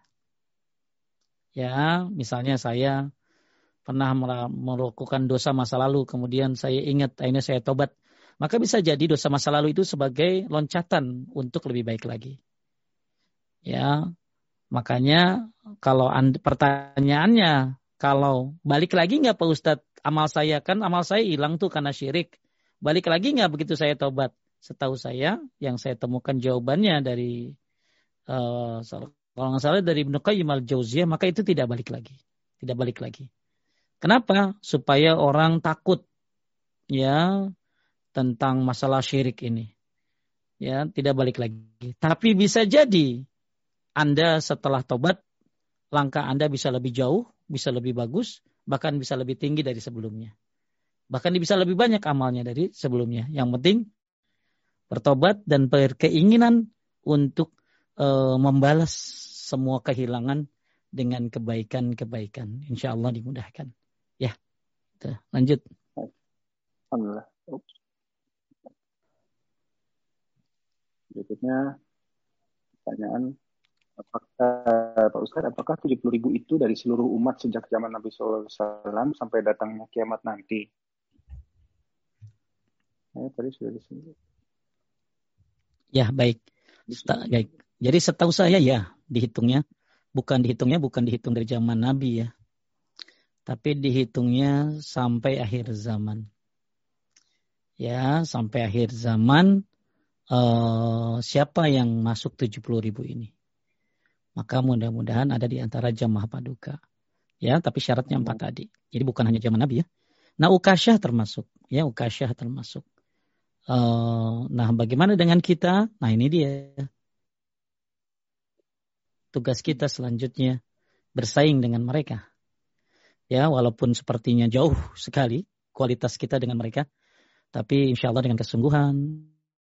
Ya, misalnya saya pernah melakukan dosa masa lalu, kemudian saya ingat, akhirnya saya tobat. Maka bisa jadi dosa masa lalu itu sebagai loncatan untuk lebih baik lagi. Ya, makanya kalau pertanyaannya, kalau balik lagi nggak Pak Ustadz, amal saya hilang tuh karena syirik. Balik lagi nggak begitu saya tobat? Setahu saya, yang saya temukan jawabannya dari kalau nggak salah dari Ibnu Qayyim al-Jauziyah, maka itu tidak balik lagi. Tidak balik lagi. Kenapa? Supaya orang takut ya tentang masalah syirik ini. Ya, tidak balik lagi. Tapi bisa jadi Anda setelah tobat, langkah Anda bisa lebih jauh, bisa lebih bagus, bahkan bisa lebih tinggi dari sebelumnya. Bahkan bisa lebih banyak amalnya dari sebelumnya. Yang penting bertobat dan berkeinginan untuk membalas semua kehilangan dengan kebaikan-kebaikan. Insya Allah dimudahkan. Ya, lanjut. Alhamdulillah. Berikutnya pertanyaan, Pak Ustadz, apakah 70.000 itu dari seluruh umat sejak zaman Nabi SAW sampai datangnya kiamat nanti? Tadi sudah disebut. Ya, baik. Baik. Jadi setahu saya ya dihitungnya bukan dihitung dari zaman Nabi ya. Tapi dihitungnya sampai akhir zaman. Ya, sampai akhir zaman siapa yang masuk 70.000 ini? Maka mudah-mudahan ada di antara jamaah paduka. Ya, tapi syaratnya 4 tadi. Jadi bukan hanya zaman Nabi ya. Nah, Ukasyah termasuk. Ya, Ukasyah termasuk. Nah, bagaimana dengan kita? Nah, ini dia. Tugas kita selanjutnya bersaing dengan mereka. Ya, walaupun sepertinya jauh sekali kualitas kita dengan mereka. Tapi insya Allah dengan kesungguhan.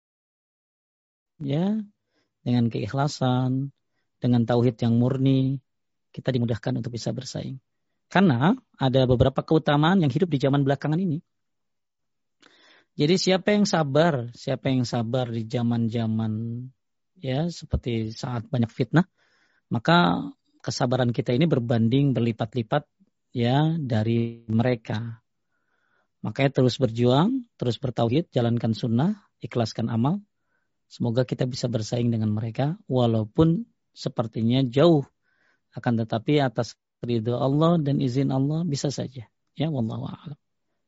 Ya, dengan keikhlasan. Dengan tauhid yang murni. Kita dimudahkan untuk bisa bersaing. Karena ada beberapa keutamaan yang hidup di zaman belakangan ini. Jadi siapa yang sabar di zaman-zaman ya seperti saat banyak fitnah, maka kesabaran kita ini berbanding berlipat-lipat ya dari mereka. Makanya terus berjuang, terus bertauhid, jalankan sunnah, ikhlaskan amal. Semoga kita bisa bersaing dengan mereka walaupun sepertinya jauh, akan tetapi atas ridho Allah dan izin Allah bisa saja. Ya, wallahu a'lam.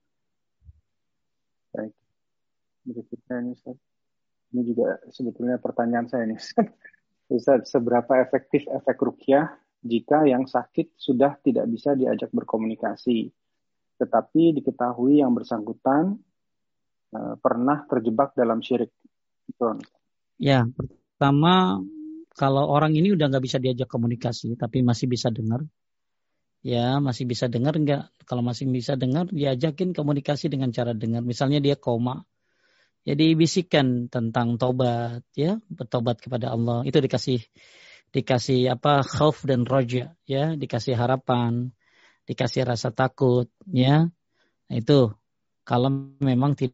Baik. Berikutnya ini Ustaz. Ini juga sebetulnya pertanyaan saya nih. Ustaz, seberapa efektif efek ruqyah jika yang sakit sudah tidak bisa diajak berkomunikasi, tetapi diketahui yang bersangkutan pernah terjebak dalam syirik? Ya, pertama kalau orang ini udah nggak bisa diajak komunikasi, tapi masih bisa dengar. Ya, masih bisa dengar enggak? Kalau masih bisa dengar, diajakin komunikasi dengan cara dengar. Misalnya dia koma, jadi bisikan tentang tobat, ya, bertobat kepada Allah. Itu dikasih apa? Khauf dan roja, ya, dikasih harapan, dikasih rasa takut, ya. Nah, itu kalau memang tidak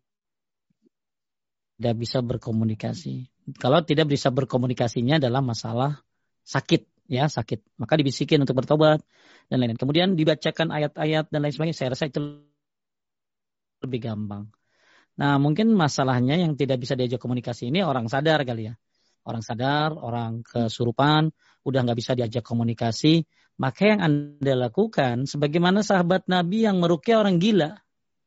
bisa berkomunikasi. Kalau tidak bisa berkomunikasinya dalam masalah sakit, ya, sakit, maka dibisikin untuk bertobat dan lain-lain. Kemudian dibacakan ayat-ayat dan lain sebagainya. Saya rasa itu lebih gampang. Nah, mungkin masalahnya yang tidak bisa diajak komunikasi ini orang sadar kali ya. Orang sadar, orang kesurupan, udah nggak bisa diajak komunikasi. Maka yang Anda lakukan, sebagaimana sahabat Nabi yang meruqyah orang gila.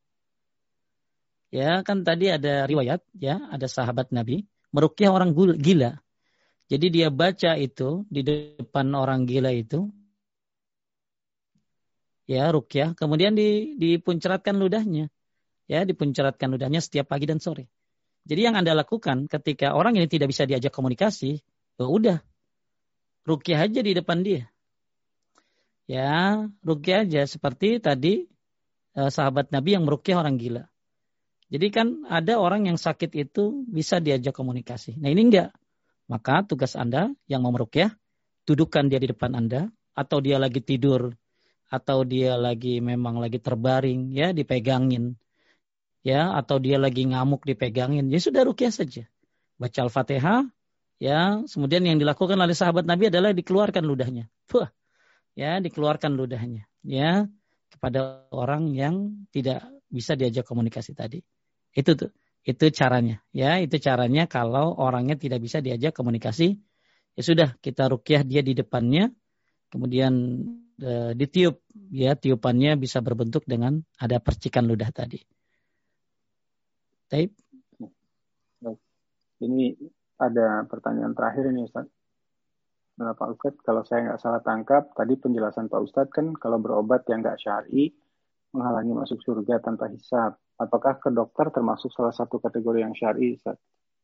Ya, kan tadi ada riwayat, ya, ada sahabat Nabi meruqyah orang gila. Jadi dia baca itu di depan orang gila itu, ya, ruqyah, kemudian dipunceratkan ludahnya. Ya, dipunceratkan ludahnya setiap pagi dan sore. Jadi yang Anda lakukan ketika orang ini tidak bisa diajak komunikasi, ya udah, ruqyah aja di depan dia. Ya, ruqyah aja seperti tadi sahabat Nabi yang meruqyah orang gila. Jadi kan ada orang yang sakit itu bisa diajak komunikasi. Nah ini enggak. Maka tugas Anda yang mau meruqyah, dudukkan dia di depan Anda, atau dia lagi tidur, atau dia memang lagi terbaring, ya dipegangin. Ya, atau dia lagi ngamuk dipegangin. Ya sudah ruqyah saja. Baca Al-Fatihah, ya, kemudian yang dilakukan oleh sahabat Nabi adalah dikeluarkan ludahnya. Ya, dikeluarkan ludahnya. Ya, kepada orang yang tidak bisa diajak komunikasi tadi. Itu caranya. Ya, itu caranya kalau orangnya tidak bisa diajak komunikasi. Ya sudah, kita ruqyah dia di depannya. Kemudian ditiup. Ya, tiupannya bisa berbentuk dengan ada percikan ludah tadi. Baik. Ini ada pertanyaan terakhir ini Ustaz. Nah, Pak Ustadz, kalau saya nggak salah tangkap, tadi penjelasan Pak Ustadz kan kalau berobat yang nggak syar'i menghalangi masuk surga tanpa hisab. Apakah ke dokter termasuk salah satu kategori yang syar'i, Ustaz?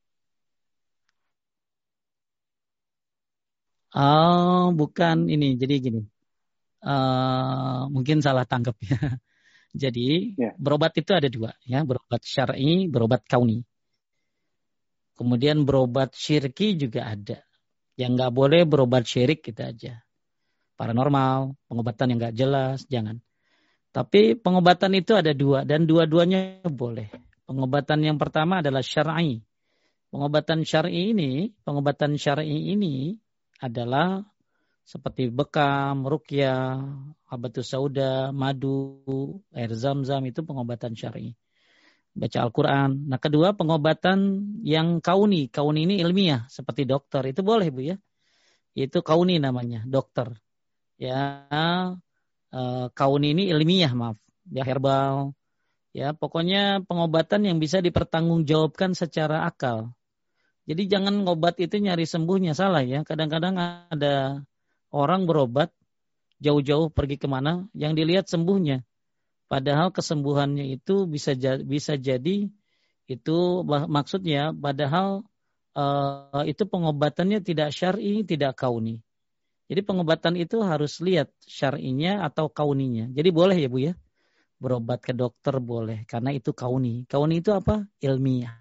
Oh, bukan ini. Jadi gini, mungkin salah tangkap ya. Jadi berobat itu ada dua, ya, berobat syar'i, berobat kauni. Kemudian berobat syirki juga ada. Yang nggak boleh berobat syirik kita aja. Paranormal, pengobatan yang nggak jelas, jangan. Tapi pengobatan itu ada dua dan dua-duanya boleh. Pengobatan yang pertama adalah syar'i. Pengobatan syar'i ini adalah seperti bekam, ruqyah, habatus sauda, madu, air zam-zam, itu pengobatan syar'i. Baca Al-Quran. Nah, kedua pengobatan yang kauni. Kauni ini ilmiah seperti dokter. Itu boleh, Bu, ya. Itu kauni namanya, dokter. Ya, kauni ini ilmiah, maaf. Ya, herbal. Ya, pokoknya pengobatan yang bisa dipertanggungjawabkan secara akal. Jadi jangan ngobat itu nyari sembuhnya, salah ya. Kadang-kadang ada orang berobat jauh-jauh pergi kemana yang dilihat sembuhnya. Padahal kesembuhannya itu bisa jadi itu maksudnya padahal itu pengobatannya tidak syar'i, tidak kauni. Jadi pengobatan itu harus lihat syar'inya atau kauninya. Jadi boleh ya Bu ya, berobat ke dokter boleh karena itu kauni. Kauni itu apa? Ilmiah.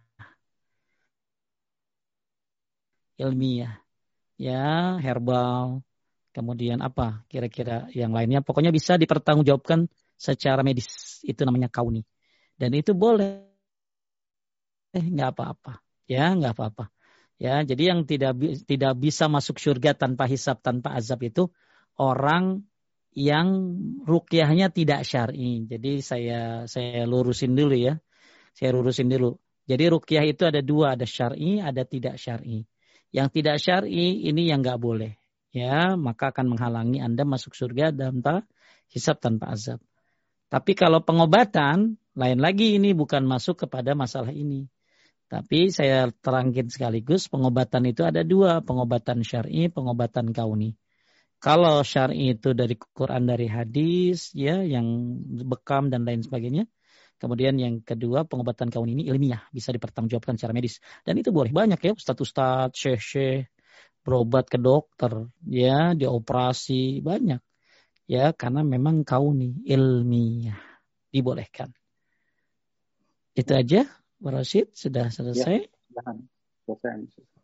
Ya, herbal. Kemudian apa? Kira-kira yang lainnya. Pokoknya bisa dipertanggungjawabkan secara medis, itu namanya kauni. Dan itu boleh, nggak apa-apa, ya nggak apa-apa. Ya, jadi yang tidak bisa masuk surga tanpa hisab, tanpa azab itu orang yang ruqyahnya tidak syar'i. Jadi saya lurusin dulu ya, Jadi ruqyah itu ada dua, ada syar'i, ada tidak syar'i. Yang tidak syar'i ini yang nggak boleh, ya maka akan menghalangi Anda masuk surga tanpa hisab, tanpa azab. Tapi kalau pengobatan, lain lagi ini bukan masuk kepada masalah ini. Tapi saya terangkin sekaligus, pengobatan itu ada dua. Pengobatan syar'i, pengobatan kauni. Kalau syar'i itu dari Quran, dari hadis, ya yang bekam dan lain sebagainya. Kemudian yang kedua, pengobatan kauni ini ilmiah. Bisa dipertanggungjawabkan secara medis. Dan itu boleh banyak ya, ustadz-ustadz, syekh-syekh, berobat ke dokter, ya dioperasi, banyak. Ya, karena memang kauni, ilmiah, dibolehkan. Itu aja, Pak Rashid, sudah selesai? Ya, selesai.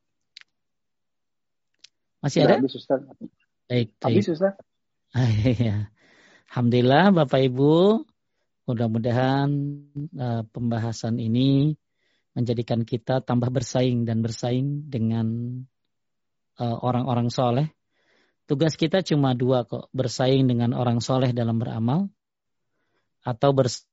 Masih ada? Habis, Ustaz. Baik. Habis, Ustaz. Ya. Alhamdulillah, Bapak Ibu, mudah-mudahan pembahasan ini menjadikan kita tambah bersaing dengan orang-orang soleh. Tugas kita cuma dua kok, bersaing dengan orang soleh dalam beramal atau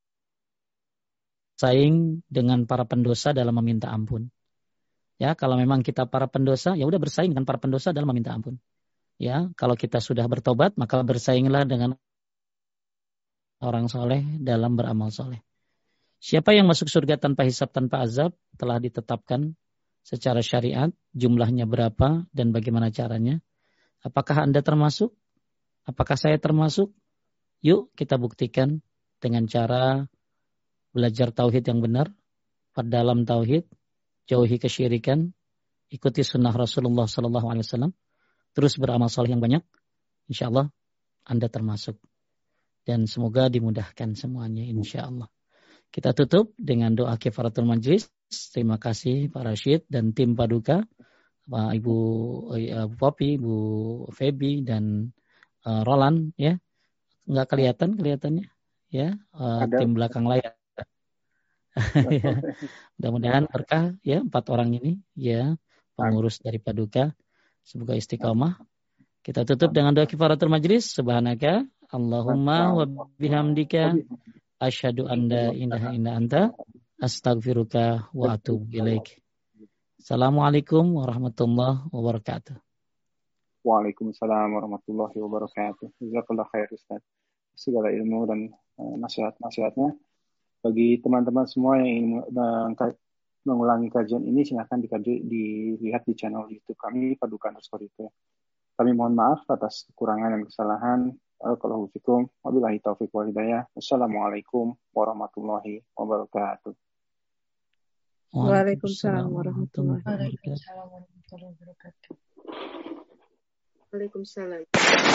bersaing dengan para pendosa dalam meminta ampun. Ya, kalau memang kita para pendosa, ya udah bersaing dengan para pendosa dalam meminta ampun. Ya, kalau kita sudah bertobat, maka bersainglah dengan orang soleh dalam beramal soleh. Siapa yang masuk surga tanpa hisab, tanpa azab, telah ditetapkan secara syariat, jumlahnya berapa dan bagaimana caranya. Apakah Anda termasuk? Apakah saya termasuk? Yuk kita buktikan dengan cara belajar tauhid yang benar, perdalam tauhid, jauhi kesyirikan, ikuti sunnah Rasulullah SAW, terus beramal saleh yang banyak, insya Allah Anda termasuk. Dan semoga dimudahkan semuanya, insya Allah. Kita tutup dengan doa kifaratul majlis. Terima kasih Pak Rashid dan tim Paduka, Pak Ibu Popi, Ibu Feby dan Roland, ya. Nggak kelihatannya, ya. Tim belakang layar. Ya. Mudah-mudahan berkah, ya, 4 orang ini, ya, pengurus dari Paduka. Semoga istiqomah. Kita tutup dengan doa kifaratul majlis. Subhanaka Allahumma wa bihamdika asyhadu an la ilaha illa anta astaghfiruka wa atubu ilaik. Assalamualaikum warahmatullahi wabarakatuh. Waalaikumsalam warahmatullahi wabarakatuh. Jazakallah khair Ustaz. Segala ilmu dan nasihat-nasihatnya. Bagi teman-teman semua yang ingin mengulangi kajian ini, silahkan dilihat di channel YouTube kami, Paduka _. Kami mohon maaf atas kekurangan dan kesalahan. Barakallahu fikum. Wabillahi taufiq wal hidayah. Wassalamualaikum warahmatullahi wabarakatuh. Waalaikumsalam warahmatullahi wabarakatuh. Waalaikumsalam.